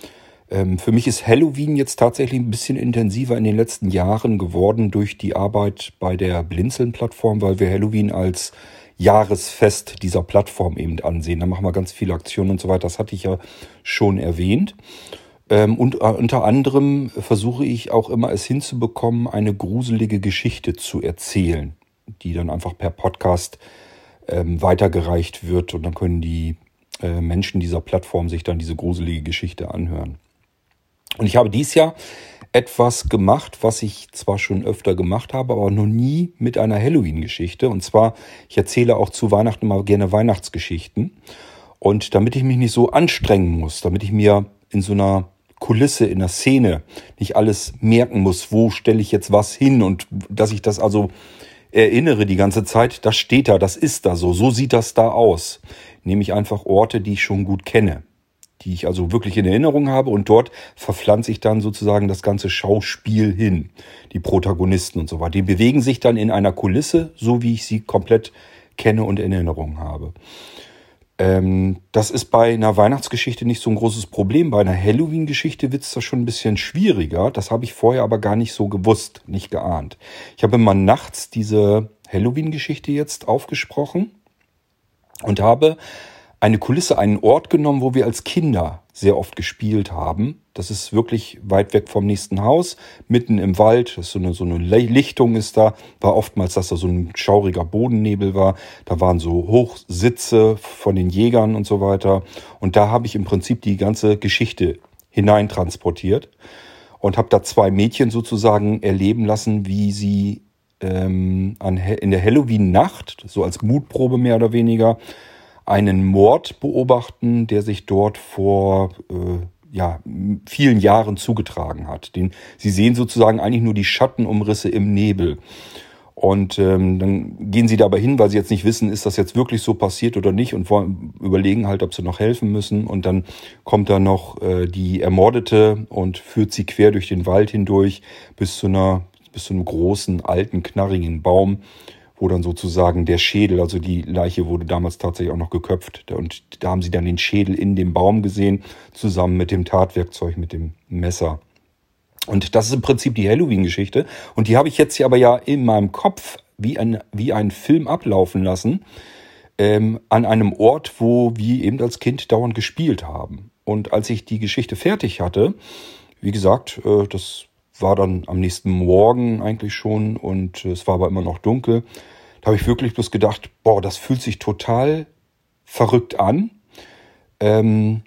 Ähm, für mich ist Halloween jetzt tatsächlich ein bisschen intensiver in den letzten Jahren geworden durch die Arbeit bei der Blinzeln-Plattform, weil wir Halloween als Jahresfest dieser Plattform eben ansehen. Da machen wir ganz viele Aktionen und so weiter. Das hatte ich ja schon erwähnt. Ähm, und äh, unter anderem versuche ich auch immer es hinzubekommen, eine gruselige Geschichte zu erzählen, die dann einfach per Podcast ähm, weitergereicht wird. Und dann können die äh, Menschen dieser Plattform sich dann diese gruselige Geschichte anhören. Und ich habe dies Jahr etwas gemacht, was ich zwar schon öfter gemacht habe, aber noch nie mit einer Halloween-Geschichte. Und zwar, ich erzähle auch zu Weihnachten mal gerne Weihnachtsgeschichten. Und damit ich mich nicht so anstrengen muss, damit ich mir in so einer Kulisse, in der Szene nicht alles merken muss, wo stelle ich jetzt was hin und dass ich das also erinnere die ganze Zeit, das steht da, das ist da so, so sieht das da aus. Nehme ich einfach Orte, die ich schon gut kenne, die ich also wirklich in Erinnerung habe und dort verpflanze ich dann sozusagen das ganze Schauspiel hin. Die Protagonisten und so weiter, die bewegen sich dann in einer Kulisse, so wie ich sie komplett kenne und in Erinnerung habe. Ähm, das ist bei einer Weihnachtsgeschichte nicht so ein großes Problem. Bei einer Halloween-Geschichte wird es da schon ein bisschen schwieriger. Das habe ich vorher aber gar nicht so gewusst, nicht geahnt. Ich habe immer nachts diese Halloween-Geschichte jetzt aufgesprochen und habe eine Kulisse, einen Ort genommen, wo wir als Kinder sehr oft gespielt haben. Das ist wirklich weit weg vom nächsten Haus, mitten im Wald. Das ist so eine, so eine Lichtung ist da. War oftmals, dass da so ein schauriger Bodennebel war. Da waren so Hochsitze von den Jägern und so weiter. Und da habe ich im Prinzip die ganze Geschichte hineintransportiert und habe da zwei Mädchen sozusagen erleben lassen, wie sie ähm, an, in der Halloween-Nacht, so als Mutprobe mehr oder weniger, einen Mord beobachten, der sich dort vor äh, ja, vielen Jahren zugetragen hat. Den, sie sehen sozusagen eigentlich nur die Schattenumrisse im Nebel. Und ähm, dann gehen sie dabei hin, weil sie jetzt nicht wissen, ist das jetzt wirklich so passiert oder nicht und wollen, überlegen halt, ob sie noch helfen müssen. Und dann kommt da noch äh, die Ermordete und führt sie quer durch den Wald hindurch bis zu einer, bis zu einem großen, alten, knarrigen Baum, wo dann sozusagen der Schädel, also die Leiche wurde damals tatsächlich auch noch geköpft. Und da haben sie dann den Schädel in dem Baum gesehen, zusammen mit dem Tatwerkzeug, mit dem Messer. Und das ist im Prinzip die Halloween-Geschichte. Und die habe ich jetzt hier aber ja in meinem Kopf wie ein, wie ein Film ablaufen lassen, ähm, an einem Ort, wo wir eben als Kind dauernd gespielt haben. Und als ich die Geschichte fertig hatte, wie gesagt, äh, das war dann am nächsten Morgen eigentlich schon und es war aber immer noch dunkel. Da habe ich wirklich bloß gedacht, boah, das fühlt sich total verrückt an. Ähm,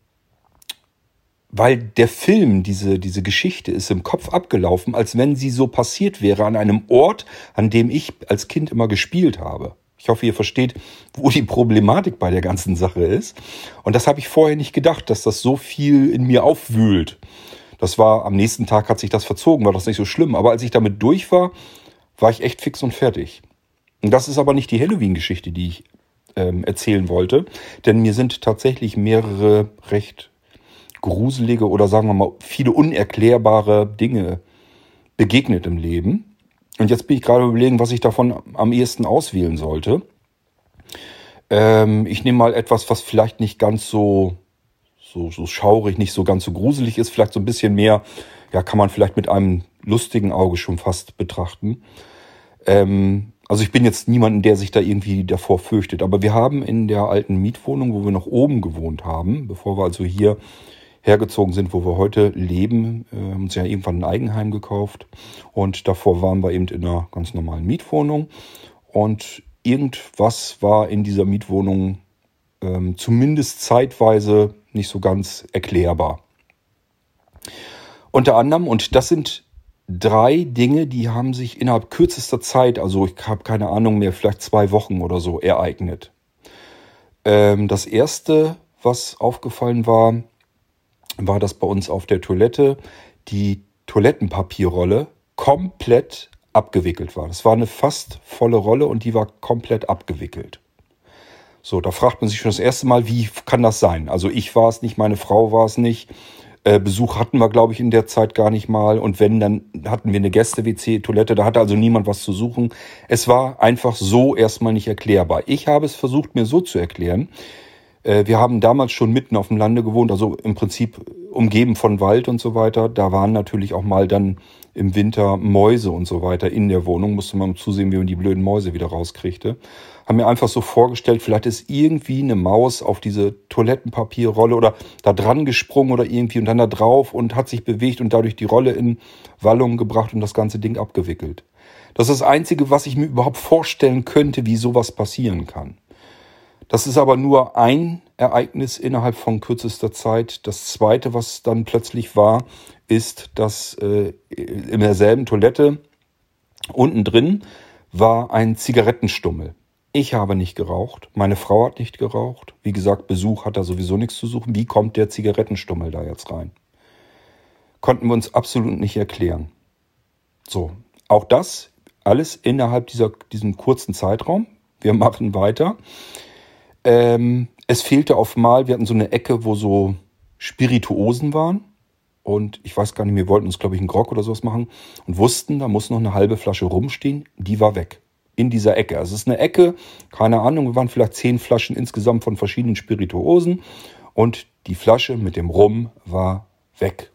weil der Film, diese, diese Geschichte ist im Kopf abgelaufen, als wenn sie so passiert wäre an einem Ort, an dem ich als Kind immer gespielt habe. Ich hoffe, ihr versteht, wo die Problematik bei der ganzen Sache ist. Und das habe ich vorher nicht gedacht, dass das so viel in mir aufwühlt. Das war, am nächsten Tag hat sich das verzogen, war das nicht so schlimm. Aber als ich damit durch war, war ich echt fix und fertig. Und das ist aber nicht die Halloween-Geschichte, die ich ähm, erzählen wollte. Denn mir sind tatsächlich mehrere recht gruselige oder sagen wir mal viele unerklärbare Dinge begegnet im Leben. Und jetzt bin ich gerade überlegen, was ich davon am ehesten auswählen sollte. Ähm, ich nehme mal etwas, was vielleicht nicht ganz so... So, so schaurig, nicht so ganz so gruselig ist, vielleicht so ein bisschen mehr, ja, kann man vielleicht mit einem lustigen Auge schon fast betrachten. Ähm, also ich bin jetzt niemanden, der sich da irgendwie davor fürchtet, aber wir haben in der alten Mietwohnung, wo wir noch oben gewohnt haben, bevor wir also hier hergezogen sind, wo wir heute leben, äh, haben uns ja irgendwann ein Eigenheim gekauft und davor waren wir eben in einer ganz normalen Mietwohnung und irgendwas war in dieser Mietwohnung ähm, zumindest zeitweise nicht so ganz erklärbar. Unter anderem, und das sind drei Dinge, die haben sich innerhalb kürzester Zeit, also ich habe keine Ahnung mehr, vielleicht zwei Wochen oder so ereignet. Ähm, das erste, was aufgefallen war, war, dass bei uns auf der Toilette die Toilettenpapierrolle komplett abgewickelt war. Das war eine fast volle Rolle und die war komplett abgewickelt. So, da fragt man sich schon das erste Mal, wie kann das sein? Also ich war es nicht, meine Frau war es nicht. Äh, Besuch hatten wir, glaube ich, in der Zeit gar nicht mal. Und wenn, dann hatten wir eine Gäste-W C-Toilette. Da hatte also niemand was zu suchen. Es war einfach so erstmal nicht erklärbar. Ich habe es versucht, mir so zu erklären. Äh, wir haben damals schon mitten auf dem Lande gewohnt, also im Prinzip umgeben von Wald und so weiter. Da waren natürlich auch mal dann im Winter Mäuse und so weiter in der Wohnung. Musste man zusehen, wie man die blöden Mäuse wieder rauskriegte. Haben mir einfach so vorgestellt, vielleicht ist irgendwie eine Maus auf diese Toilettenpapierrolle oder da dran gesprungen oder irgendwie und dann da drauf und hat sich bewegt und dadurch die Rolle in Wallung gebracht und das ganze Ding abgewickelt. Das ist das Einzige, was ich mir überhaupt vorstellen könnte, wie sowas passieren kann. Das ist aber nur ein Ereignis innerhalb von kürzester Zeit. Das Zweite, was dann plötzlich war, ist, dass äh, in derselben Toilette unten drin war ein Zigarettenstummel. Ich habe nicht geraucht, meine Frau hat nicht geraucht. Wie gesagt, Besuch hat da sowieso nichts zu suchen. Wie kommt der Zigarettenstummel da jetzt rein? Konnten wir uns absolut nicht erklären. So, auch das alles innerhalb dieser, diesem kurzen Zeitraum. Wir machen weiter. Ähm, es fehlte auf Mal, wir hatten so eine Ecke, wo so Spirituosen waren. Und ich weiß gar nicht, wir wollten uns, glaube ich, einen Grog oder sowas machen. Und wussten, da muss noch eine halbe Flasche rumstehen. Die war weg. In dieser Ecke. Also es ist eine Ecke, keine Ahnung, wir waren vielleicht zehn Flaschen insgesamt von verschiedenen Spirituosen. Und die Flasche mit dem Rum war weg.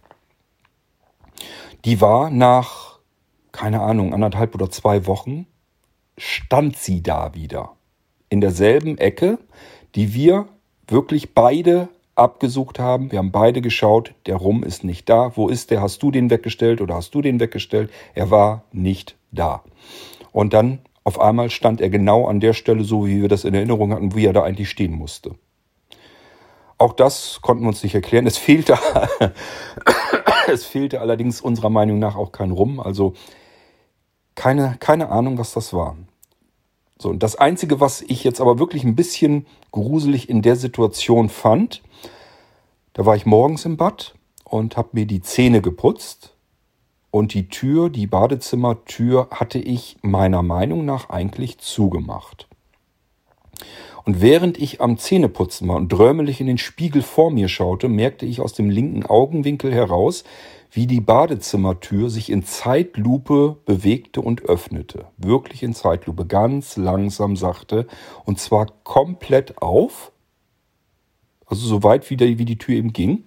Die war nach, keine Ahnung, anderthalb oder zwei Wochen, stand sie da wieder. In derselben Ecke, die wir wirklich beide abgesucht haben. Wir haben beide geschaut, der Rum ist nicht da. Wo ist der? Hast du den weggestellt oder hast du den weggestellt? Er war nicht da. Und dann auf einmal stand er genau an der Stelle, so wie wir das in Erinnerung hatten, wie er da eigentlich stehen musste. Auch das konnten wir uns nicht erklären. Es fehlte, es fehlte allerdings unserer Meinung nach auch kein Rum. Also keine, keine Ahnung, was das war. So, und das Einzige, was ich jetzt aber wirklich ein bisschen gruselig in der Situation fand, da war ich morgens im Bad und habe mir die Zähne geputzt und die Tür, die Badezimmertür, hatte ich meiner Meinung nach eigentlich zugemacht. Und während ich am Zähneputzen war und drömelig in den Spiegel vor mir schaute, merkte ich aus dem linken Augenwinkel heraus, wie die Badezimmertür sich in Zeitlupe bewegte und öffnete. Wirklich in Zeitlupe, ganz langsam, sachte. Und zwar komplett auf. Also so weit wie die, wie die Tür eben ging.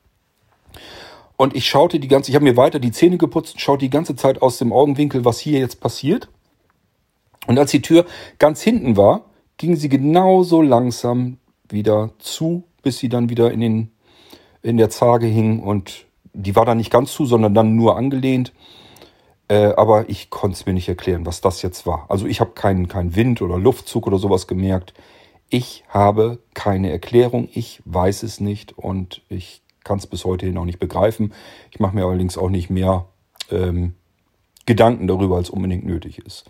Und ich schaute die ganze, ich habe mir weiter die Zähne geputzt und schaute die ganze Zeit aus dem Augenwinkel, was hier jetzt passiert. Und als die Tür ganz hinten war, ging sie genauso langsam wieder zu, bis sie dann wieder in, den, in der Zarge hing und die war dann nicht ganz zu, sondern dann nur angelehnt. Äh, aber ich konnte es mir nicht erklären, was das jetzt war. Also ich habe keinen keinen Wind oder Luftzug oder sowas gemerkt. Ich habe keine Erklärung. Ich weiß es nicht und ich kann es bis heute noch nicht begreifen. Ich mache mir allerdings auch nicht mehr ähm, Gedanken darüber, als unbedingt nötig ist.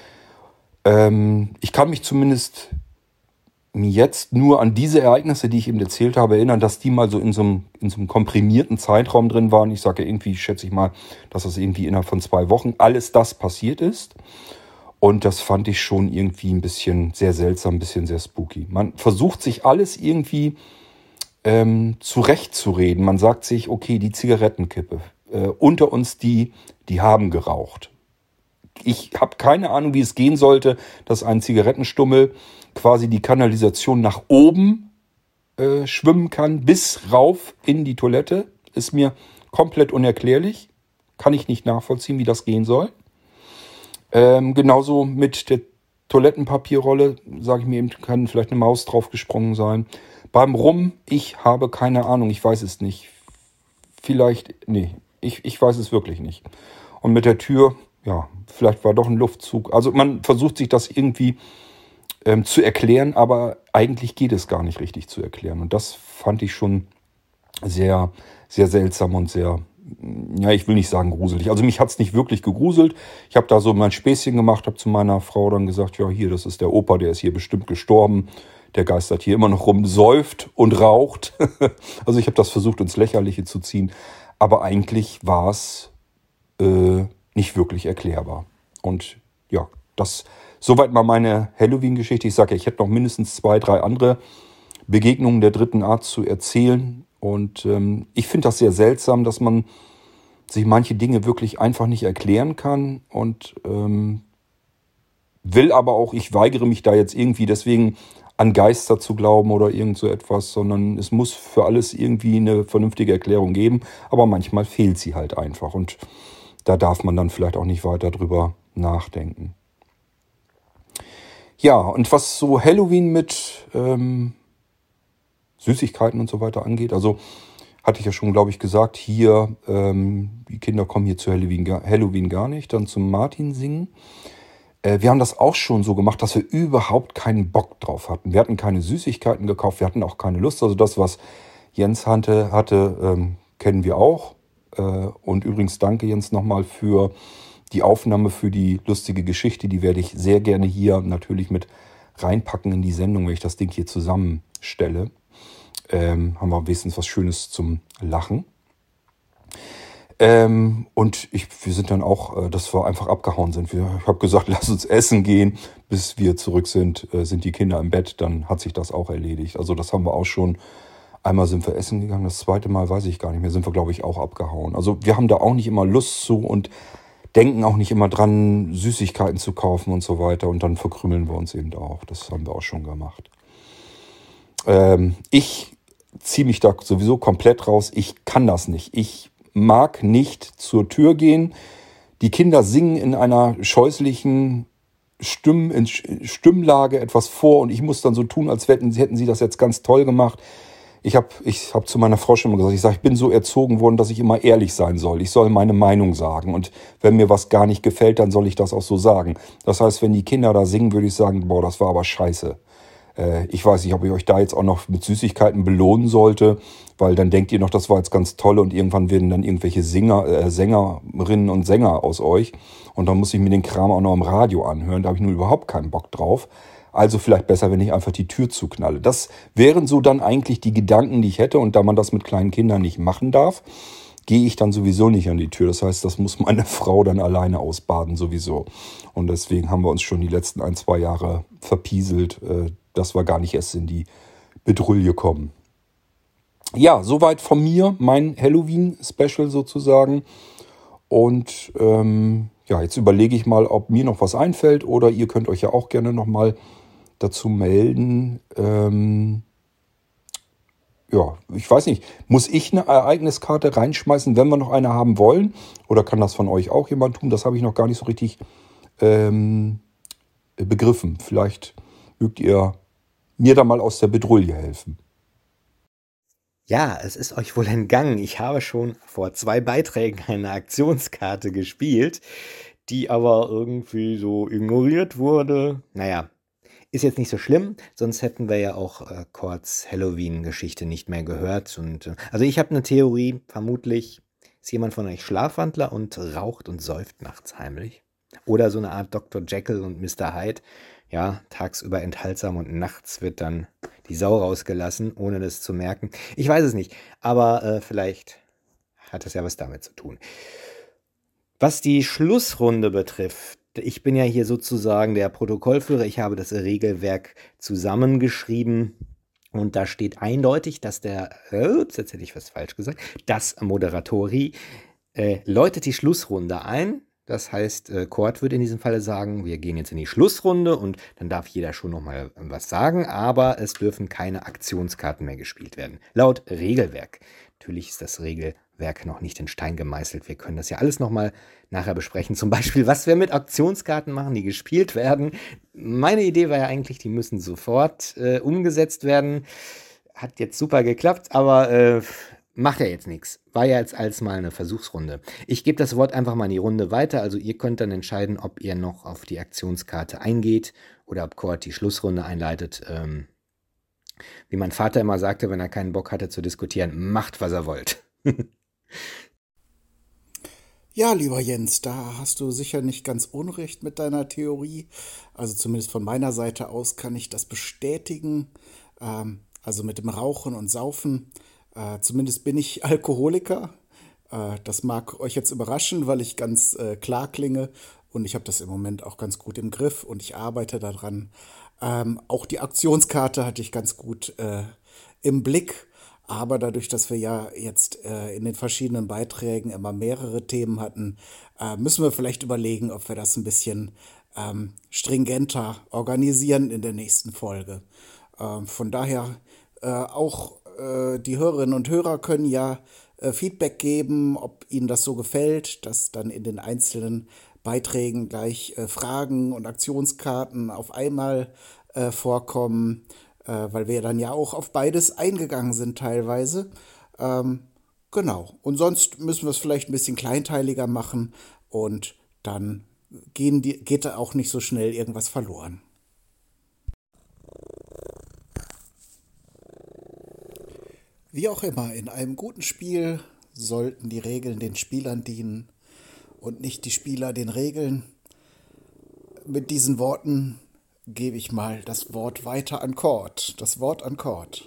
Ähm, ich kann mich zumindest jetzt nur an diese Ereignisse, die ich eben erzählt habe, erinnern, dass die mal so in so einem, in so einem komprimierten Zeitraum drin waren. Ich sage ja irgendwie, schätze ich mal, dass das irgendwie innerhalb von zwei Wochen alles das passiert ist. Und das fand ich schon irgendwie ein bisschen sehr seltsam, ein bisschen sehr spooky. Man versucht sich alles irgendwie ähm, zurechtzureden. Man sagt sich, okay, die Zigarettenkippe, äh, unter uns die, die haben geraucht. Ich habe keine Ahnung, wie es gehen sollte, dass ein Zigarettenstummel quasi die Kanalisation nach oben äh, schwimmen kann, bis rauf in die Toilette. Ist mir komplett unerklärlich. Kann ich nicht nachvollziehen, wie das gehen soll. Ähm, genauso mit der Toilettenpapierrolle, sage ich mir eben, kann vielleicht eine Maus drauf gesprungen sein. Beim Rum, ich habe keine Ahnung, ich weiß es nicht. Vielleicht, nee, ich, ich weiß es wirklich nicht. Und mit der Tür, ja, vielleicht war doch ein Luftzug. Also man versucht sich das irgendwie ähm, zu erklären, aber eigentlich geht es gar nicht richtig zu erklären. Und das fand ich schon sehr, sehr seltsam und sehr, ja, ich will nicht sagen gruselig. Also mich hat es nicht wirklich gegruselt. Ich habe da so mein Späßchen gemacht, habe zu meiner Frau dann gesagt, ja hier, das ist der Opa, der ist hier bestimmt gestorben. Der geistert hier immer noch rum, säuft und raucht. Also ich habe das versucht, ins Lächerliche zu ziehen. Aber eigentlich war es äh, nicht wirklich erklärbar. Und ja, das soweit mal meine Halloween-Geschichte. Ich sage ja, ich hätte noch mindestens zwei, drei andere Begegnungen der dritten Art zu erzählen. Und ähm, ich finde das sehr seltsam, dass man sich manche Dinge wirklich einfach nicht erklären kann. Und ähm, will aber auch, ich weigere mich da jetzt irgendwie deswegen an Geister zu glauben oder irgend so etwas, sondern es muss für alles irgendwie eine vernünftige Erklärung geben, aber manchmal fehlt sie halt einfach und da darf man dann vielleicht auch nicht weiter drüber nachdenken. Ja, und was so Halloween mit ähm, Süßigkeiten und so weiter angeht, also hatte ich ja schon, glaube ich, gesagt, hier, ähm, die Kinder kommen hier zu Halloween, Halloween gar nicht, dann zum Martin singen. Äh, wir haben das auch schon so gemacht, dass wir überhaupt keinen Bock drauf hatten. Wir hatten keine Süßigkeiten gekauft, wir hatten auch keine Lust. Also das, was Jens hatte, hatte ähm, kennen wir auch. Äh, und übrigens danke Jens nochmal für die Aufnahme, für die lustige Geschichte. Die werde ich sehr gerne hier natürlich mit reinpacken in die Sendung, wenn ich das Ding hier zusammenstelle. Ähm, haben wir wenigstens was Schönes zum Lachen. Ähm, und ich, wir sind dann auch, äh, dass wir einfach abgehauen sind. Wir, ich habe gesagt, lass uns essen gehen. Bis wir zurück sind, äh, sind die Kinder im Bett. Dann hat sich das auch erledigt. Also das haben wir auch schon. Einmal sind wir essen gegangen. Das zweite Mal weiß ich gar nicht mehr. Sind wir, glaube ich, auch abgehauen. Also wir haben da auch nicht immer Lust zu und denken auch nicht immer dran, Süßigkeiten zu kaufen und so weiter. Und dann verkrümeln wir uns eben auch. Das haben wir auch schon gemacht. Ähm, ich ziehe mich da sowieso komplett raus. Ich kann das nicht. Ich mag nicht zur Tür gehen. Die Kinder singen in einer scheußlichen Stimm, in Stimmlage etwas vor und ich muss dann so tun, als hätten, hätten sie das jetzt ganz toll gemacht. Ich habe ich hab zu meiner Frau schon mal gesagt, ich sage, ich bin so erzogen worden, dass ich immer ehrlich sein soll. Ich soll meine Meinung sagen und wenn mir was gar nicht gefällt, dann soll ich das auch so sagen. Das heißt, wenn die Kinder da singen, würde ich sagen, boah, das war aber scheiße. Ich weiß nicht, ob ich euch da jetzt auch noch mit Süßigkeiten belohnen sollte, weil dann denkt ihr noch, das war jetzt ganz toll und irgendwann werden dann irgendwelche Singer, äh, Sängerinnen und Sänger aus euch und dann muss ich mir den Kram auch noch im Radio anhören, da habe ich nun überhaupt keinen Bock drauf. Also vielleicht besser, wenn ich einfach die Tür zuknalle. Das wären so dann eigentlich die Gedanken, die ich hätte und da man das mit kleinen Kindern nicht machen darf, gehe ich dann sowieso nicht an die Tür. Das heißt, das muss meine Frau dann alleine ausbaden sowieso. Und deswegen haben wir uns schon die letzten ein, zwei Jahre verpieselt, äh, dass wir gar nicht erst in die Bedrulle kommen. Ja, soweit von mir, mein Halloween-Special sozusagen. Und ähm, ja, jetzt überlege ich mal, ob mir noch was einfällt oder ihr könnt euch ja auch gerne nochmal dazu melden. Ähm, ja, ich weiß nicht, muss ich eine Ereigniskarte reinschmeißen, wenn wir noch eine haben wollen? Oder kann das von euch auch jemand tun? Das habe ich noch gar nicht so richtig ähm, begriffen. Vielleicht mögt ihr mir da mal aus der Bedrulle helfen. Ja, es ist euch wohl entgangen. Ich habe schon vor zwei Beiträgen eine Aktionskarte gespielt, die aber irgendwie so ignoriert wurde. Naja, ist jetzt nicht so schlimm, sonst hätten wir ja auch äh, Kurts Halloween-Geschichte nicht mehr gehört. Und, äh, also ich habe eine Theorie, vermutlich ist jemand von euch Schlafwandler und raucht und säuft nachts heimlich. Oder so eine Art Doktor Jekyll und Mister Hyde. Ja, tagsüber enthaltsam und nachts wird dann die Sau rausgelassen, ohne das zu merken. Ich weiß es nicht, aber äh, vielleicht hat das ja was damit zu tun. Was die Schlussrunde betrifft, ich bin ja hier sozusagen der Protokollführer, ich habe das Regelwerk zusammengeschrieben und da steht eindeutig, dass der, ups, jetzt hätte ich was falsch gesagt, das Moderatori äh, läutet die Schlussrunde ein. Das heißt, äh, Kurt würde in diesem Falle sagen, wir gehen jetzt in die Schlussrunde und dann darf jeder schon nochmal was sagen, aber es dürfen keine Aktionskarten mehr gespielt werden. Laut Regelwerk. Natürlich ist das Regelwerk noch nicht in Stein gemeißelt. Wir können das ja alles nochmal nachher besprechen. Zum Beispiel, was wir mit Aktionskarten machen, die gespielt werden. Meine Idee war ja eigentlich, die müssen sofort äh, umgesetzt werden. Hat jetzt super geklappt, aber äh, macht ja jetzt nichts. War ja jetzt als mal eine Versuchsrunde. Ich gebe das Wort einfach mal in die Runde weiter. Also ihr könnt dann entscheiden, ob ihr noch auf die Aktionskarte eingeht oder ob Kurt die Schlussrunde einleitet. Ähm, wie mein Vater immer sagte, wenn er keinen Bock hatte zu diskutieren, macht, was er wollt. Ja, lieber Jens, da hast du sicher nicht ganz unrecht mit deiner Theorie. Also zumindest von meiner Seite aus kann ich das bestätigen. Ähm, also mit dem Rauchen und Saufen. Äh, zumindest bin ich Alkoholiker. Äh, das mag euch jetzt überraschen, weil ich ganz äh, klar klinge. Und ich habe das im Moment auch ganz gut im Griff und ich arbeite daran. Ähm, auch die Aktionskarte hatte ich ganz gut äh, im Blick. Aber dadurch, dass wir ja jetzt äh, in den verschiedenen Beiträgen immer mehrere Themen hatten, äh, müssen wir vielleicht überlegen, ob wir das ein bisschen ähm, stringenter organisieren in der nächsten Folge. Ähm, von daher äh, auch äh, die Hörerinnen und Hörer können ja äh, Feedback geben, ob ihnen das so gefällt, dass dann in den einzelnen Beiträgen gleich äh, Fragen und Aktionskarten auf einmal äh, vorkommen, äh, weil wir dann ja auch auf beides eingegangen sind teilweise. Ähm, genau. Und sonst müssen wir es vielleicht ein bisschen kleinteiliger machen und dann gehen die, geht da auch nicht so schnell irgendwas verloren. Wie auch immer, in einem guten Spiel sollten die Regeln den Spielern dienen und nicht die Spieler den Regeln. Mit diesen Worten gebe ich mal das Wort weiter an Cord. Das Wort an Cord.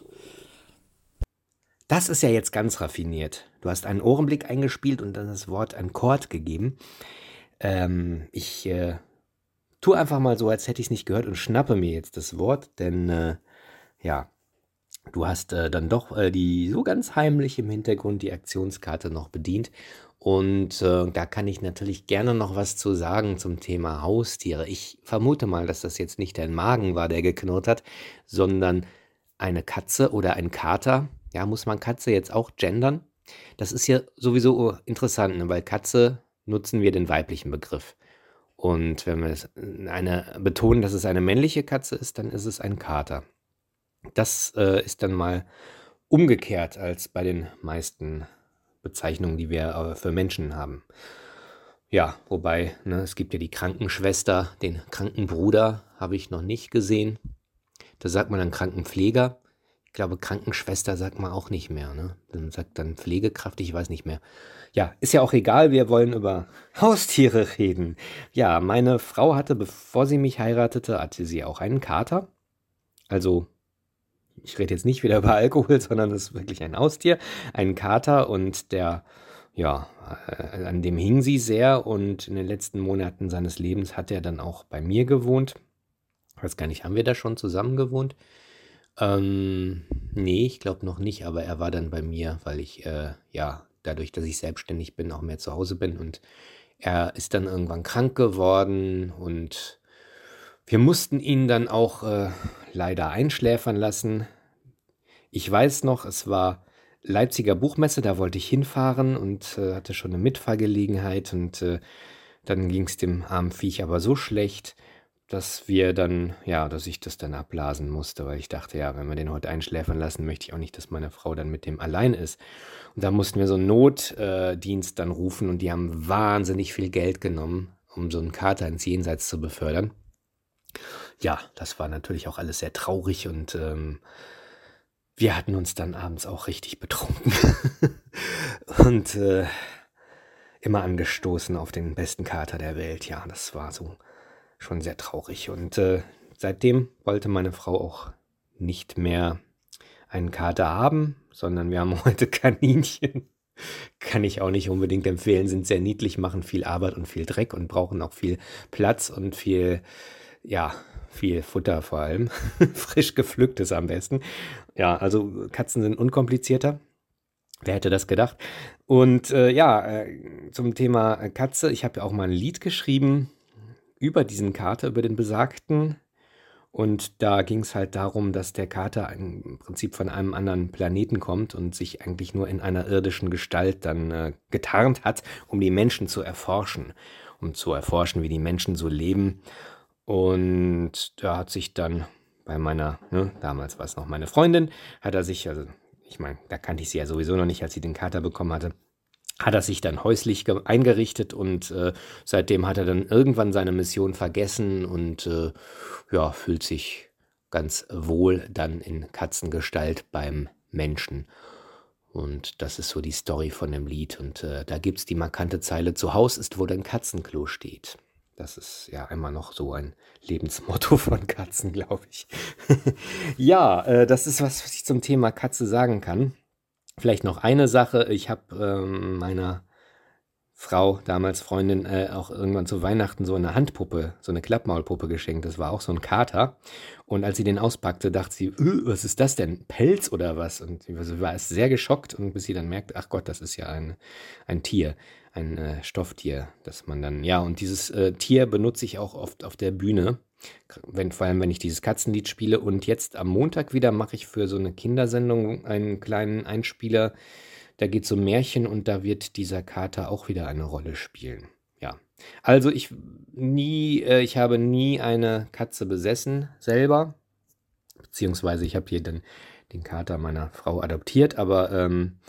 Das ist ja jetzt ganz raffiniert. Du hast einen Ohrenblick eingespielt und dann das Wort an Cord gegeben. Ähm, ich äh, tue einfach mal so, als hätte ich es nicht gehört und schnappe mir jetzt das Wort, denn äh, ja, du hast äh, dann doch äh, die so ganz heimlich im Hintergrund die Aktionskarte noch bedient. Und äh, da kann ich natürlich gerne noch was zu sagen zum Thema Haustiere. Ich vermute mal, dass das jetzt nicht dein Magen war, der geknurrt hat, sondern eine Katze oder ein Kater. Ja, muss man Katze jetzt auch gendern? Das ist ja sowieso interessant, ne? Weil Katze nutzen wir den weiblichen Begriff. Und wenn wir es eine, betonen, dass es eine männliche Katze ist, dann ist es ein Kater. Das äh, ist dann mal umgekehrt als bei den meisten Bezeichnungen, die wir äh, für Menschen haben. Ja, wobei, ne, es gibt ja die Krankenschwester, den Krankenbruder habe ich noch nicht gesehen. Da sagt man dann Krankenpfleger. Ich glaube, Krankenschwester sagt man auch nicht mehr. Ne? Dann sagt dann Pflegekraft, ich weiß nicht mehr. Ja, ist ja auch egal, wir wollen über Haustiere reden. Ja, meine Frau hatte, bevor sie mich heiratete, hatte sie auch einen Kater. Also, ich rede jetzt nicht wieder über Alkohol, sondern es ist wirklich ein Haustier, ein Kater und der, ja, äh, an dem hing sie sehr und in den letzten Monaten seines Lebens hat er dann auch bei mir gewohnt. Ich weiß gar nicht, haben wir da schon zusammen gewohnt? Ähm, nee, ich glaube noch nicht, aber er war dann bei mir, weil ich, äh, ja, dadurch, dass ich selbstständig bin, auch mehr zu Hause bin und er ist dann irgendwann krank geworden und wir mussten ihn dann auch äh, leider einschläfern lassen. Ich weiß noch, es war Leipziger Buchmesse, da wollte ich hinfahren und äh, hatte schon eine Mitfahrgelegenheit und äh, dann ging es dem armen Viech aber so schlecht, dass wir dann, ja, dass ich das dann abblasen musste, weil ich dachte, ja, wenn wir den heute einschläfern lassen, möchte ich auch nicht, dass meine Frau dann mit dem allein ist. Und da mussten wir so einen Notdienst dann rufen und die haben wahnsinnig viel Geld genommen, um so einen Kater ins Jenseits zu befördern. Ja, das war natürlich auch alles sehr traurig und ähm, wir hatten uns dann abends auch richtig betrunken und äh, immer angestoßen auf den besten Kater der Welt. Ja, das war so schon sehr traurig und äh, seitdem wollte meine Frau auch nicht mehr einen Kater haben, sondern wir haben heute Kaninchen. Kann ich auch nicht unbedingt empfehlen, sind sehr niedlich, machen viel Arbeit und viel Dreck und brauchen auch viel Platz und viel, ja, viel Futter vor allem. Frisch gepflücktes am besten. Ja, also Katzen sind unkomplizierter. Wer hätte das gedacht? Und äh, ja, äh, zum Thema Katze, ich habe ja auch mal ein Lied geschrieben über diesen Kater, über den besagten. Und da ging es halt darum, dass der Kater im Prinzip von einem anderen Planeten kommt und sich eigentlich nur in einer irdischen Gestalt dann äh, getarnt hat, um die Menschen zu erforschen. Um zu erforschen, wie die Menschen so leben. Und da hat sich dann bei meiner, ne, damals war es noch meine Freundin, hat er sich, also ich meine, da kannte ich sie ja sowieso noch nicht, als sie den Kater bekommen hatte, hat er sich dann häuslich ge- eingerichtet und äh, seitdem hat er dann irgendwann seine Mission vergessen und äh, ja, fühlt sich ganz wohl dann in Katzengestalt beim Menschen. Und das ist so die Story von dem Lied. Und äh, da gibt es die markante Zeile, zu Haus ist, wo dein Katzenklo steht. Das ist ja immer noch so ein Lebensmotto von Katzen, glaube ich. Ja, äh, das ist was, was ich zum Thema Katze sagen kann. Vielleicht noch eine Sache. Ich habe ähm, meiner Frau, damals Freundin, äh, auch irgendwann zu Weihnachten so eine Handpuppe, so eine Klappmaulpuppe geschenkt. Das war auch so ein Kater. Und als sie den auspackte, dachte sie, "Äh, was ist das denn? Pelz oder was?" Und sie war sie war erst sehr geschockt und bis sie dann merkte, ach Gott, das ist ja ein, ein Tier, ein äh, Stofftier, dass man dann, ja, und dieses äh, Tier benutze ich auch oft auf der Bühne. Wenn, vor allem, wenn ich dieses Katzenlied spiele. Und jetzt am Montag wieder mache ich für so eine Kindersendung einen kleinen Einspieler. Da geht es um Märchen und da wird dieser Kater auch wieder eine Rolle spielen. Ja, also ich nie, äh, ich habe nie eine Katze besessen selber, beziehungsweise ich habe hier dann den Kater meiner Frau adoptiert, aber ähm,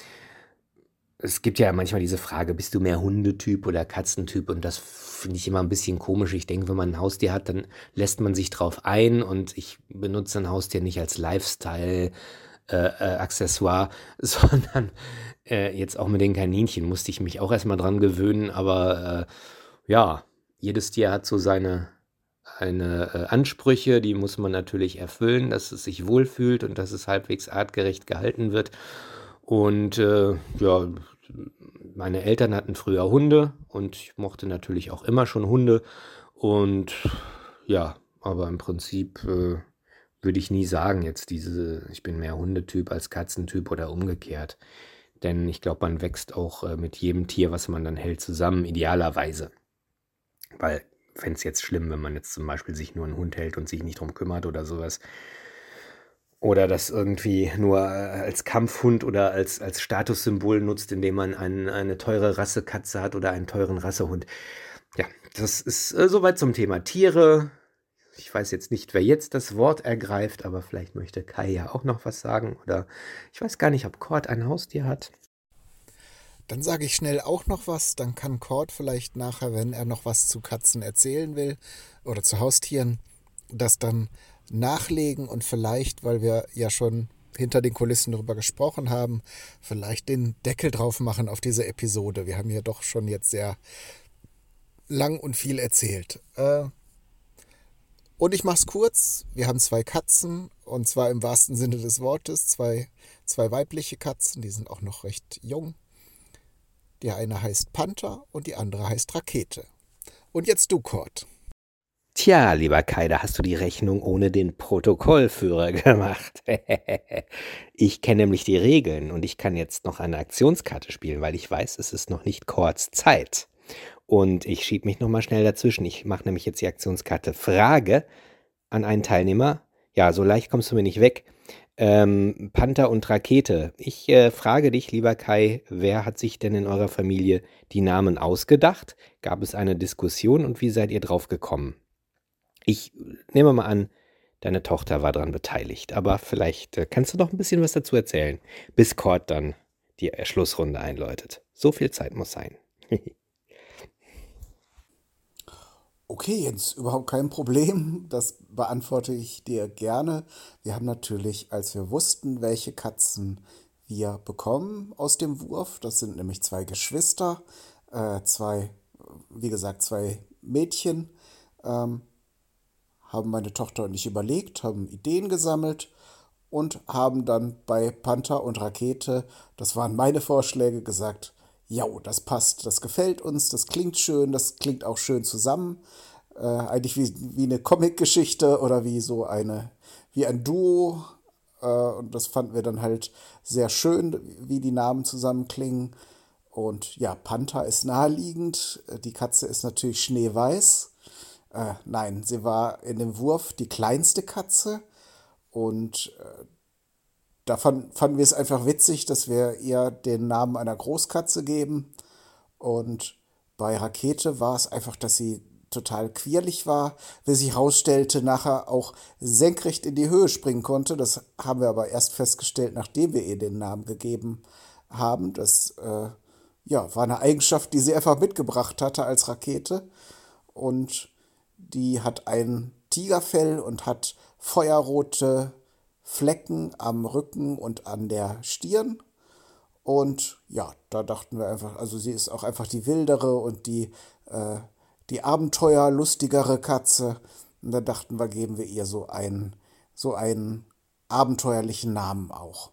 es gibt ja manchmal diese Frage, bist du mehr Hundetyp oder Katzentyp? Und das finde ich immer ein bisschen komisch. Ich denke, wenn man ein Haustier hat, dann lässt man sich drauf ein und ich benutze ein Haustier nicht als Lifestyle äh, äh, Accessoire, sondern äh, jetzt auch mit den Kaninchen musste ich mich auch erstmal dran gewöhnen, aber äh, ja, jedes Tier hat so seine eine äh, Ansprüche, die muss man natürlich erfüllen, dass es sich wohlfühlt und dass es halbwegs artgerecht gehalten wird. Und äh, ja, meine Eltern hatten früher Hunde und ich mochte natürlich auch immer schon Hunde. Und ja, aber im Prinzip äh, würde ich nie sagen, jetzt diese, ich bin mehr Hundetyp als Katzentyp oder umgekehrt. Denn ich glaube, man wächst auch äh, mit jedem Tier, was man dann hält, zusammen, idealerweise. Weil, fände es jetzt schlimm, wenn man jetzt zum Beispiel sich nur einen Hund hält und sich nicht drum kümmert oder sowas. Oder das irgendwie nur äh, als Kampfhund oder als, als Statussymbol nutzt, indem man ein, eine teure Rassekatze hat oder einen teuren Rassehund. Ja, das ist äh, soweit zum Thema Tiere. Ich weiß jetzt nicht, wer jetzt das Wort ergreift, aber vielleicht möchte Kai ja auch noch was sagen. Oder ich weiß gar nicht, ob Cord ein Haustier hat. Dann sage ich schnell auch noch was, dann kann Cord vielleicht nachher, wenn er noch was zu Katzen erzählen will oder zu Haustieren, das dann nachlegen und vielleicht, weil wir ja schon hinter den Kulissen darüber gesprochen haben, vielleicht den Deckel drauf machen auf diese Episode. Wir haben ja doch schon jetzt sehr lang und viel erzählt. Äh, und ich mache es kurz. Wir haben zwei Katzen und zwar im wahrsten Sinne des Wortes, zwei, zwei weibliche Katzen, die sind auch noch recht jung. Die eine heißt Panther und die andere heißt Rakete. Und jetzt du, Cord. Tja, lieber Kai, da hast du die Rechnung ohne den Protokollführer gemacht. Ich kenne nämlich die Regeln und ich kann jetzt noch eine Aktionskarte spielen, weil ich weiß, es ist noch nicht Cords Zeit. Und ich schiebe mich nochmal schnell dazwischen. Ich mache nämlich jetzt die Aktionskarte Frage an einen Teilnehmer. Ja, so leicht kommst du mir nicht weg. Ähm, Panther und Rakete. Ich äh, frage dich, lieber Kai, wer hat sich denn in eurer Familie die Namen ausgedacht? Gab es eine Diskussion und wie seid ihr drauf gekommen? Ich nehme mal an, deine Tochter war daran beteiligt, aber vielleicht äh, kannst du noch ein bisschen was dazu erzählen, bis Cord dann die äh, Schlussrunde einläutet. So viel Zeit muss sein. Okay, Jens, überhaupt kein Problem. Das beantworte ich dir gerne. Wir haben natürlich, als wir wussten, welche Katzen wir bekommen aus dem Wurf, das sind nämlich zwei Geschwister, äh, zwei, wie gesagt, zwei Mädchen, ähm, haben meine Tochter und ich überlegt, haben Ideen gesammelt und haben dann bei Panther und Rakete, das waren meine Vorschläge, gesagt, ja, das passt, das gefällt uns, das klingt schön, das klingt auch schön zusammen. Äh, eigentlich wie, wie eine Comic-Geschichte oder wie so eine, wie ein Duo. Äh, und das fanden wir dann halt sehr schön, wie die Namen zusammenklingen. Und ja, Panther ist naheliegend, die Katze ist natürlich schneeweiß. Äh, nein, sie war in dem Wurf die kleinste Katze und äh, da fand, fanden wir es einfach witzig, dass wir ihr den Namen einer Großkatze geben. Und bei Rakete war es einfach, dass sie total quirlig war, wie sich herausstellte, nachher auch senkrecht in die Höhe springen konnte. Das haben wir aber erst festgestellt, nachdem wir ihr den Namen gegeben haben. Das äh, ja, war eine Eigenschaft, die sie einfach mitgebracht hatte als Rakete. Und die hat ein Tigerfell und hat feuerrote Flecken am Rücken und an der Stirn. Und ja, da dachten wir einfach, also sie ist auch einfach die wildere und die, äh, die abenteuerlustigere Katze. Und da dachten wir, geben wir ihr so einen, so einen abenteuerlichen Namen auch.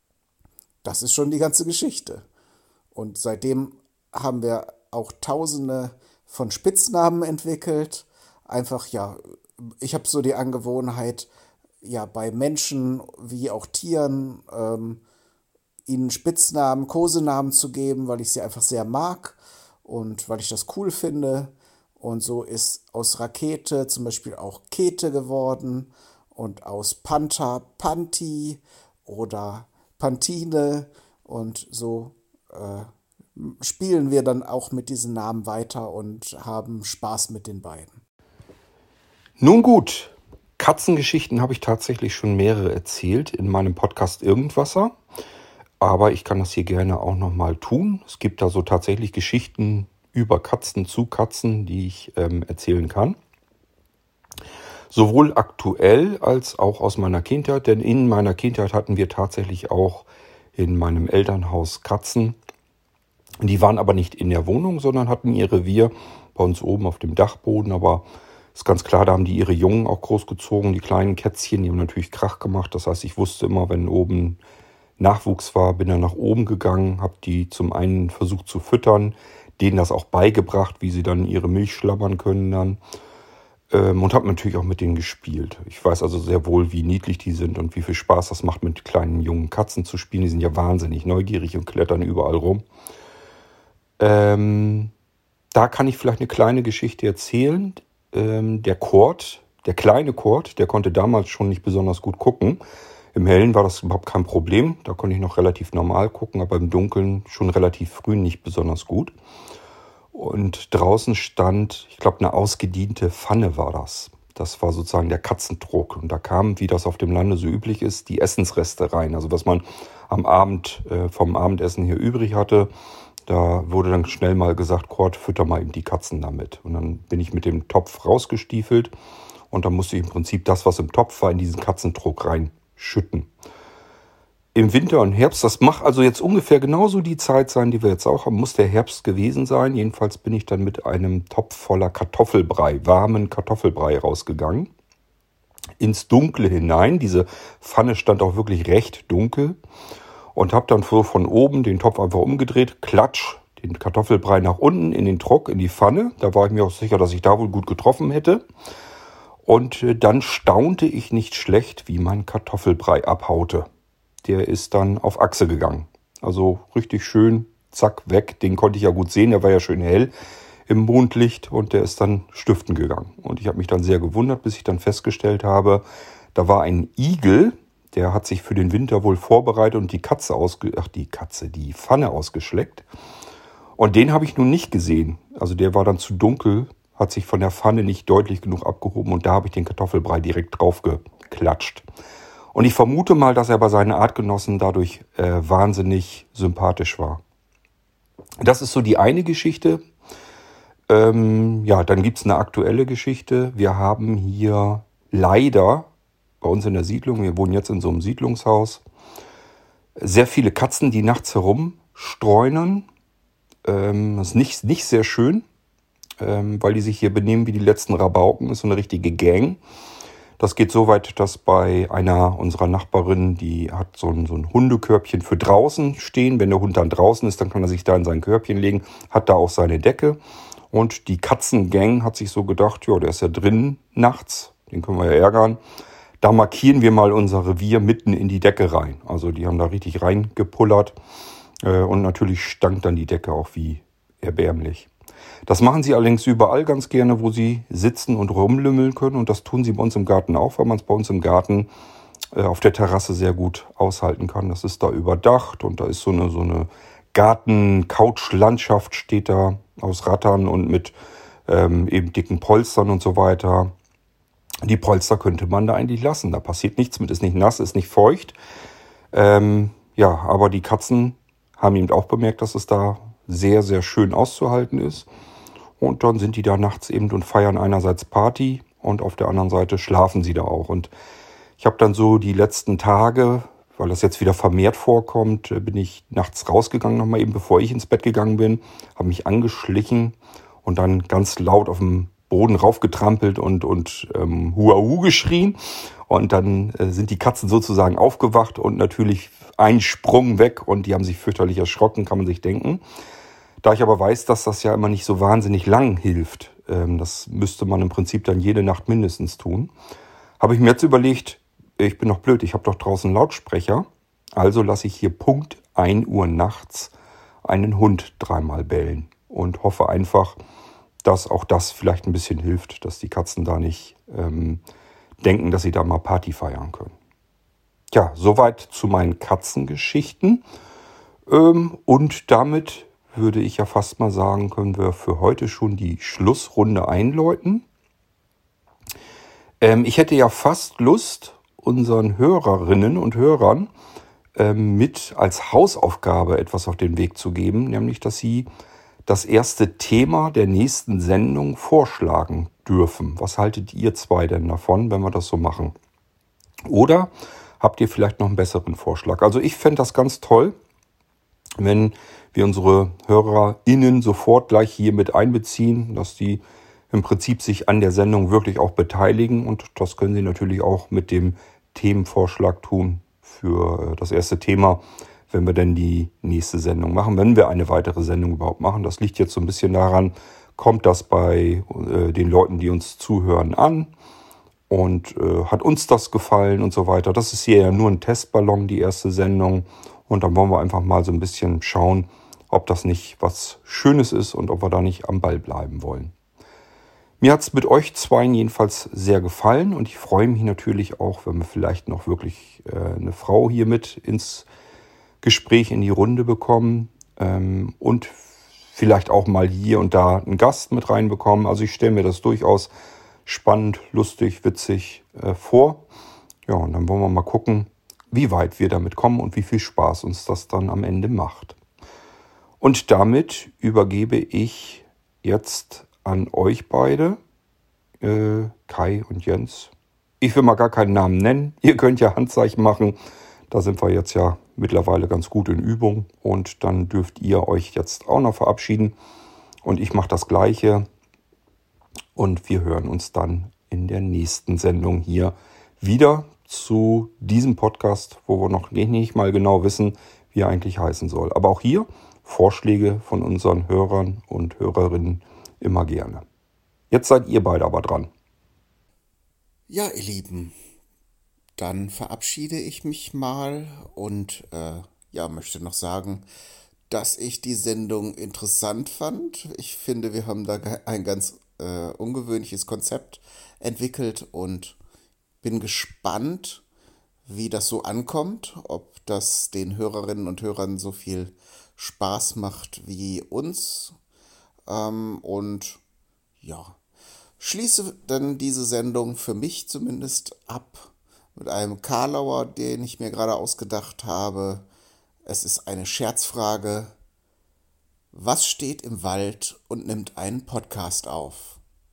Das ist schon die ganze Geschichte. Und seitdem haben wir auch tausende von Spitznamen entwickelt. Einfach, ja, ich habe so die Angewohnheit, ja, bei Menschen wie auch Tieren, ähm, ihnen Spitznamen, Kosenamen zu geben, weil ich sie einfach sehr mag und weil ich das cool finde. Und so ist aus Rakete zum Beispiel auch Kete geworden und aus Panther Panti oder Pantine. Und so äh, spielen wir dann auch mit diesen Namen weiter und haben Spaß mit den beiden. Nun gut, Katzengeschichten habe ich tatsächlich schon mehrere erzählt in meinem Podcast Irgendwasser. Aber ich kann das hier gerne auch nochmal tun. Es gibt da so tatsächlich Geschichten über Katzen zu Katzen, die ich ähm, erzählen kann. Sowohl aktuell als auch aus meiner Kindheit. Denn in meiner Kindheit hatten wir tatsächlich auch in meinem Elternhaus Katzen. Die waren aber nicht in der Wohnung, sondern hatten ihr Revier bei uns oben auf dem Dachboden. Aber ist ganz klar, da haben die ihre Jungen auch großgezogen. Die kleinen Kätzchen, die haben natürlich Krach gemacht. Das heißt, ich wusste immer, wenn oben Nachwuchs war, bin dann nach oben gegangen, habe die zum einen versucht zu füttern, denen das auch beigebracht, wie sie dann ihre Milch schlabbern können dann. Ähm, und habe natürlich auch mit denen gespielt. Ich weiß also sehr wohl, wie niedlich die sind und wie viel Spaß das macht, mit kleinen jungen Katzen zu spielen. Die sind ja wahnsinnig neugierig und klettern überall rum. Ähm, da kann ich vielleicht eine kleine Geschichte erzählen. Ähm, der Kurt, der kleine Kurt, der konnte damals schon nicht besonders gut gucken. Im Hellen war das überhaupt kein Problem. Da konnte ich noch relativ normal gucken, aber im Dunkeln schon relativ früh nicht besonders gut. Und draußen stand, ich glaube, eine ausgediente Pfanne war das. Das war sozusagen der Katzentrog. Und da kamen, wie das auf dem Lande so üblich ist, die Essensreste rein. Also was man am Abend äh, vom Abendessen hier übrig hatte, da wurde dann schnell mal gesagt, Kurt, fütter mal eben die Katzen damit. Und dann bin ich mit dem Topf rausgestiefelt und dann musste ich im Prinzip das, was im Topf war, in diesen Katzentrog rein schütten. Im Winter und Herbst, das macht also jetzt ungefähr genauso die Zeit sein, die wir jetzt auch haben, muss der Herbst gewesen sein. Jedenfalls bin ich dann mit einem Topf voller Kartoffelbrei, warmen Kartoffelbrei rausgegangen. Ins Dunkle hinein, diese Pfanne stand auch wirklich recht dunkel und habe dann so von oben den Topf einfach umgedreht, klatsch, den Kartoffelbrei nach unten in den Trog, in die Pfanne. Da war ich mir auch sicher, dass ich da wohl gut getroffen hätte. Und dann staunte ich nicht schlecht, wie mein Kartoffelbrei abhaute. Der ist dann auf Achse gegangen. Also richtig schön, zack, weg. Den konnte ich ja gut sehen, der war ja schön hell im Mondlicht und der ist dann stiften gegangen. Und ich habe mich dann sehr gewundert, bis ich dann festgestellt habe, da war ein Igel, der hat sich für den Winter wohl vorbereitet und die Katze ausge... Ach, die Katze, die Pfanne ausgeschleckt. Und den habe ich nun nicht gesehen. Also der war dann zu dunkel, hat sich von der Pfanne nicht deutlich genug abgehoben und da habe ich den Kartoffelbrei direkt drauf geklatscht. Und ich vermute mal, dass er bei seinen Artgenossen dadurch äh, wahnsinnig sympathisch war. Das ist so die eine Geschichte. Ähm, ja, dann gibt es eine aktuelle Geschichte. Wir haben hier leider bei uns in der Siedlung, wir wohnen jetzt in so einem Siedlungshaus, sehr viele Katzen, die nachts herumstreunen. Ähm, das ist nicht, nicht sehr schön. Weil die sich hier benehmen wie die letzten Rabauken. Das ist so eine richtige Gang. Das geht so weit, dass bei einer unserer Nachbarinnen, die hat so ein, so ein Hundekörbchen für draußen stehen. Wenn der Hund dann draußen ist, dann kann er sich da in sein Körbchen legen, hat da auch seine Decke. Und die Katzengang hat sich so gedacht, ja, der ist ja drin nachts, den können wir ja ärgern. Da markieren wir mal unser Revier mitten in die Decke rein. Also die haben da richtig reingepullert. Und natürlich stank dann die Decke auch wie erbärmlich. Das machen sie allerdings überall ganz gerne, wo sie sitzen und rumlümmeln können. Und das tun sie bei uns im Garten auch, weil man es bei uns im Garten äh, auf der Terrasse sehr gut aushalten kann. Das ist da überdacht und da ist so eine, so eine Garten-Couch-Landschaft steht da aus Rattern und mit ähm, eben dicken Polstern und so weiter. Die Polster könnte man da eigentlich lassen. Da passiert nichts mit, ist nicht nass, ist nicht feucht. Ähm, ja, aber die Katzen haben eben auch bemerkt, dass es da sehr, sehr schön auszuhalten ist. Und dann sind die da nachts eben und feiern einerseits Party und auf der anderen Seite schlafen sie da auch. Und ich habe dann so die letzten Tage, weil das jetzt wieder vermehrt vorkommt, bin ich nachts rausgegangen nochmal eben, bevor ich ins Bett gegangen bin, habe mich angeschlichen und dann ganz laut auf dem Boden raufgetrampelt und, und ähm, Huahu geschrien. Und dann äh, sind die Katzen sozusagen aufgewacht und natürlich ein Sprung weg und die haben sich fürchterlich erschrocken, kann man sich denken. Da ich aber weiß, dass das ja immer nicht so wahnsinnig lang hilft, ähm, das müsste man im Prinzip dann jede Nacht mindestens tun, habe ich mir jetzt überlegt, ich bin doch blöd, ich habe doch draußen Lautsprecher, also lasse ich hier Punkt ein Uhr nachts einen Hund dreimal bellen und hoffe einfach, dass auch das vielleicht ein bisschen hilft, dass die Katzen da nicht ähm, denken, dass sie da mal Party feiern können. Ja, soweit zu meinen Katzengeschichten. Ähm, und damit würde ich ja fast mal sagen, können wir für heute schon die Schlussrunde einläuten. Ähm, ich hätte ja fast Lust, unseren Hörerinnen und Hörern ähm, mit als Hausaufgabe etwas auf den Weg zu geben, nämlich, dass sie das erste Thema der nächsten Sendung vorschlagen dürfen. Was haltet ihr zwei denn davon, wenn wir das so machen? Oder habt ihr vielleicht noch einen besseren Vorschlag? Also ich fände das ganz toll, wenn wir unsere HörerInnen sofort gleich hier mit einbeziehen, dass die im Prinzip sich an der Sendung wirklich auch beteiligen. Und das können sie natürlich auch mit dem Themenvorschlag tun für das erste Thema, wenn wir denn die nächste Sendung machen, wenn wir eine weitere Sendung überhaupt machen. Das liegt jetzt so ein bisschen daran, kommt das bei äh, den Leuten, die uns zuhören, an und äh, hat uns das gefallen und so weiter. Das ist hier ja nur ein Testballon, die erste Sendung. Und dann wollen wir einfach mal so ein bisschen schauen, ob das nicht was Schönes ist und ob wir da nicht am Ball bleiben wollen. Mir hat es mit euch zweien jedenfalls sehr gefallen und ich freue mich natürlich auch, wenn wir vielleicht noch wirklich äh, eine Frau hier mit ins Gespräch in die Runde bekommen ähm, und vielleicht auch mal hier und da einen Gast mit reinbekommen. Also ich stelle mir das durchaus spannend, lustig, witzig äh, vor. Ja, und dann wollen wir mal gucken, wie weit wir damit kommen und wie viel Spaß uns das dann am Ende macht. Und damit übergebe ich jetzt an euch beide, äh, Kai und Jens. Ich will mal gar keinen Namen nennen. Ihr könnt ja Handzeichen machen. Da sind wir jetzt ja mittlerweile ganz gut in Übung. Und dann dürft ihr euch jetzt auch noch verabschieden. Und ich mache das Gleiche. Und wir hören uns dann in der nächsten Sendung hier wieder zu diesem Podcast, wo wir noch nicht mal genau wissen, wie er eigentlich heißen soll. Aber auch hier Vorschläge von unseren Hörern und Hörerinnen immer gerne. Jetzt seid ihr beide aber dran. Ja, ihr Lieben, dann verabschiede ich mich mal und äh, ja, möchte noch sagen, dass ich die Sendung interessant fand. Ich finde, wir haben da ein ganz äh, ungewöhnliches Konzept entwickelt und bin gespannt, wie das so ankommt, ob das den Hörerinnen und Hörern so viel Spaß macht wie uns. Ähm, und ja, schließe dann diese Sendung für mich zumindest ab mit einem Karlauer, den ich mir gerade ausgedacht habe. Es ist eine Scherzfrage. Was steht im Wald und nimmt einen Podcast auf?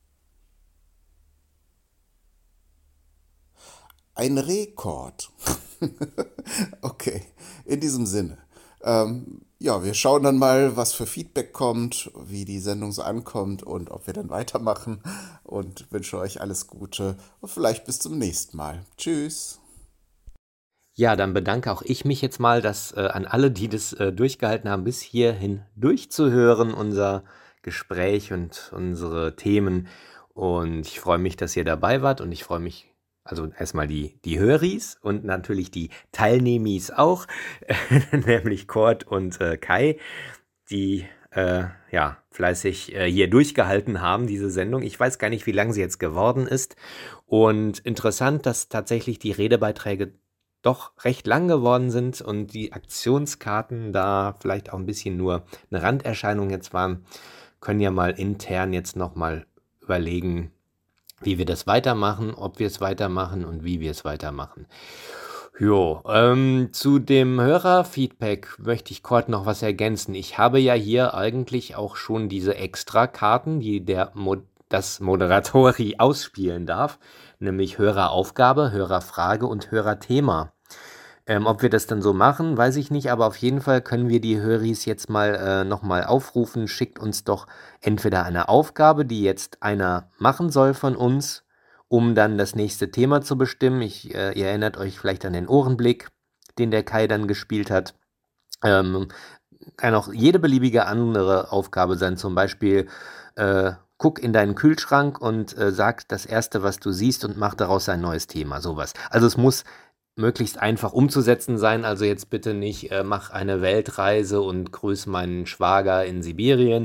Ein Rekord. Okay, in diesem Sinne. Ähm, ja, wir schauen dann mal, was für Feedback kommt, wie die Sendung so ankommt und ob wir dann weitermachen. Und wünsche euch alles Gute und vielleicht bis zum nächsten Mal. Tschüss. Ja, dann bedanke auch ich mich jetzt mal, dass äh, an alle, die das äh, durchgehalten haben, bis hierhin durchzuhören, unser Gespräch und unsere Themen. Und ich freue mich, dass ihr dabei wart und ich freue mich, also erstmal die, die Höris und natürlich die Teilnehmis auch, nämlich Kurt und äh, Kai, die äh, ja fleißig äh, hier durchgehalten haben, diese Sendung. Ich weiß gar nicht, wie lang sie jetzt geworden ist. Und interessant, dass tatsächlich die Redebeiträge doch recht lang geworden sind und die Aktionskarten da vielleicht auch ein bisschen nur eine Randerscheinung jetzt waren. Können ja mal intern jetzt nochmal überlegen, wie wir das weitermachen, ob wir es weitermachen und wie wir es weitermachen. Jo, ähm, zu dem Hörerfeedback möchte ich kurz noch was ergänzen. Ich habe ja hier eigentlich auch schon diese Extrakarten, die der Mo- das Moderatori ausspielen darf, nämlich Höreraufgabe, Hörerfrage und Hörerthema. Ähm, ob wir das dann so machen, weiß ich nicht, aber auf jeden Fall können wir die Höris jetzt mal äh, nochmal aufrufen. Schickt uns doch entweder eine Aufgabe, die jetzt einer machen soll von uns, um dann das nächste Thema zu bestimmen. Ich, äh, ihr erinnert euch vielleicht an den Ohrenblick, den der Kai dann gespielt hat. Ähm, kann auch jede beliebige andere Aufgabe sein, zum Beispiel äh, guck in deinen Kühlschrank und äh, sag das Erste, was du siehst und mach daraus ein neues Thema, sowas. Also es muss möglichst einfach umzusetzen sein, also jetzt bitte nicht, äh, mach eine Weltreise und grüß meinen Schwager in Sibirien.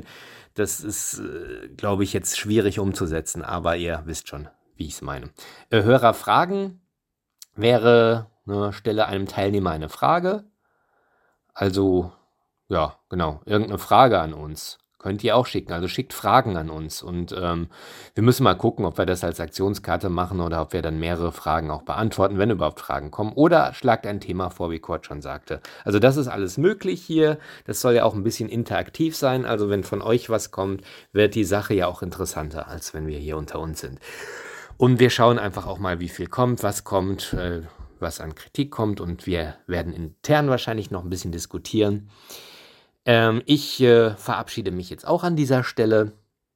Das ist, äh, glaube ich, jetzt schwierig umzusetzen, aber ihr wisst schon, wie ich es meine. Äh, Hörerfragen wäre, ne, stelle einem Teilnehmer eine Frage. Also, ja, genau, irgendeine Frage an uns. Könnt ihr auch schicken, also schickt Fragen an uns und ähm, wir müssen mal gucken, ob wir das als Aktionskarte machen oder ob wir dann mehrere Fragen auch beantworten, wenn überhaupt Fragen kommen. Oder schlagt ein Thema vor, wie Kurt schon sagte. Also das ist alles möglich hier. Das soll ja auch ein bisschen interaktiv sein. Also wenn von euch was kommt, wird die Sache ja auch interessanter, als wenn wir hier unter uns sind. Und wir schauen einfach auch mal, wie viel kommt, was kommt, äh, was an Kritik kommt und wir werden intern wahrscheinlich noch ein bisschen diskutieren. Ähm, ich äh, verabschiede mich jetzt auch an dieser Stelle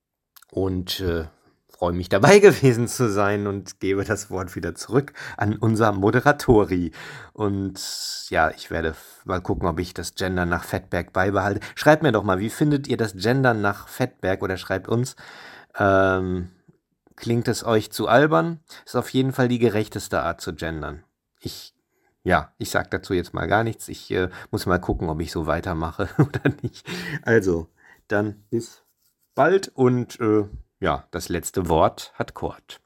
und äh, freue mich dabei gewesen zu sein und gebe das Wort wieder zurück an unser Moderatori. Und ja, ich werde mal gucken, ob ich das Gendern nach Fettberg beibehalte. Schreibt mir doch mal, wie findet ihr das Gendern nach Fettberg oder schreibt uns, ähm, klingt es euch zu albern? Ist auf jeden Fall die gerechteste Art zu gendern. Ich Ja, ich sag dazu jetzt mal gar nichts. Ich äh, muss mal gucken, ob ich so weitermache oder nicht. Also, dann bis bald und äh, ja, das letzte Wort hat Kurt.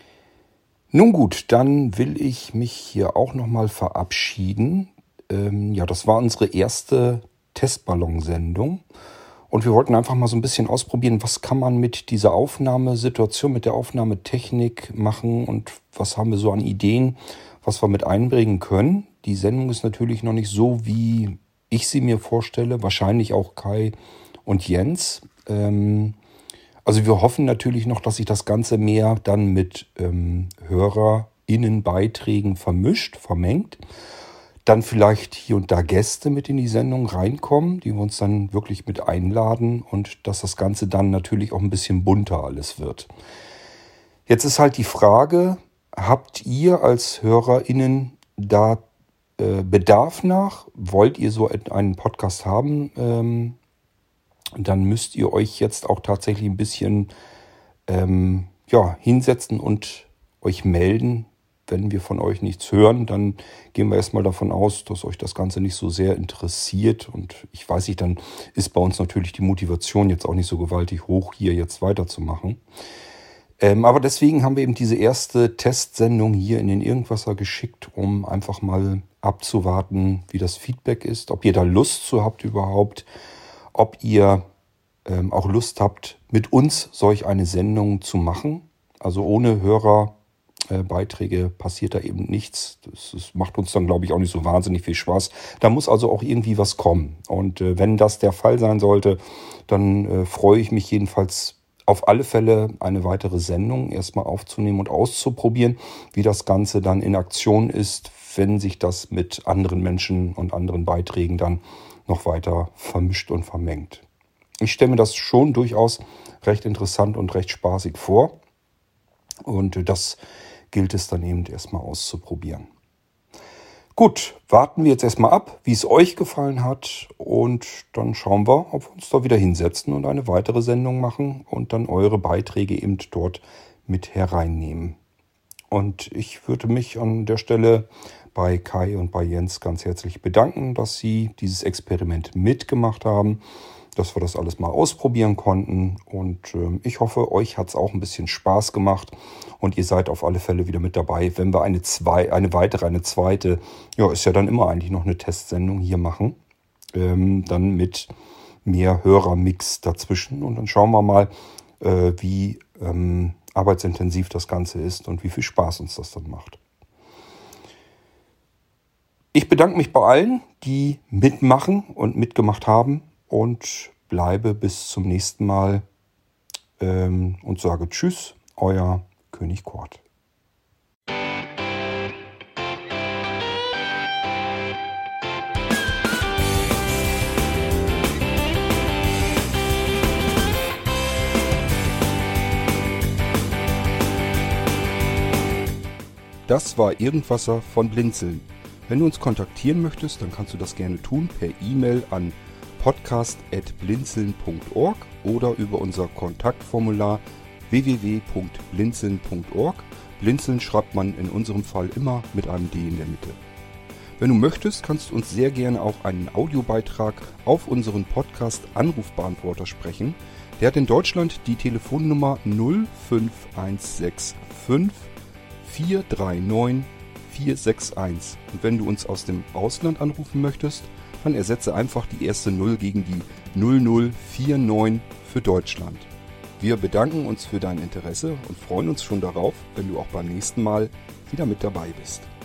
Nun gut, dann will ich mich hier auch nochmal verabschieden. Ähm, ja, das war unsere erste Testballonsendung. Und wir wollten einfach mal so ein bisschen ausprobieren, was kann man mit dieser Aufnahmesituation, mit der Aufnahmetechnik machen und was haben wir so an Ideen, was wir mit einbringen können. Die Sendung ist natürlich noch nicht so, wie ich sie mir vorstelle. Wahrscheinlich auch Kai und Jens. Ähm, also wir hoffen natürlich noch, dass sich das Ganze mehr dann mit ähm, HörerInnenbeiträgen vermischt, vermengt. Dann vielleicht hier und da Gäste mit in die Sendung reinkommen, die wir uns dann wirklich mit einladen und dass das Ganze dann natürlich auch ein bisschen bunter alles wird. Jetzt ist halt die Frage, habt ihr als HörerInnen da äh, Bedarf nach? Wollt ihr so einen Podcast haben? Ähm, dann müsst ihr euch jetzt auch tatsächlich ein bisschen ähm, ja, hinsetzen und euch melden. Wenn wir von euch nichts hören, dann gehen wir erstmal davon aus, dass euch das Ganze nicht so sehr interessiert. Und ich weiß nicht, dann ist bei uns natürlich die Motivation jetzt auch nicht so gewaltig hoch, hier jetzt weiterzumachen. Ähm, aber deswegen haben wir eben diese erste Testsendung hier in den Irgendwasser geschickt, um einfach mal abzuwarten, wie das Feedback ist, ob ihr da Lust zu habt überhaupt, ob ihr ähm, auch Lust habt, mit uns solch eine Sendung zu machen. Also ohne Hörerbeiträge passiert da eben nichts. Das, das macht uns dann, glaube ich, auch nicht so wahnsinnig viel Spaß. Da muss also auch irgendwie was kommen. Und äh, wenn das der Fall sein sollte, dann äh, freue ich mich jedenfalls auf alle Fälle, eine weitere Sendung erstmal aufzunehmen und auszuprobieren, wie das Ganze dann in Aktion ist, wenn sich das mit anderen Menschen und anderen Beiträgen dann noch weiter vermischt und vermengt. Ich stelle mir das schon durchaus recht interessant und recht spaßig vor. Und das gilt es dann eben erstmal auszuprobieren. Gut, warten wir jetzt erstmal ab, wie es euch gefallen hat und dann schauen wir, ob wir uns da wieder hinsetzen und eine weitere Sendung machen und dann eure Beiträge eben dort mit hereinnehmen. Und ich würde mich an der Stelle bei Kai und bei Jens ganz herzlich bedanken, dass sie dieses Experiment mitgemacht haben, dass wir das alles mal ausprobieren konnten und äh, ich hoffe, euch hat es auch ein bisschen Spaß gemacht und ihr seid auf alle Fälle wieder mit dabei, wenn wir eine, zwei, eine weitere, eine zweite, ja, ist ja dann immer eigentlich noch eine Testsendung hier machen, ähm, dann mit mehr Hörermix dazwischen und dann schauen wir mal, äh, wie ähm, arbeitsintensiv das Ganze ist und wie viel Spaß uns das dann macht. Ich bedanke mich bei allen, die mitmachen und mitgemacht haben. Und bleibe bis zum nächsten Mal ähm, und sage Tschüss, euer König Kurt. Das war Irgendwasser von Blinzeln. Wenn du uns kontaktieren möchtest, dann kannst du das gerne tun per E-Mail an podcast at blinzeln punkt org oder über unser Kontaktformular w w w punkt blinzeln punkt org. Blinzeln schreibt man in unserem Fall immer mit einem D in der Mitte. Wenn du möchtest, kannst du uns sehr gerne auch einen Audiobeitrag auf unseren Podcast Anrufbeantworter sprechen. Der hat in Deutschland die Telefonnummer null fünf eins sechs fünf vier drei neun vier sechs eins. Und wenn du uns aus dem Ausland anrufen möchtest, dann ersetze einfach die erste null gegen die null null vier neun für Deutschland. Wir bedanken uns für dein Interesse und freuen uns schon darauf, wenn du auch beim nächsten Mal wieder mit dabei bist.